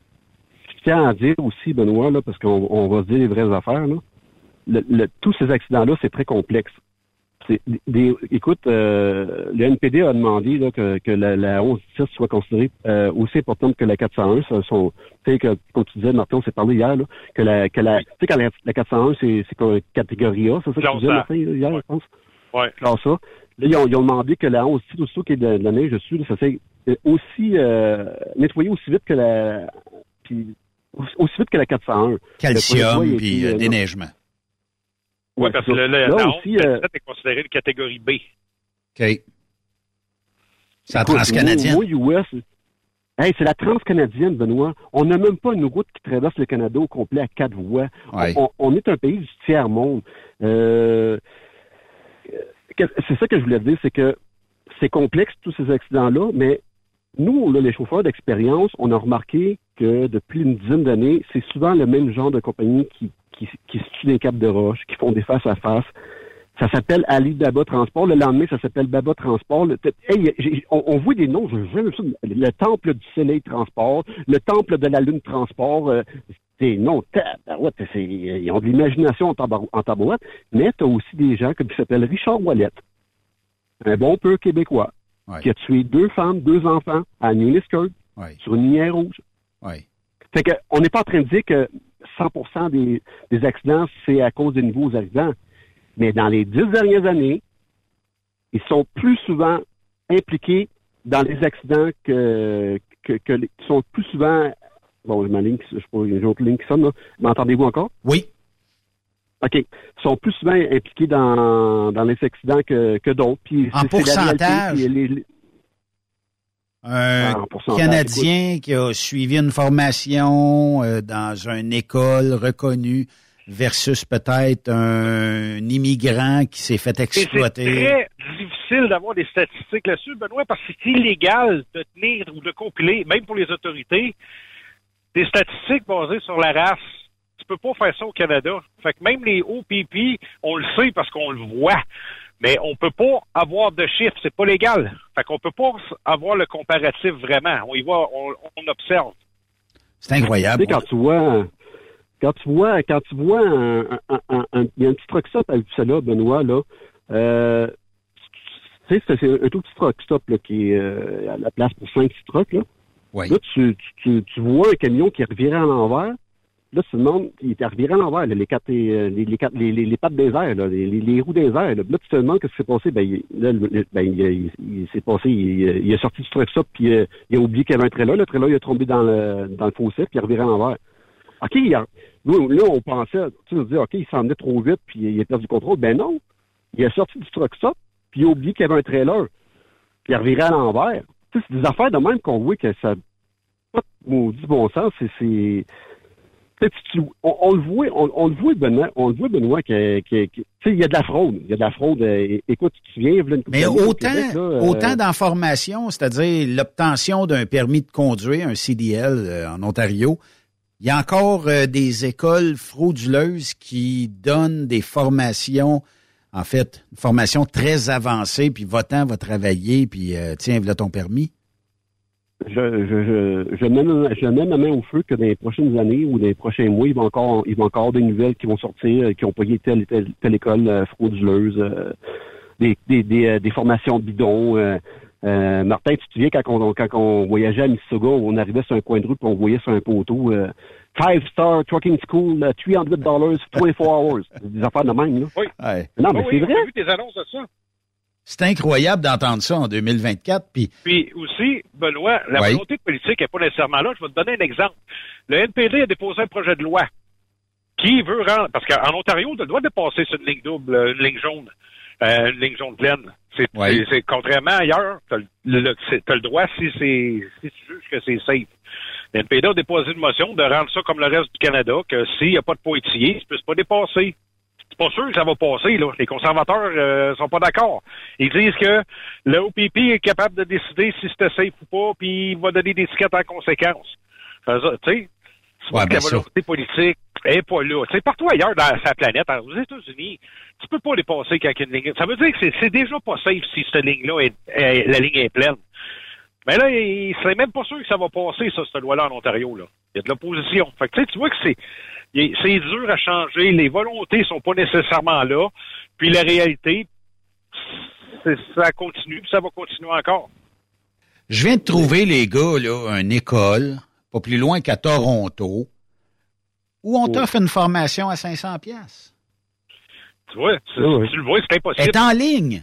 je tiens à dire aussi, Benoît, là, parce qu'on on va se dire les vraies affaires, là. Le, le, tous ces accidents-là, c'est très complexe. C'est des, écoute, euh, le N P D a demandé là, que, que la, la onze dix-sept soit considérée euh, aussi importante que la quatre cent un. Ça, son, tu sais, que, comme tu disais, Martin, on s'est parlé hier, là, que la, que la, tu sais, quand la, la quatre cent un, c'est, c'est comme catégorie A, c'est ça que tu disais, Martin, hier, ouais. Je pense? Ouais. Alors ça. Là, ils ont, ils ont demandé que la onze dix-sept, aussitôt qu'il y a de, de la neige dessus, là, ça fait aussi euh, nettoyer aussi vite que la, puis aussi vite que la quatre cent un. Calcium, puis euh, déneigement. Oui, ouais, parce que le, le, là la aussi, euh, est considéré une catégorie B. OK. C'est la transcanadienne. Moi, U S, hey, c'est la transcanadienne, Benoît. On n'a même pas une route qui traverse le Canada au complet à quatre voies. Ouais. On, on est un pays du tiers-monde. Euh, c'est ça que je voulais dire, c'est que c'est complexe, tous ces accidents-là, mais nous, là, les chauffeurs d'expérience, on a remarqué que depuis une dizaine d'années, c'est souvent le même genre de compagnie qui qui, qui se tuent des caps de roche, qui font des face-à-face. Ça s'appelle Alibaba Transport. Le lendemain, ça s'appelle Baba Transport. Le, hey, j'ai, on, on voit des noms, je veux ça, le Temple du Soleil Transport, le Temple de la Lune Transport. Euh, c'est non, tabarouette, c'est, ils ont de l'imagination en, tabar- en tabouette, mais tu as aussi des gens comme qui s'appellent Richard Ouellet, un bon peu québécois, ouais. qui a tué deux femmes, deux enfants à New Liskeard, ouais. sur une lumière rouge. Ouais. Fait que, on n'est pas en train de dire que cent pour cent des, des accidents, c'est à cause des nouveaux arrivants. Mais dans les dix dernières années, ils sont plus souvent impliqués dans les accidents que, que, que les, sont plus souvent... Bon, ma ligne, je sais pas, il y a une autre ligne qui sonne, là. M'entendez-vous encore? Oui. OK. Ils sont plus souvent impliqués dans, dans les accidents que, que d'autres. Puis en c'est, pourcentage? C'est les, les... Un ah, pourcentage, Canadien écoute. qui a suivi une formation euh, dans une école reconnue versus peut-être un, un immigrant qui s'est fait exploiter. C'est très difficile d'avoir des statistiques là-dessus, Benoît, parce que c'est illégal de tenir ou de compiler, même pour les autorités, des statistiques basées sur la race. Tu peux pas faire ça au Canada. Fait que même les O P P, on le sait parce qu'on le voit. Mais on peut pas avoir de chiffres, c'est pas légal. Fait qu'on peut pas avoir le comparatif vraiment. On y voit, on, on observe. C'est incroyable. Tu sais, quand tu vois, quand tu vois, quand tu vois un, un, un, un il y a un petit truck stop avec ça là, Benoît, là, euh, tu sais, c'est, c'est un tout petit truck stop, là, qui est euh, à la place pour cinq petits trucks, là. Oui. Là, tu, tu, tu, tu vois un camion qui est reviré à l'envers. Là, tu te demandes, il était reviré à l'envers, là, les, quatre, les, les, les, les, les pattes des airs, là, les, les, les roues des airs. Là. là, tu te demandes ce qui s'est passé. Ben, il, là, ben, il, il, il s'est passé, il, il est sorti du truck stop, puis euh, il a oublié qu'il y avait un trailer. Le trailer, il a tombé dans le, dans le fossé, puis il a reviré à l'envers. OK, il a, nous, là, on pensait, tu nous dis, OK, il s'en venait trop vite, puis il a perdu le contrôle. Ben non, il est sorti du truck stop, puis il a oublié qu'il y avait un trailer, puis il a reviré à l'envers. Tu sais, c'est des affaires de même qu'on voit que ça n'a pas de maudit bon sens. C'est... c'est Tu, on, on le voit, on, on le voit, Benoît, on le voit, Benoît, que, que, que tu sais, il y a de la fraude, il y a de la fraude. Euh, écoute, tu viens, une mais autant, Québec, là, euh, autant d'informations, c'est-à-dire l'obtention d'un permis de conduire, un C D L euh, en Ontario, il y a encore euh, des écoles frauduleuses qui donnent des formations, en fait, une formation très avancée, puis va-t'en, va travailler, puis euh, tiens, voilà ton permis. Je, je, je, je, mets, je mets ma main au feu que dans les prochaines années ou dans les prochains mois, il va encore, il va encore des nouvelles qui vont sortir, qui ont payé telle, telle, telle école euh, frauduleuse, euh, des, des, des, euh, des formations bidons. Euh, euh, Martin, tu te souviens quand on, quand on voyageait à Mississauga, on arrivait sur un coin de rue et on voyait sur un poteau euh, Five Star Trucking School, uh, three hundred dollars, twenty-four hours. Des affaires de même, là. Oui. Ouais. Non, mais oh, c'est oui, vrai. On a vu des annonces de ça. C'est incroyable d'entendre ça en deux mille vingt-quatre. Puis, puis aussi, Benoît, la oui. volonté politique n'est pas nécessairement là. Je vais te donner un exemple. Le N P D a déposé un projet de loi qui veut rendre... Parce qu'en Ontario, tu as le droit de passer sur une ligne double, une ligne jaune, euh, une ligne jaune pleine. C'est, oui. c'est, c'est contrairement ailleurs, tu as le, le, le droit si, c'est, si tu juges que c'est safe. Le N P D a déposé une motion de rendre ça comme le reste du Canada, que s'il n'y a pas de pointillés, tu ne peux pas dépasser. C'est pas sûr que ça va passer, là. Les conservateurs euh, sont pas d'accord. Ils disent que le O P P est capable de décider si c'était safe ou pas, puis il va donner des tickets en conséquence. Tu sais, c'est ouais, que la volonté politique est pas là. Tu sais, partout ailleurs dans sa planète, aux États-Unis, tu peux pas dépasser quand une ligne. Ça veut dire que c'est, c'est déjà pas safe si cette ligne-là est, est la ligne est pleine. Mais là, il serait même pas sûr que ça va passer, ça, cette loi-là en Ontario, là. Il y a de l'opposition. Fait que, tu sais, tu vois que c'est, c'est dur à changer. Les volontés sont pas nécessairement là. Puis la réalité, c'est, ça continue, puis ça va continuer encore. Je viens de trouver, les gars, là, une école, pas plus loin qu'à Toronto, où on t'offre une formation à cinq cents piastres. Tu vois, tu, oui. tu le vois, c'est impossible. Elle est en ligne.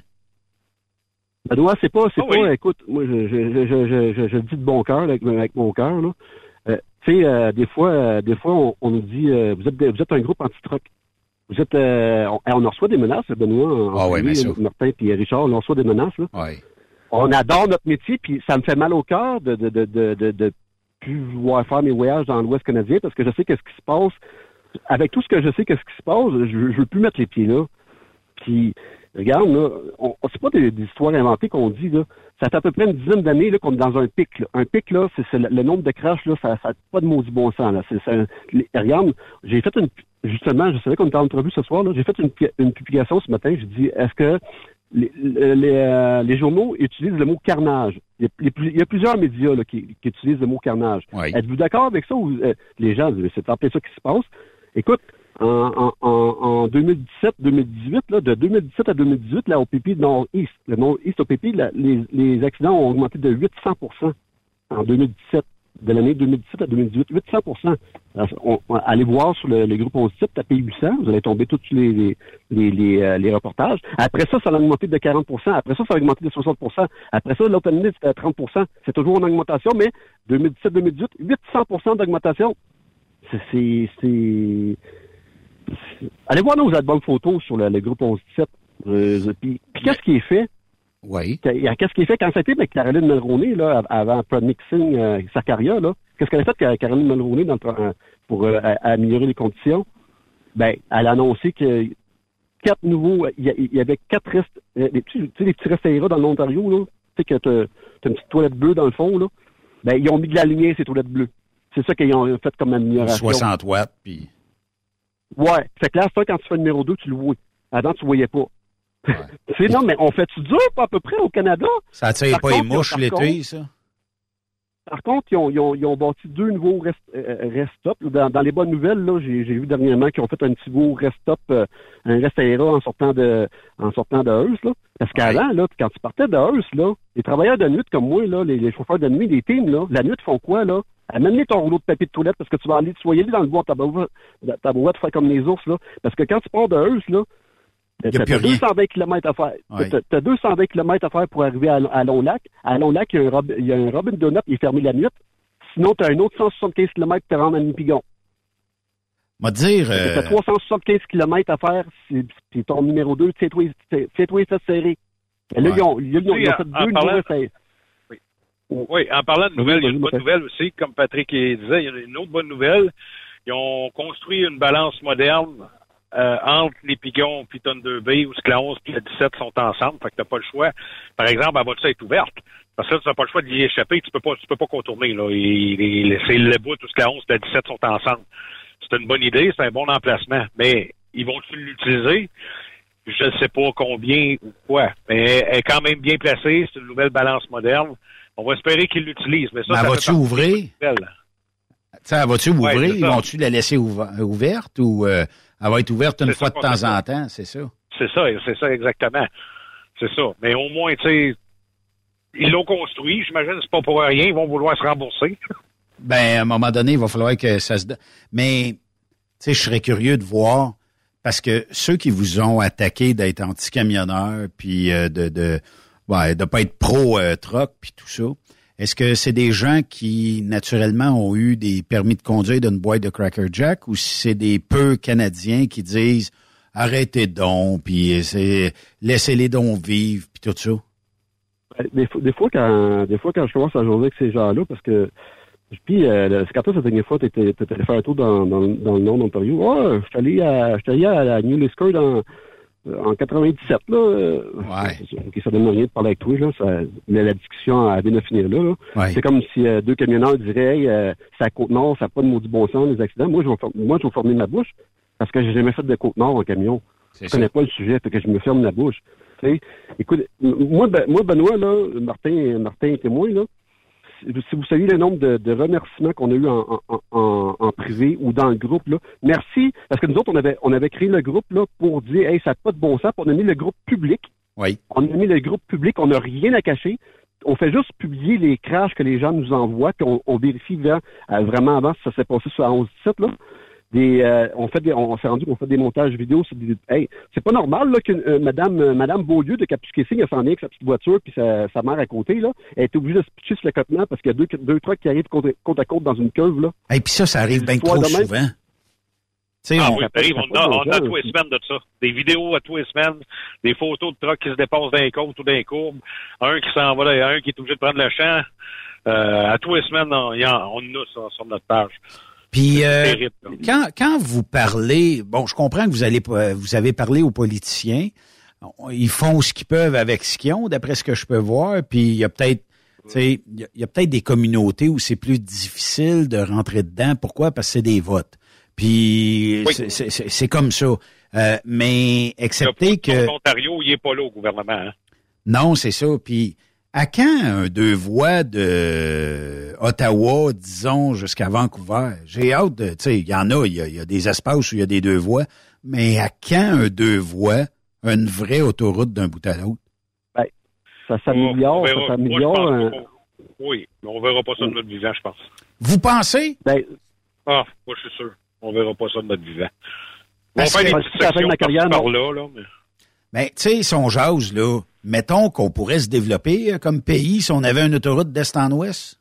Benoît, c'est pas, c'est ah, pas, oui. écoute, moi, je, je, je, je, je, je le dis de bon cœur, avec, avec mon cœur, là. Euh, tu sais, euh, des fois, euh, des fois, on, on nous dit, euh, vous êtes, des, vous êtes un groupe anti-troc. Vous êtes, euh, on, on en reçoit des menaces, Benoît, ah, oui, lui, Martin et Richard, on en reçoit des menaces, là. Oui. On adore notre métier, puis ça me fait mal au cœur de, de, de, de, de, de plus vouloir faire mes voyages dans l'Ouest canadien, parce que je sais qu'est-ce qui se passe. Avec tout ce que je sais qu'est-ce qui se passe, je, je veux plus mettre les pieds là. Puis, regarde, là, on, c'est pas des, des histoires inventées qu'on dit, là. Ça fait à peu près une dizaine d'années, là, qu'on est dans un pic, là. Un pic, là, c'est, c'est le, le nombre de crashs, là, ça, ça n'a pas de maudit bon sens, là. C'est, c'est, les, regarde, j'ai fait une, justement, je savais qu'on était en entrevue ce soir, là, j'ai fait une, une publication ce matin, j'ai dit, est-ce que les, les, euh, les journaux utilisent le mot carnage? Il y a, les, il y a plusieurs médias, là, qui, qui utilisent le mot carnage. Oui. Êtes-vous d'accord avec ça ou, euh, les gens disent, c'est en plein ça qui se passe? Écoute, En, en, en deux mille dix-sept deux mille dix-huit, là, de deux mille dix-sept à deux mille dix-huit, là, au P P Nord-Est, le Nord-Est au P P, là, les, les accidents ont augmenté de huit cents pour cent en deux mille dix-sept, de l'année deux mille dix-sept à deux mille dix-huit, huit cents pour cent. Alors, on, on, allez voir sur le, le groupe onze type, tapez huit cents, vous allez tomber tous les, les, les, les, euh, les reportages. Après ça, ça a augmenté de quarante pour cent. Après ça, ça a augmenté de soixante pour cent. Après ça, l'autre année, c'était à trente pour cent. C'est toujours en augmentation, mais deux mille dix-sept deux mille dix-huit, huit cents pour cent d'augmentation. C'est... c'est, c'est... Allez voir nos albums photos sur le, le groupe onze dix-sept. Euh, puis, puis qu'est-ce qui est fait? Oui. Qu'est-ce qui est fait quand ça a été avec Caroline Mulroney, là, avant Prod Mixing, euh, sa carrière, là? Qu'est-ce qu'elle a fait, Caroline Mulroney, dans le, pour euh, améliorer les conditions? Ben, elle a annoncé que quatre nouveaux, il y, y avait quatre restes, euh, les petits, tu sais, les petits restaurants dans l'Ontario, là. Tu sais que t'as, t'as une petite toilette bleue dans le fond, là. Ben, ils ont mis de la lumière, ces toilettes bleues. C'est ça qu'ils ont fait comme amélioration. soixante watts, puis... Ouais. Fait que là, ça, quand tu fais le numéro deux, tu le vois. Avant, tu voyais pas. Ouais. Tu sais, non, mais on fait-tu dur, pas à peu près, au Canada? Ça attire pas les mouches l'été, ça? Par contre, ils ont, ils ont, ils ont bâti deux nouveaux rest, euh, rest-stop. Dans, dans les bonnes nouvelles, là, j'ai, j'ai vu dernièrement qu'ils ont fait un petit nouveau rest-stop, euh, un rest aéra en sortant de, en sortant de Hearst, là. Parce qu'avant, ouais. là, quand tu partais de Hearst, là, les travailleurs de nuit comme moi, là, les, les chauffeurs de nuit, les teams, là, la nuit, font quoi, là? Amène ton rouleau de papier de toilette parce que tu vas aller, tu vas y aller dans le bois, ta brouette, faire comme les ours, là. Parce que quand tu pars de Hearst, là, t'as, t'as deux cent vingt kilomètres à faire. Ouais. T'as, t'as deux cent vingt kilomètres à faire pour arriver à, à Long-Lac. À Long-Lac, il y a un, Rob, il y a un Robin Donut, il est fermé la nuit. Sinon, t'as un autre cent soixante-quinze kilomètres pour te rendre à Nipigon. On va dire... Euh... T'as trois cent soixante-quinze kilomètres à faire, c'est, c'est ton numéro deux, tiens-toi, tiens-toi, ça serré. Et là, ouais. ils ont, ils ont, ils ont fait deux numéros serrés. Oui. oui, en parlant de nouvelles, il y a une bonne nouvelle aussi, comme Patrick disait, il y a une autre bonne nouvelle. Ils ont construit une balance moderne Euh, entre les Pigons puis Thunder Bay où la onze et la dix-sept sont ensemble, fait que t'as pas le choix. Par exemple, elle va-tu être ouverte? Parce que là, tu n'as pas le choix d'y échapper, tu peux pas, tu peux pas contourner, là. Et, et, c'est le bout où la onze et la dix-sept sont ensemble. C'est une bonne idée, c'est un bon emplacement. Mais, ils vont-tu l'utiliser? Je ne sais pas combien ou quoi. Mais, elle est quand même bien placée, c'est une nouvelle balance moderne. On va espérer qu'ils l'utilisent. Mais ça, mais ça va-tu ouvrir? Ça, va-tu ouvrir? Ouais, Ils vont-tu la laisser ouv- ouverte ou, euh, elle va être ouverte une c'est fois de temps en temps, c'est ça? C'est ça, c'est ça exactement. C'est ça. Mais au moins, tu sais, ils l'ont construit. J'imagine que c'est pas pour rien. Ils vont vouloir se rembourser. Ben, à un moment donné, il va falloir que ça se... Mais, tu sais, je serais curieux de voir, parce que ceux qui vous ont attaqué d'être anti-camionneurs, puis euh, de de ouais, de pas être pro-truck, euh, puis tout ça, est-ce que c'est des gens qui, naturellement, ont eu des permis de conduire d'une boîte de Cracker Jack ou si c'est des peu Canadiens qui disent « Arrêtez donc, puis c'est, laissez-les donc vivre, puis tout ça? » Des, des, fois, quand, des fois, quand je commence à jaser avec ces gens-là, parce que puis, euh, c'est quand toi, cette dernière fois, tu étais allé faire un tour dans, dans, dans le nord d'Ontario. Oh, je suis allé à, allé à la New Liskeard en... En quatre-vingt-dix-sept, là, ouais. okay, ça donne rien de parler avec toi, là, ça, la, la discussion a bien à finir là. là. Ouais. C'est comme si euh, deux camionneurs diraient hey, euh, c'est à Côte-Nord, ça n'a pas de maudit bon sens, les accidents. Moi, je vais, moi, je vais fermer ma bouche parce que j'ai jamais fait de Côte-Nord en camion. C'est je ça. connais pas le sujet, fait que je me ferme la bouche. T'sais, écoute, moi, ben, moi, Benoît, là, Martin, Martin est témoin, là. Si vous saviez le nombre de, de remerciements qu'on a eu en, en, en, en privé ou dans le groupe, là, merci, parce que nous autres, on avait, on avait créé le groupe là pour dire, hey, ça n'a pas de bon sens, pour donner le groupe public, Oui. On a mis le groupe public, on n'a rien à cacher. On fait juste publier les crashs que les gens nous envoient, puis on, on vérifie là, euh, vraiment avant si ça s'est passé sur la onze dix-sept, là. Des, euh, on fait des, on s'est rendu qu'on fait des montages vidéo sur des, hey, c'est pas normal là que euh, Madame euh, Madame Beaulieu de Kapuskasing elle s'en vient avec sa petite voiture puis sa, sa mère à côté là, elle est obligée de se pitcher sur le cotement parce qu'il y a deux deux trucks qui arrivent côte, côte à côte dans une cuve là. Et hey, puis ça, ça arrive bien trop souvent. T'sais, ah on, oui, arrive, on, a, on a tous les semaines de ça. Des vidéos à tous les semaines, des photos de trucks qui se dépassent d'un côte ou d'un courbe, un qui s'en va là, un qui est obligé de prendre le champ. Euh, à tous les semaines, on, on a ça sur notre page. Puis euh, quand quand vous parlez, bon, je comprends que vous allez vous avez parlé aux politiciens, ils font ce qu'ils peuvent avec ce qu'ils ont, d'après ce que je peux voir. Puis il y a peut-être, tu sais, il y a peut-être des communautés où c'est plus difficile de rentrer dedans. Pourquoi? Parce que c'est des votes. Puis oui. c'est, c'est, c'est comme ça. Euh, mais excepté que l'Ontario, il est pas là au gouvernement. Hein? Non, c'est ça. Puis à quand un deux voies de Ottawa, disons, jusqu'à Vancouver? J'ai hâte de, tu sais, il y en a, il y a, y a des espaces où il y a des deux voies, mais à quand un deux voies, une vraie autoroute d'un bout à l'autre? Ben, ça s'améliore, ça s'améliore. Moi, hein. Oui, mais on verra pas ça de notre vivant, je pense. Vous pensez? Ben, ah, moi, je suis sûr. On verra pas ça de notre vivant. On va faire des petites sections ma carrière, par là, là, mais... Ben, tu sais, si on jase, là, mettons qu'on pourrait se développer comme pays si on avait une autoroute d'est en ouest.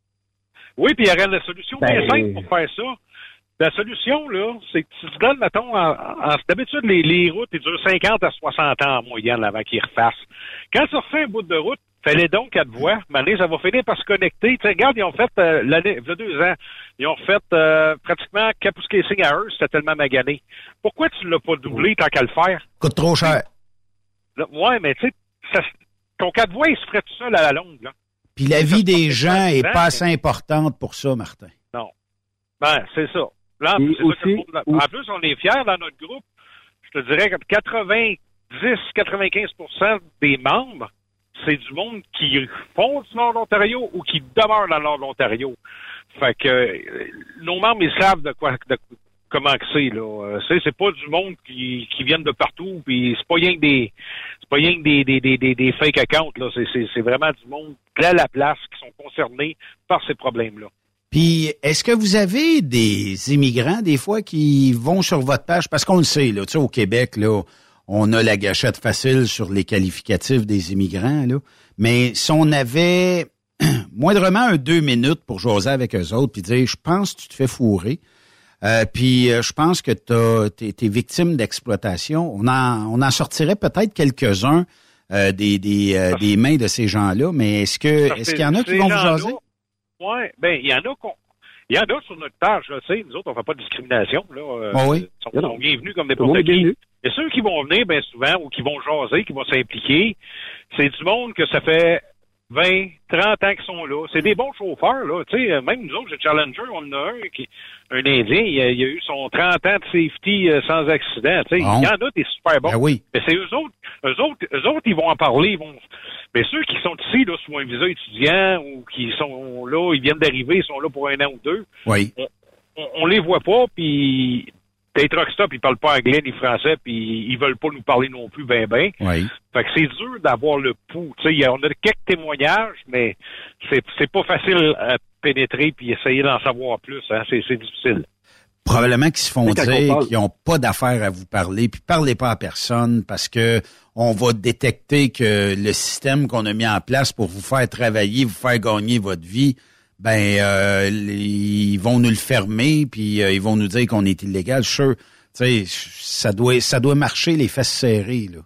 Oui, puis il y aurait la solution ben... bien simple pour faire ça. La solution, là, c'est que tu te donnes, mettons, en, en, d'habitude, les, les routes, ils durent cinquante à soixante ans en moyenne avant qu'ils refassent. Quand tu refais un bout de route, fallait donc quatre voies. Maintenant, ça va finir par se connecter. Tu sais, regarde, ils ont fait, euh, l'année, il y a deux ans, ils ont fait euh, pratiquement Kapuskasing à eux, c'était tellement magané. Pourquoi tu l'as pas doublé tant qu'à le faire? Coûte trop cher. Là, ouais, mais tu sais, ton quatre voies, il se ferait tout seul à la longue, là. Puis la vie des gens est pas assez importante pour ça, Martin. Non. Ben, c'est ça. Là, en, plus, aussi, ça que, en plus, on est fiers dans notre groupe. Je te dirais que quatre-vingt-dix à quatre-vingt-quinze pour cent des membres, c'est du monde qui font du Nord de l'Ontario ou qui demeure dans le Nord de l'Ontario. Fait que euh, nos membres, ils savent de quoi, de, comment que c'est, là. Euh, c'est, c'est pas du monde qui, qui viennent de partout, puis c'est pas rien que des, c'est pas rien que des, des, des, des, des fake accounts, là. C'est, c'est, c'est vraiment du monde à la place qui sont concernés par ces problèmes-là. Puis, est-ce que vous avez des immigrants, des fois, qui vont sur votre page? Parce qu'on le sait, là, tu sais, au Québec, là, on a la gâchette facile sur les qualificatifs des immigrants, là. Mais si on avait moindrement un deux minutes pour jaser avec eux autres, puis dire, je pense que tu te fais fourrer, euh, puis euh, je pense que t'as, t'es, t'es victime d'exploitation, on en, on en sortirait peut-être quelques-uns euh, des, des, euh, des mains de ces gens-là, mais est-ce que est-ce qu'il y en a qui vont vous jaser? Oui, ben il y en a qu'on. Il y en a sur notre page, là, tu sais, nous autres, on fait pas de discrimination, là. Euh, oh oui. Ils sont, sont bienvenus comme n'importe qui. Et ceux qui vont venir, bien souvent, ou qui vont jaser, qui vont s'impliquer, c'est du monde que ça fait vingt, trente ans qu'ils sont là. C'est des bons chauffeurs, là. Tu sais, même nous autres, chez Challenger, on en a un qui, un Indien, il a, il a eu son trente ans de safety euh, sans accident. Tu sais, bon. Il y en a des super bons. Ben oui. Mais c'est eux autres, eux autres, eux autres, ils vont en parler, ils vont. Mais ceux qui sont ici, là, sous un visa étudiant, ou qui sont là, ils viennent d'arriver, ils sont là pour un an ou deux. Oui. On, on, on les voit pas, puis les truck stop, ils parlent pas anglais ni français, puis ils veulent pas nous parler non plus ben ben. Oui. Fait que c'est dur d'avoir le pouls. Tu sais, on a quelques témoignages, mais c'est c'est pas facile à pénétrer puis essayer d'en savoir plus. Hein. C'est c'est difficile. Probablement qu'ils se font dire qu'ils n'ont pas d'affaires à vous parler, puis parlez pas à personne parce que on va détecter que le système qu'on a mis en place pour vous faire travailler, vous faire gagner votre vie, ben euh, ils vont nous le fermer, puis euh, ils vont nous dire qu'on est illégal. Sure, tu sais, ça doit ça doit marcher les fesses serrées là.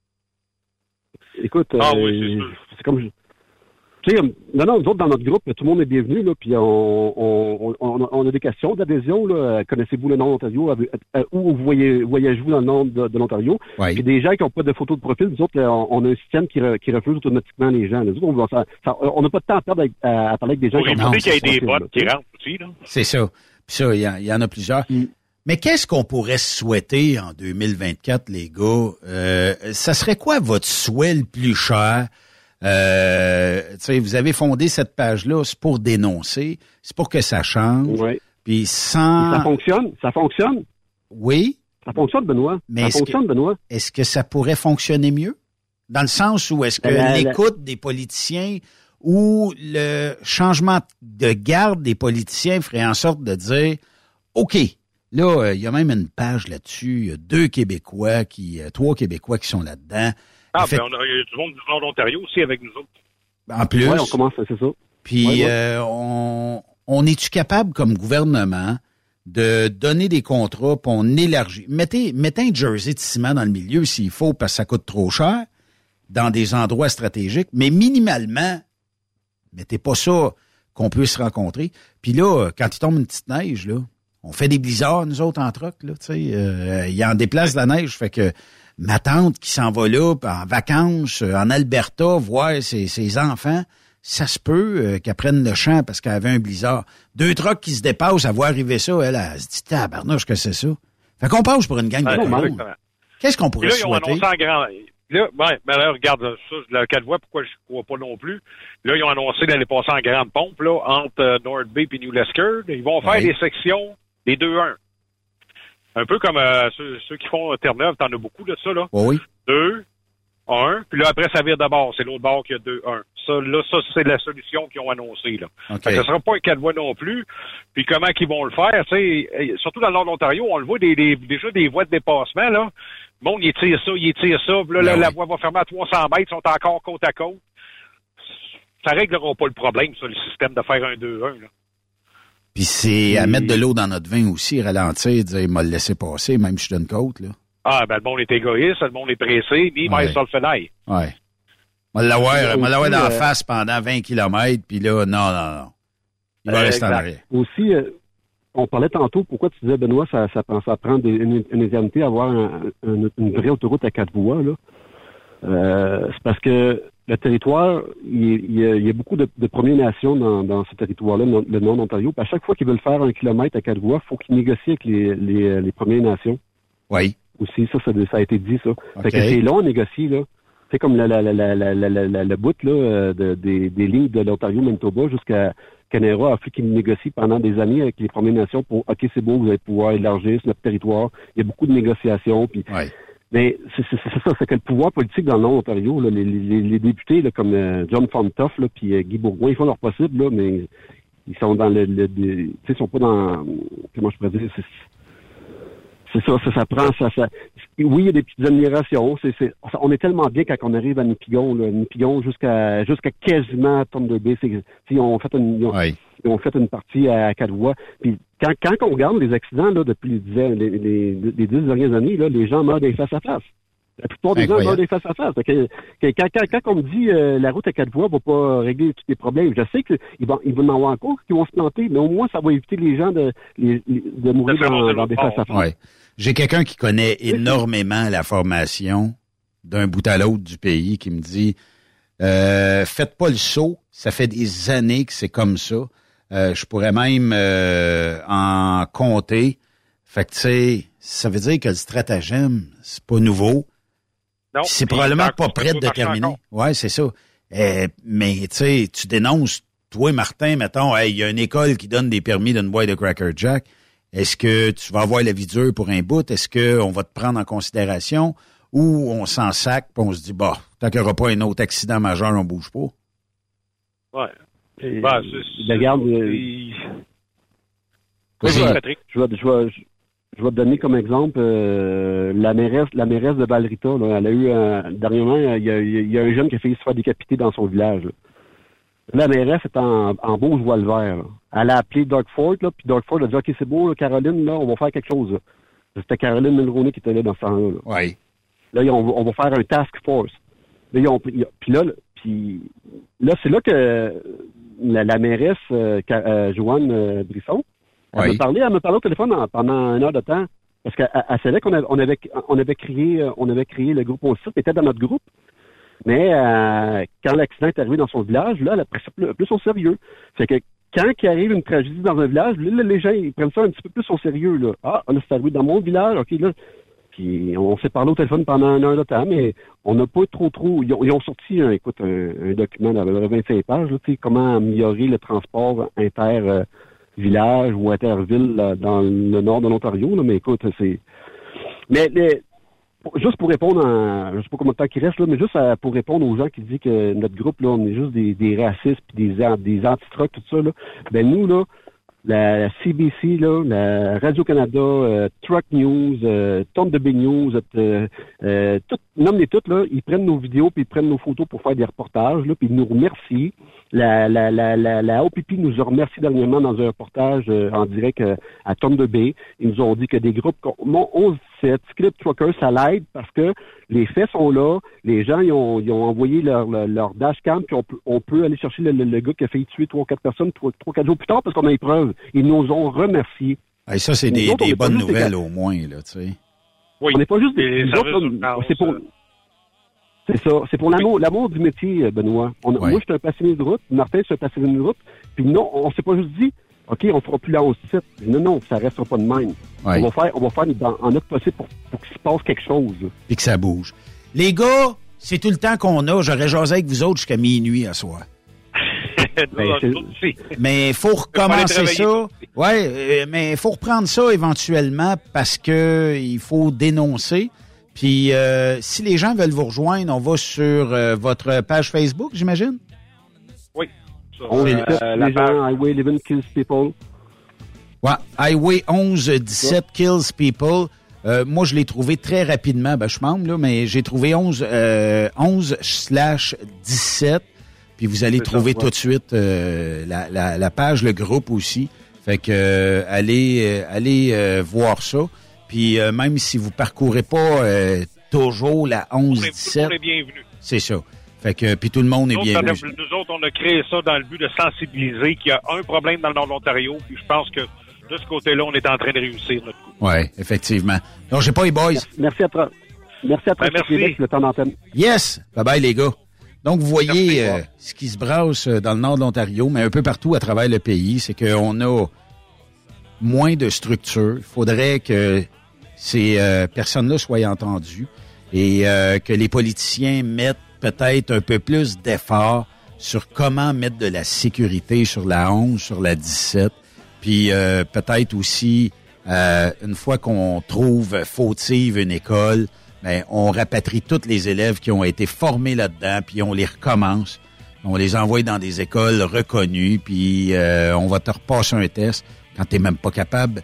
Écoute, ah, euh, oui, c'est, sûr. c'est comme je... Tu sais, non, non, nous autres, dans notre groupe, tout le monde est bienvenu, là, puis on, on, on, on a des questions d'adhésion, là. Connaissez-vous le Nord de l'Ontario? Où voyez, voyagez-vous dans le Nord de, de l'Ontario? Oui. Puis des gens qui n'ont pas de photos de profil, nous autres, on, on a un système qui, re, qui refuse automatiquement les gens. Nous autres, on, ça, ça, on n'a pas de temps à perdre avec, à, à parler avec des gens oui, qui ont pas de qu'il y ait des bots qui rentrent aussi, là. C'est ça. Puis ça, il y, y en a plusieurs. Mm. Mais qu'est-ce qu'on pourrait souhaiter en deux mille vingt-quatre, les gars? Euh, ça serait quoi votre souhait le plus cher? Euh, vous avez fondé cette page-là, c'est pour dénoncer, c'est pour que ça change. Oui. Puis sans... Ça fonctionne, ça fonctionne. Oui. Ça fonctionne, Benoît. Mais ça fonctionne, que, Benoît. Est-ce que ça pourrait fonctionner mieux? Dans le sens où est-ce que La- la- l'écoute des politiciens ou le changement de garde des politiciens ferait en sorte de dire, OK, là, il y a même une page là-dessus, il y a deux Québécois, qui, euh, trois Québécois qui sont là-dedans. Ah, Fait- ben, on a, il y a du monde du nord d'Ontario aussi avec nous autres. En plus. Ouais, on commence, c'est ça. Puis, Ouais, ouais. euh, on, on est-tu capable, comme gouvernement, de donner des contrats, puis on élargit. Mettez, mettez un jersey de ciment dans le milieu s'il faut, parce que ça coûte trop cher, dans des endroits stratégiques, mais minimalement, mettez pas ça qu'on puisse se rencontrer. Puis là, quand il tombe une petite neige, là, on fait des blizzards, nous autres, en troc, là, tu sais. Euh, il en déplace de la neige, fait que ma tante qui s'en va là, en vacances, euh, en Alberta, voir ses, ses enfants, ça se peut euh, qu'elle prenne le champ parce qu'elle avait un blizzard. Deux trucks qui se dépassent, elle voit arriver ça, elle, elle, elle se dit, tabarnouche, que c'est ça? Fait qu'on passe pour une gang Ouais, de cons. exactement. Qu'est-ce qu'on Puis pourrait là, ils ont souhaiter? annoncé en grand. Là, ben, ben là, regarde, ça, le quatre voies, pourquoi je ne crois pas non plus. Là, ils ont annoncé d'aller passer en grande pompe, là, entre euh, North Bay et New Lescure. Ils vont faire Ouais. des sections des deux un. Un peu comme euh, ceux, ceux qui font Terre-Neuve, t'en as beaucoup de ça, là. Oui, oui. deux, un, puis là, après, ça vire de bord. C'est l'autre bord qui a deux un. Ça, là, ça, c'est la solution qu'ils ont annoncée, là. OK. Fait que ça sera pas un quatre voies non plus. Puis comment qu'ils vont le faire, tu sais, eh, surtout dans le nord de l'Ontario, on le voit des, des- déjà des voies de dépassement, là. Le monde, il tire ça, il tire ça, puis là, Ben la, la oui. voie va fermer à trois cents mètres, ils sont encore côte à côte. Ça réglera pas le problème, ça, le système de faire un deux un, là. Puis c'est à mettre de l'eau dans notre vin aussi, ralentir, dire, il m'a laissé passer, même si je suis d'une côte, là. Ah, ben, le monde est égoïste, le monde est pressé, ni Ouais. mais ça le fait naille. Ouais. M'a l'avoir, m'a l'avoir dans la euh, face pendant vingt kilomètres, puis là, non, non, non. Il va Euh, rester en exact. arrière. Aussi, euh, on parlait tantôt, pourquoi tu disais, Benoît, ça, ça, prend- ça prend des, une, une éternité à avoir un- un- une vraie autoroute à quatre voies, là. Euh, c'est parce que le territoire, il, il y, a, il y a beaucoup de, de Premières Nations dans, dans ce territoire-là, le le nord d'Ontario. Puis à chaque fois qu'ils veulent faire un kilomètre à quatre voies, il faut qu'ils négocient avec les, les, les Premières Nations. Oui. Aussi, ça, ça, ça a été dit, ça. OK. Fait que c'est long à négocier, là. C'est comme la, la, la, la, la, la, la, la, le bout, là, euh, de, des, des lignes de l'Ontario-Manitoba jusqu'à Canera a fallu qu'ils négocient pendant des années avec les Premières Nations pour, OK, c'est beau, vous allez pouvoir élargir sur notre territoire. Il y a beaucoup de négociations, puis... Ouais. Mais c'est, c'est, c'est ça, c'est que le pouvoir politique dans le nord Ontario, là, les, les, les députés là, comme euh, John Fontoff là, puis euh, Guy Bourgoin, ils font leur possible, là, mais ils sont dans le, le, le tu sais, ils sont pas dans, comment je pourrais dire, c'est, c'est ça, ça, ça prend, ça, ça. Oui, il y a des petites améliorations. C'est, c'est, on est tellement bien quand on arrive à Nipigon, là, Nipigon jusqu'à jusqu'à quasiment Thunder Bay. C'est, ils ont fait une, ils ont, Oui. ils ont fait une partie à quatre voies. Puis quand, quand on regarde les accidents là depuis les, dix- les, les, les dix dernières années, là, les gens meurent des face à face. La plupart des gens Incroyable. meurent des face à face. Fait que, que, quand, quand, quand on me dit euh, la route à quatre voies va pas régler tous les problèmes, je sais qu'ils vont, ils vont en avoir encore qui vont se planter, mais au moins ça va éviter les gens de, les- de mourir faire dans, un dans des autre face à face. Ouais. J'ai quelqu'un qui connaît énormément la formation d'un bout à l'autre du pays qui me dit euh, faites pas le saut, ça fait des années que c'est comme ça. Euh, je pourrais même euh, en compter. Fait que tu sais, ça veut dire que le stratagème, c'est pas nouveau. Non. C'est Puis, probablement ça- pas ça prêt de peut marcher terminer. encore. Ouais, c'est ça. Euh, mais tu sais, tu dénonces, toi Martin, mettons, hey, il y a une école qui donne des permis d'une boîte de Cracker Jack. Est-ce que tu vas avoir la vie dure pour un bout? Est-ce qu'on va te prendre en considération? Ou on s'en sac puis on se dit, bah, tant qu'il n'y aura pas un autre accident majeur, on bouge pas? Ouais. Et, Ben, c'est- ben, regarde, c'est- euh, Oui, je, vais, Patrick. je, vais, je, vais, je vais te donner comme exemple euh, la mairesse la mairesse de Valrita. Là, elle a eu un, dernièrement, il y a, il y a un jeune qui a failli se faire décapiter dans son village. Là. La mairesse est en, en beau voile vert. Là. Elle a appelé Doug Ford, là, puis Doug Ford a dit OK, c'est beau, là, Caroline, là, on va faire quelque chose. Là. C'était Caroline Mulroney qui était là dans ce temps-là. Là, Oui. là on, va- on va faire un task force. Là, ils ont, ils- puis là, puis là, c'est là que la, la mairesse euh, Ca- euh, Joanne euh, Brisson, elle Oui. me parlait, elle me parlait au téléphone en- pendant une heure de temps. Parce qu'elle elle savait qu'on avait, on avait, on avait créé, euh, on avait créé le groupe On Site, était dans notre groupe. Mais euh, quand l'accident est arrivé dans son village, là, elle a pris ça plus, plus au sérieux. Fait que quand il arrive une tragédie dans un village, là, les gens ils prennent ça un petit peu plus au sérieux. Là. Ah, là, c'est arrivé dans mon village, ok, là. Puis on s'est parlé au téléphone pendant une heure de temps, mais on n'a pas trop trop. Ils ont, ils ont sorti, un, écoute, un, un document de vingt-cinq pages, là, tu sais, comment améliorer le transport inter euh, village ou inter-ville là, dans le nord de l'Ontario. Là, mais écoute, c'est. Mais les, pour, juste pour répondre, à, je sais pas combien de temps il reste, là, mais juste à, pour répondre aux gens qui disent que notre groupe, là, on est juste des, des racistes puis des, des anti-trucks, tout ça, là. Ben, nous, là, la, la C B C, là, la Radio-Canada, euh, Truck News, euh, Tom de B News, euh, euh, tout, nomme-les toutes, là, ils prennent nos vidéos puis ils prennent nos photos pour faire des reportages, là, puis ils nous remercient. La, la, la, la, la O P P nous a remercié dernièrement dans un reportage euh, en direct euh, à Tom de Bay. Ils nous ont dit que des groupes comme onze dix-sept, Clip Trucker, ça l'aide parce que les faits sont là, les gens ils ont, ils ont envoyé leur, leur, leur dashcam, puis on peut, on peut aller chercher le, le, le gars qui a fait tuer trois ou quatre personnes trois ou quatre jours plus tard parce qu'on a les preuves. Ils nous ont remerciés. Et ça, c'est des, autres, des bonnes nouvelles des... au moins, là, tu sais. Oui. On n'est pas juste des... Autres, c'est pour... C'est ça. C'est pour l'amour, l'amour du métier, Benoît. On, ouais. Moi, je suis un passionné de route. Martin, je suis un passionné de route. Puis non, on s'est pas juste dit, OK, on fera plus la onze dix-sept. Non, non, ça restera pas de même. Ouais. On va faire, on va faire dans, en notre possible pour, pour qu'il se passe quelque chose. Et que ça bouge. Les gars, c'est tout le temps qu'on a. J'aurais jasé avec vous autres jusqu'à minuit à soir. Mais il faut recommencer ça. Ouais, mais il faut reprendre ça éventuellement parce que il faut dénoncer. Puis, euh, si les gens veulent vous rejoindre, on va sur euh, votre page Facebook, j'imagine? Oui. Sur, on euh, euh, la page Highway eleven Kills People. Ouais, Highway onze dix-sept Kills People. Euh, moi, je l'ai trouvé très rapidement. Ben, je suis membre, là, mais j'ai trouvé onze slash dix-sept. Puis, vous allez trouver ça, ouais. tout de suite euh, la, la, la page, le groupe aussi. Fait que, euh, allez, euh, allez euh, voir ça. Puis euh, même si vous parcourez pas euh, toujours la onze dix-sept, c'est ça. Fait que puis tout le monde est bienvenu. Nous autres, on a créé ça dans le but de sensibiliser qu'il y a un problème dans le nord de l'Ontario. Puis je pense que de ce côté-là, on est en train de réussir notre coup. Oui, effectivement. Donc, j'ai pas les boys. Merci à toi. Merci à toi, ben, Québec, le temps d'antenne. Yes! Bye bye, les gars. Donc, vous voyez merci, euh, ce qui se brasse dans le nord de l'Ontario, mais un peu partout à travers le pays, c'est qu'on a moins de structures. Il faudrait que ces euh, personnes-là soient entendues et euh, que les politiciens mettent peut-être un peu plus d'efforts sur comment mettre de la sécurité sur la onze, sur la dix-sept, puis euh, peut-être aussi, euh, une fois qu'on trouve fautive une école, ben, on rapatrie tous les élèves qui ont été formés là-dedans, puis on les recommence. On les envoie dans des écoles reconnues, puis euh, on va te repasser un test quand t'es même pas capable de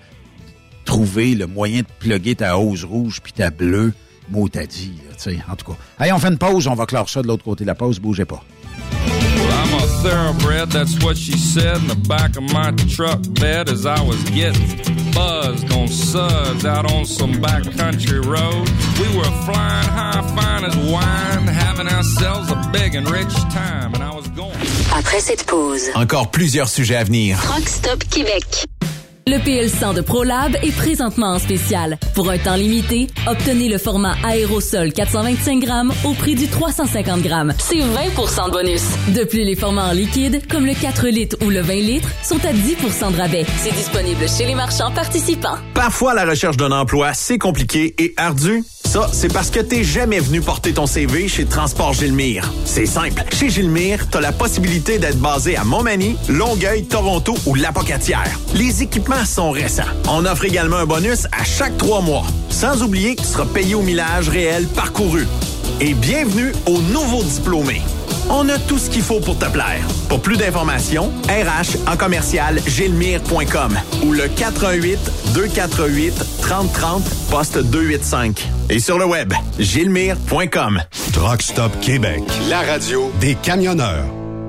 trouver le moyen de plugger ta hausse rouge puis ta bleue. Mot t'as dit, tu sais, en tout cas. Allez, on fait une pause, on va clore ça de l'autre côté de la pause, bougez pas. Well, I'm a thoroughbred, that's what she said in the back of my truck bed as I was getting buzzed on suds out on some backcountry road. We were flying high, fine as wine, having ourselves a big and rich time, and I was going. Après cette pause, encore plusieurs sujets à venir. Truck Stop Québec. Le P L cent de ProLab est présentement en spécial. Pour un temps limité, obtenez le format aérosol quatre cent vingt-cinq grammes au prix du trois cent cinquante grammes. C'est vingt pour cent de bonus. De plus, les formats en liquide, comme le quatre litres ou le vingt litres, sont à dix pour cent de rabais. C'est disponible chez les marchands participants. Parfois, la recherche d'un emploi, c'est compliqué et ardu. Ça, c'est parce que t'es jamais venu porter ton C V chez Transport Gilmire. C'est simple. Chez Gilmire, t'as la possibilité d'être basé à Montmagny, Longueuil, Toronto ou Lapocatière. Les équipements sont récents. On offre également un bonus à chaque trois mois. Sans oublier que tu seras payé au millage réel parcouru. Et bienvenue aux nouveaux diplômés. On a tout ce qu'il faut pour te plaire. Pour plus d'informations, R H en commercial gilmire point com ou le quatre un huit, deux quatre huit, trente trente, poste deux huit cinq. Et sur le web, gilmire point com. Truck Stop Québec, la radio des camionneurs.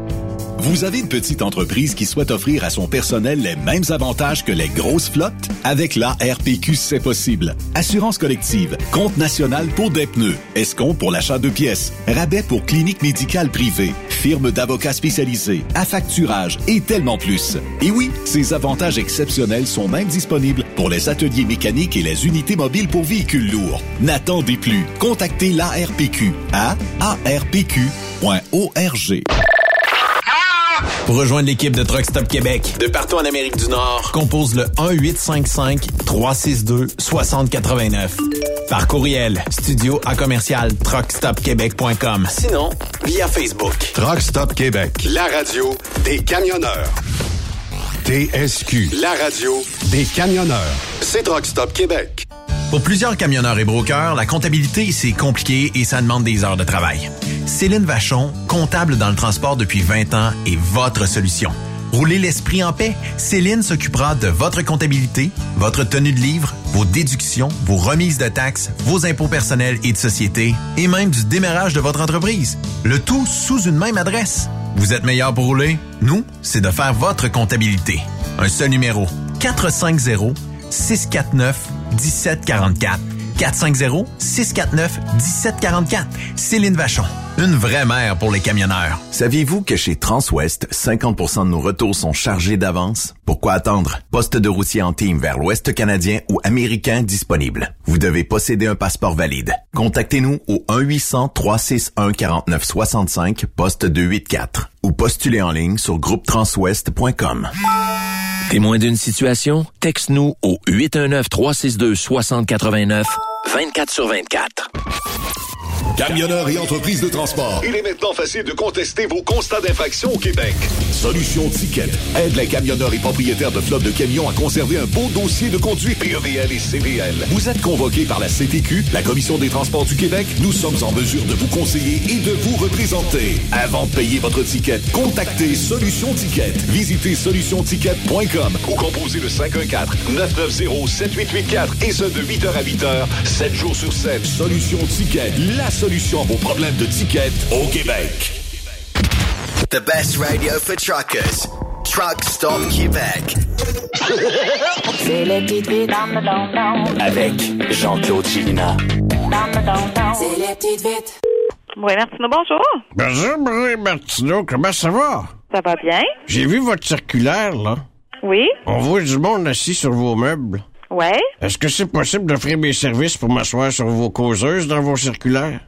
Vous avez une petite entreprise qui souhaite offrir à son personnel les mêmes avantages que les grosses flottes? Avec l'A R P Q, c'est possible. Assurance collective, compte national pour des pneus, escompte pour l'achat de pièces, rabais pour clinique médicale privée, firme d'avocats spécialisés, affacturage et tellement plus. Et oui, ces avantages exceptionnels sont même disponibles pour les ateliers mécaniques et les unités mobiles pour véhicules lourds. N'attendez plus. Contactez l'A R P Q à a r p q point org. Pour rejoindre l'équipe de Truck Stop Québec, de partout en Amérique du Nord, compose le un huit cinq cinq, trois six deux, six zéro huit neuf. Par courriel, studio à commercial truck stop québec point com. Sinon, via Facebook. Truck Stop Québec, la radio des camionneurs. T S Q, la radio des camionneurs. C'est Truck Stop Québec. Pour plusieurs camionneurs et brokers, la comptabilité, c'est compliqué et ça demande des heures de travail. Céline Vachon, comptable dans le transport depuis vingt ans, est votre solution. Roulez l'esprit en paix. Céline s'occupera de votre comptabilité, votre tenue de livre, vos déductions, vos remises de taxes, vos impôts personnels et de société, et même du démarrage de votre entreprise. Le tout sous une même adresse. Vous êtes meilleur pour rouler? Nous, c'est de faire votre comptabilité. Un seul numéro. quatre cinq zéro, six quatre neuf, un sept quatre quatre. quatre cinq zéro, six quatre neuf, un sept quatre quatre. Céline Vachon. Une vraie mère pour les camionneurs. Saviez-vous que chez Transwest, cinquante pour cent de nos retours sont chargés d'avance? Pourquoi attendre? Poste de routier en team vers l'Ouest canadien ou américain disponible. Vous devez posséder un passeport valide. Contactez-nous au un huit cents, trois six un, quatre neuf six cinq, poste deux cent quatre-vingt-quatre ou postulez en ligne sur groupe transwest point com. Témoin d'une situation? Texte-nous au huit un neuf, trois six deux, six zéro huit neuf, vingt-quatre sur vingt-quatre. Camionneurs et entreprises de transport. Il est maintenant facile de contester vos constats d'infraction au Québec. Solution Ticket aide les camionneurs et propriétaires de flottes de camions à conserver un beau dossier de conduite P E V L et C V L. Vous êtes convoqué par la C T Q, la Commission des transports du Québec. Nous sommes en mesure de vous conseiller et de vous représenter. Avant de payer votre ticket, contactez Solution Ticket. Visitez solution ticket point com ou composez le cinq un quatre, neuf neuf zéro, sept huit huit quatre et ce de huit heures à huit heures, sept jours sur sept. Solution Ticket, la solution à vos problèmes de tickets au Québec. The best radio for truckers. Truck Stop Québec. C'est les petites vites dans le don-don. Avec Jean-Claude Chilina. Dans le don-don. C'est les petites vites. Oui, Martineau, bonjour. Bonjour, Bruy Martineau. Comment ça va? Ça va bien? J'ai vu votre circulaire, là. Oui? On voit du monde assis sur vos meubles. Ouais? Est-ce que c'est possible d'offrir mes services pour m'asseoir sur vos causeuses dans vos circulaires?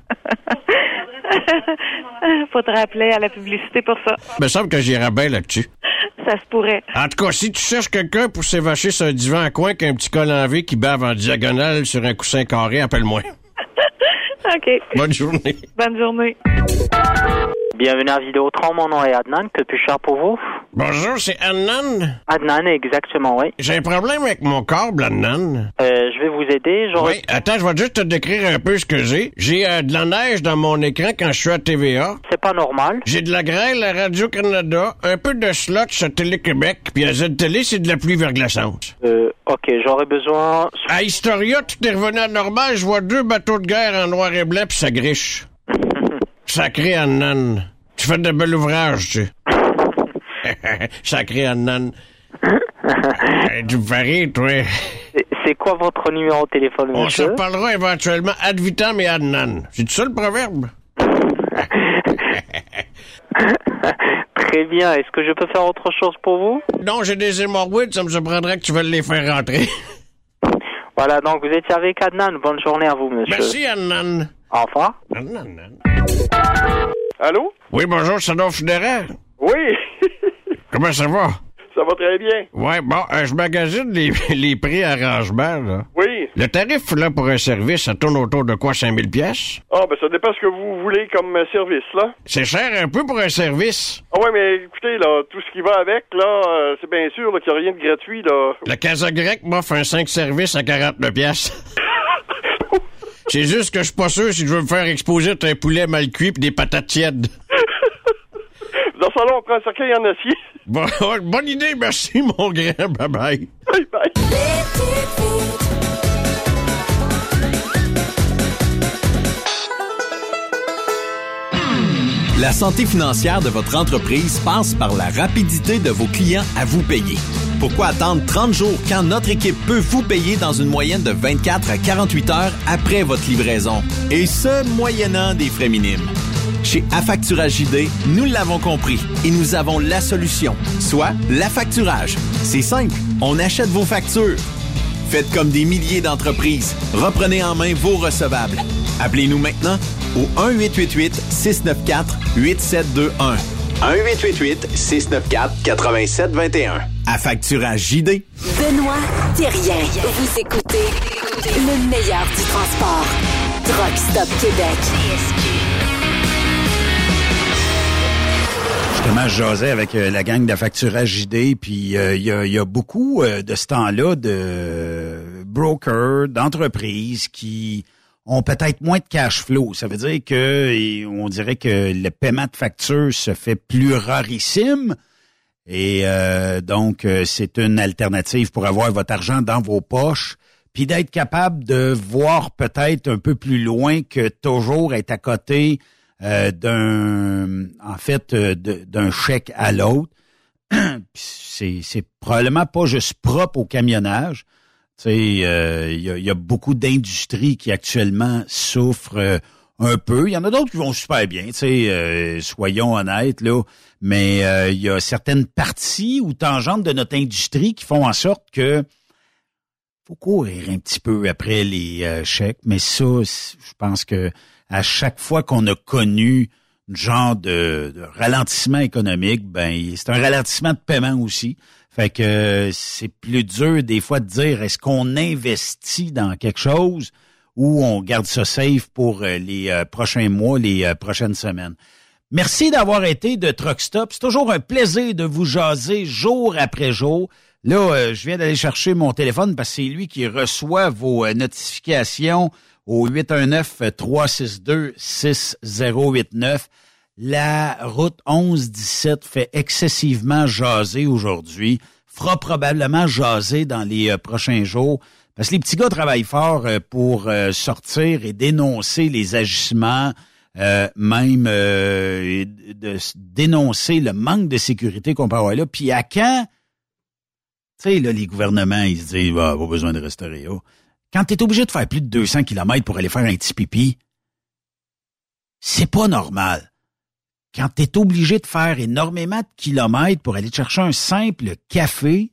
Faut te rappeler à la publicité pour ça. Il me semble que j'irais bien là-dessus. Ça se pourrait. En tout cas, si tu cherches quelqu'un pour s'évacher sur un divan à coin avec un petit col en V qui bave en diagonale sur un coussin carré, appelle-moi. OK. Bonne journée. Bonne journée. Bienvenue à Vidéotron, mon nom est Adnan, que puis-je faire pour vous? Bonjour, c'est Adnan? Adnan, exactement, oui. J'ai un problème avec mon câble, Adnan. Euh, je vais vous aider, j'aurais... Oui, attends, je vais juste te décrire un peu ce que j'ai. J'ai euh, de la neige dans mon écran quand je suis à T V A. C'est pas normal. J'ai de la grêle à Radio-Canada, un peu de slotch à Télé-Québec, puis à Z-Télé, c'est de la pluie verglaçante. Euh, ok, j'aurais besoin... À Historia, tout est revenu à normal, je vois deux bateaux de guerre en noir et blanc, puis ça griche. Sacré Adnan. Tu fais de bel ouvrage, tu sais. Sacré Adnan. Tu me fais rire, toi. C'est, c'est quoi votre numéro de téléphone, On monsieur? se reparlera éventuellement ad vitam et Adnan. C'est ça le proverbe? Très bien. Est-ce que je peux faire autre chose pour vous? Non, j'ai des hémorroïdes, ça me surprendrait que tu veuilles les faire rentrer. Voilà, donc vous étiez avec Adnan. Bonne journée à vous, monsieur. Merci, Adnan. Au revoir. Adnan. Allô? Oui, bonjour, c'est Adolphe Funéraire. Oui. Comment ça va? Ça va très bien. Ouais, bon, euh, je magasine les, les prix arrangement, là. Oui. Le tarif, là, pour un service, ça tourne autour de quoi, cinq mille piastres? Ah, ben ça dépend ce que vous voulez comme euh, service, là. C'est cher un peu pour un service. Ah ouais, mais écoutez, là, tout ce qui va avec, là, euh, c'est bien sûr là, qu'il n'y a rien de gratuit, là. La Casa Grecque m'offre un cinq services à quarante-neuf piastres. C'est juste que je suis pas sûr si je veux me faire exposer un poulet mal cuit pis des patates tièdes. Dans ce salon, on prend un cercueil en acier. Bon, bonne idée, merci, mon grand. Bye-bye. Bye-bye. La santé financière de votre entreprise passe par la rapidité de vos clients à vous payer. Pourquoi attendre trente jours quand notre équipe peut vous payer dans une moyenne de vingt-quatre à quarante-huit heures après votre livraison? Et ce, moyennant des frais minimes. Chez Affacturage J D, nous l'avons compris et nous avons la solution, soit l'affacturage. C'est simple, on achète vos factures. Faites comme des milliers d'entreprises. Reprenez en main vos recevables. Appelez-nous maintenant au un huit huit huit, six neuf quatre, huit sept deux un. un huit huit huit, six neuf quatre, huit sept deux un. Affacturage J D. Benoît Thérien. Vous écoutez le meilleur du transport. Truck Stop Québec. Je Justement, je jasais avec euh, la gang d'Affacturage J D, puis il euh, y, a, y a beaucoup euh, de ce temps-là de brokers, d'entreprises qui ont peut-être moins de cash flow. Ça veut dire que on dirait que le paiement de factures se fait plus rarissime. Et euh, donc, euh, c'est une alternative pour avoir votre argent dans vos poches, puis d'être capable de voir peut-être un peu plus loin que toujours être à côté euh, d'un, en fait, euh, de, d'un chèque à l'autre. c'est, c'est probablement pas juste propre au camionnage. Tu sais, il euh, y, a, y a beaucoup d'industries qui actuellement souffrent euh, un peu. Il y en a d'autres qui vont super bien, tu sais, euh, soyons honnêtes, là. Mais il euh, y a certaines parties ou tangentes de notre industrie qui font en sorte que faut courir un petit peu après les euh, chèques. Mais ça, je pense que à chaque fois qu'on a connu un genre de, de ralentissement économique, ben c'est un ralentissement de paiement aussi. Fait que euh, c'est plus dur des fois de dire est-ce qu'on investit dans quelque chose ou on garde ça safe pour euh, les euh, prochains mois, les euh, prochaines semaines. Merci d'avoir été de Truck Stop. C'est toujours un plaisir de vous jaser jour après jour. Là, euh, je viens d'aller chercher mon téléphone parce que c'est lui qui reçoit vos euh, notifications au huit un neuf, trois six deux, six zéro huit neuf. La route onze dix-sept fait excessivement jaser aujourd'hui. Fera probablement jaser dans les euh, prochains jours. Parce que les petits gars travaillent fort euh, pour euh, sortir et dénoncer les agissements, Euh, même euh, de dénoncer le manque de sécurité qu'on peut avoir là. Puis à quand, tu sais, là, les gouvernements, ils se disent, ah, pas besoin de restaurer. Oh. Quand t'es obligé de faire plus de deux cents kilomètres pour aller faire un petit pipi, c'est pas normal. Quand t'es obligé de faire énormément de kilomètres pour aller chercher un simple café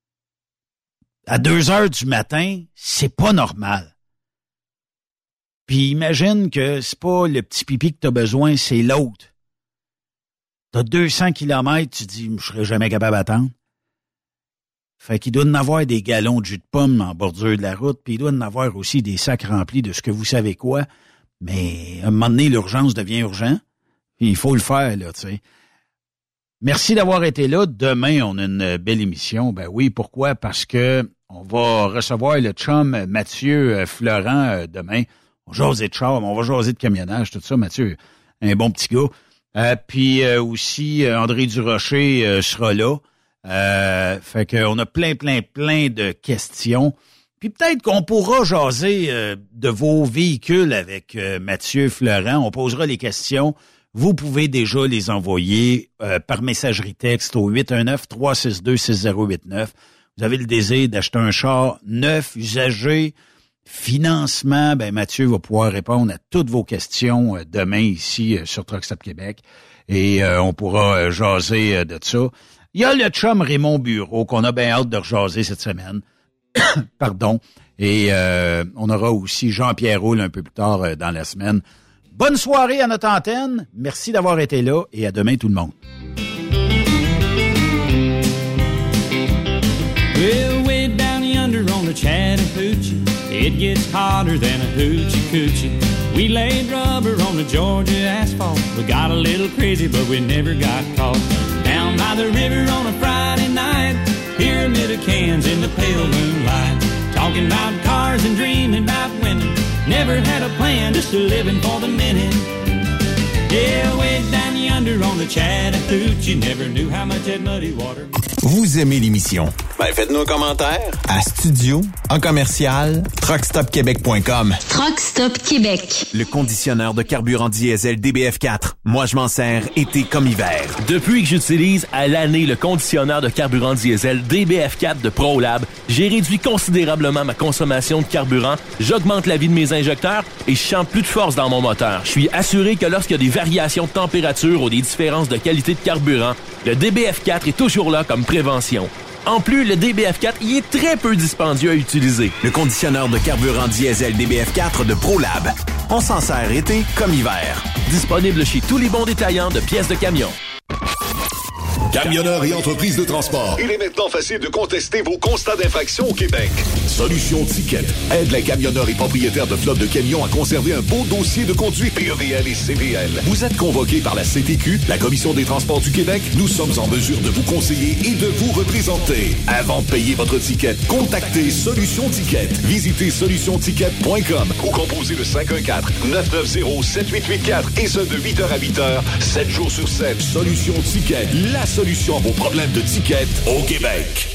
à deux heures du matin, c'est pas normal. Puis imagine que c'est pas le petit pipi que t'as besoin, c'est l'autre. T'as deux cents kilomètres, tu dis, je serais jamais capable d'attendre. Fait qu'il doit en avoir des galons de jus de pomme en bordure de la route, puis il doit en avoir aussi des sacs remplis de ce que vous savez quoi. Mais à un moment donné, l'urgence devient urgent, puis il faut le faire, là, tu sais. Merci d'avoir été là. Demain, on a une belle émission. Ben oui, pourquoi? Parce que on va recevoir le chum Mathieu Florent demain. On va jaser de char, on va jaser de camionnage, tout ça. Mathieu, un bon petit gars. Euh, puis euh, aussi, euh, André Durocher euh, sera là. Euh, fait qu'on a plein, plein, plein de questions. Puis peut-être qu'on pourra jaser euh, de vos véhicules avec euh, Mathieu Florent. On posera les questions. Vous pouvez déjà les envoyer euh, par messagerie texte au huit un neuf, trois six deux, six zéro huit neuf. Vous avez le désir d'acheter un char neuf, usagé, financement, ben Mathieu va pouvoir répondre à toutes vos questions euh, demain ici euh, sur Truck Stop Québec et euh, on pourra euh, jaser euh, de ça. Il y a le chum Raymond Bureau qu'on a bien hâte de rejaser cette semaine. Pardon. Et euh, on aura aussi Jean-Pierre Roule un peu plus tard euh, dans la semaine. Bonne soirée à notre antenne. Merci d'avoir été là et à demain tout le monde. Well, way down yonder on the Chattahoochee, it gets hotter than a hoochie coochie. We laid rubber on the Georgia asphalt. We got a little crazy, but we never got caught. Down by the river on a Friday night, pyramid of cans in the pale moonlight. Talking about cars and dreaming about women. Never had a plan, just a living for the minute. Yeah, way down yonder on the Chattahoochee, never knew how much that muddy water. Vous aimez l'émission? Ben, faites-nous un commentaire. À studio, en commercial, truck stop québec point com. Truck Stop Québec. Le conditionneur de carburant diesel D B F quatre. Moi, je m'en sers été comme hiver. Depuis que j'utilise à l'année le conditionneur de carburant diesel D B F quatre de ProLab, j'ai réduit considérablement ma consommation de carburant, j'augmente la vie de mes injecteurs et je sens plus de force dans mon moteur. Je suis assuré que lorsqu'il y a des variations de température ou des différences de qualité de carburant, le D B F quatre est toujours là comme prévention. En plus, le D B F quatre y est très peu dispendieux à utiliser. Le conditionneur de carburant diesel D B F quatre de ProLab. On s'en sert été comme hiver. Disponible chez tous les bons détaillants de pièces de camion. Camionneurs et entreprises de transport. Il est maintenant facile de contester vos constats d'infraction au Québec. Solution Ticket aide les camionneurs et propriétaires de flottes de camions à conserver un beau dossier de conduite P E V L et C V L. Vous êtes convoqué par la C T Q, la Commission des transports du Québec. Nous sommes en mesure de vous conseiller et de vous représenter. Avant de payer votre ticket, contactez Solution Ticket. Visitez solution ticket point com ou composez le cinq un quatre, neuf neuf zéro, sept huit huit quatre et ce de huit heures à huit heures, sept jours sur sept. Solution Ticket, la solution à vos problèmes de ticket au Québec.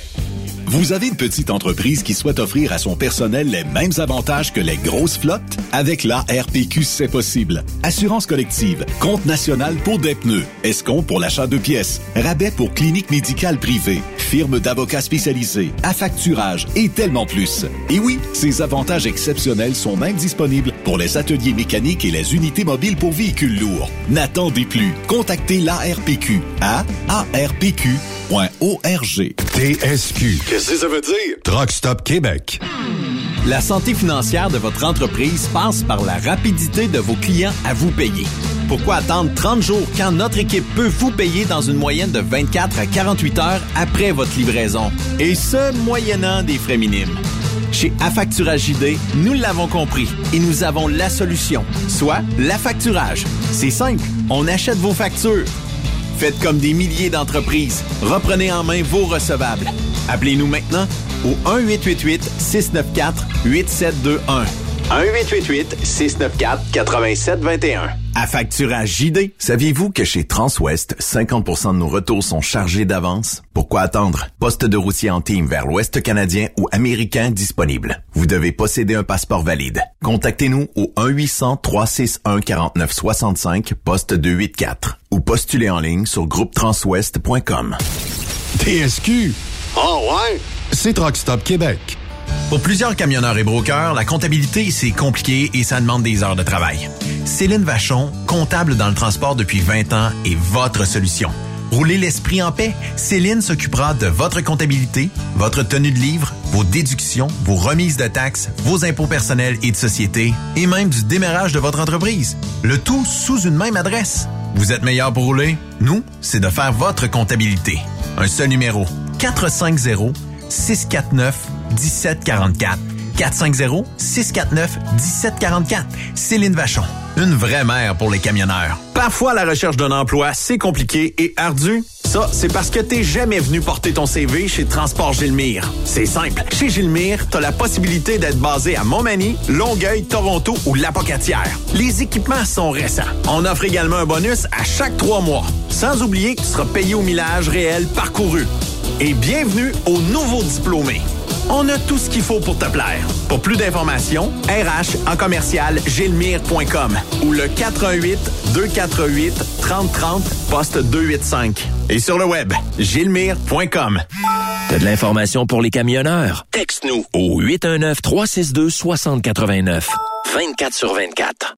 Vous avez une petite entreprise qui souhaite offrir à son personnel les mêmes avantages que les grosses flottes? Avec l'A R P Q, c'est possible. Assurance collective, compte national pour des pneus, escompte pour l'achat de pièces, rabais pour clinique médicale privée, firme d'avocats spécialisés, affacturage et tellement plus. Et oui, ces avantages exceptionnels sont même disponibles pour les ateliers mécaniques et les unités mobiles pour véhicules lourds. N'attendez plus. Contactez l'A R P Q à a r p q point org. T S Q. Qu'est-ce que ça veut dire? Truck Stop Québec. La santé financière de votre entreprise passe par la rapidité de vos clients à vous payer. Pourquoi attendre trente jours quand notre équipe peut vous payer dans une moyenne de vingt-quatre à quarante-huit heures après votre livraison? Et ce, moyennant des frais minimes. Chez Affacturage J D, nous l'avons compris et nous avons la solution, soit l'affacturage. C'est simple, on achète vos factures. Faites comme des milliers d'entreprises. Reprenez en main vos recevables. Appelez-nous maintenant au un huit huit huit, six neuf quatre, huit sept deux un. un huit huit huit, six neuf quatre, huit sept deux un. Affacturage J D. Saviez-vous que chez Transwest, cinquante pour cent de nos retours sont chargés d'avance? Pourquoi attendre? Poste de routier en team vers l'Ouest canadien ou américain disponible. Vous devez posséder un passeport valide. Contactez-nous au un huit cents, trois six un, quatre neuf six cinq, poste deux cent quatre-vingt-quatre ou postulez en ligne sur groupe transwest point com. T S Q. Oh ouais? C'est Truck Stop Québec. Pour plusieurs camionneurs et brokers, la comptabilité, c'est compliqué et ça demande des heures de travail. Céline Vachon, comptable dans le transport depuis vingt ans, est votre solution. Roulez l'esprit en paix. Céline s'occupera de votre comptabilité, votre tenue de livre, vos déductions, vos remises de taxes, vos impôts personnels et de société, et même du démarrage de votre entreprise. Le tout sous une même adresse. Vous êtes meilleur pour rouler? Nous, c'est de faire votre comptabilité. Un seul numéro. quatre cinq zéro, six quatre neuf, un sept quatre quatre. quatre cinq zéro, six quatre neuf, un sept quatre quatre. Céline Vachon. Une vraie mère pour les camionneurs. Parfois, la recherche d'un emploi, c'est compliqué et ardu. Ça, c'est parce que t'es jamais venu porter ton C V chez Transport Gilmire. C'est simple. Chez Gilmire, t'as la possibilité d'être basé à Montmagny, Longueuil, Toronto ou Lapocatière. Les équipements sont récents. On offre également un bonus à chaque trois mois. Sans oublier que tu seras payé au millage réel parcouru. Et bienvenue aux nouveaux diplômés. On a tout ce qu'il faut pour te plaire. Pour plus d'informations, R H en commercial gilmire point com ou le quatre un huit, deux quatre huit, trente trente, poste deux cent quatre-vingt-cinq. Et sur le web, gilmire point com. T'as de l'information pour les camionneurs? Texte-nous au huit un neuf, trois six deux, six zéro huit neuf. vingt-quatre sur vingt-quatre.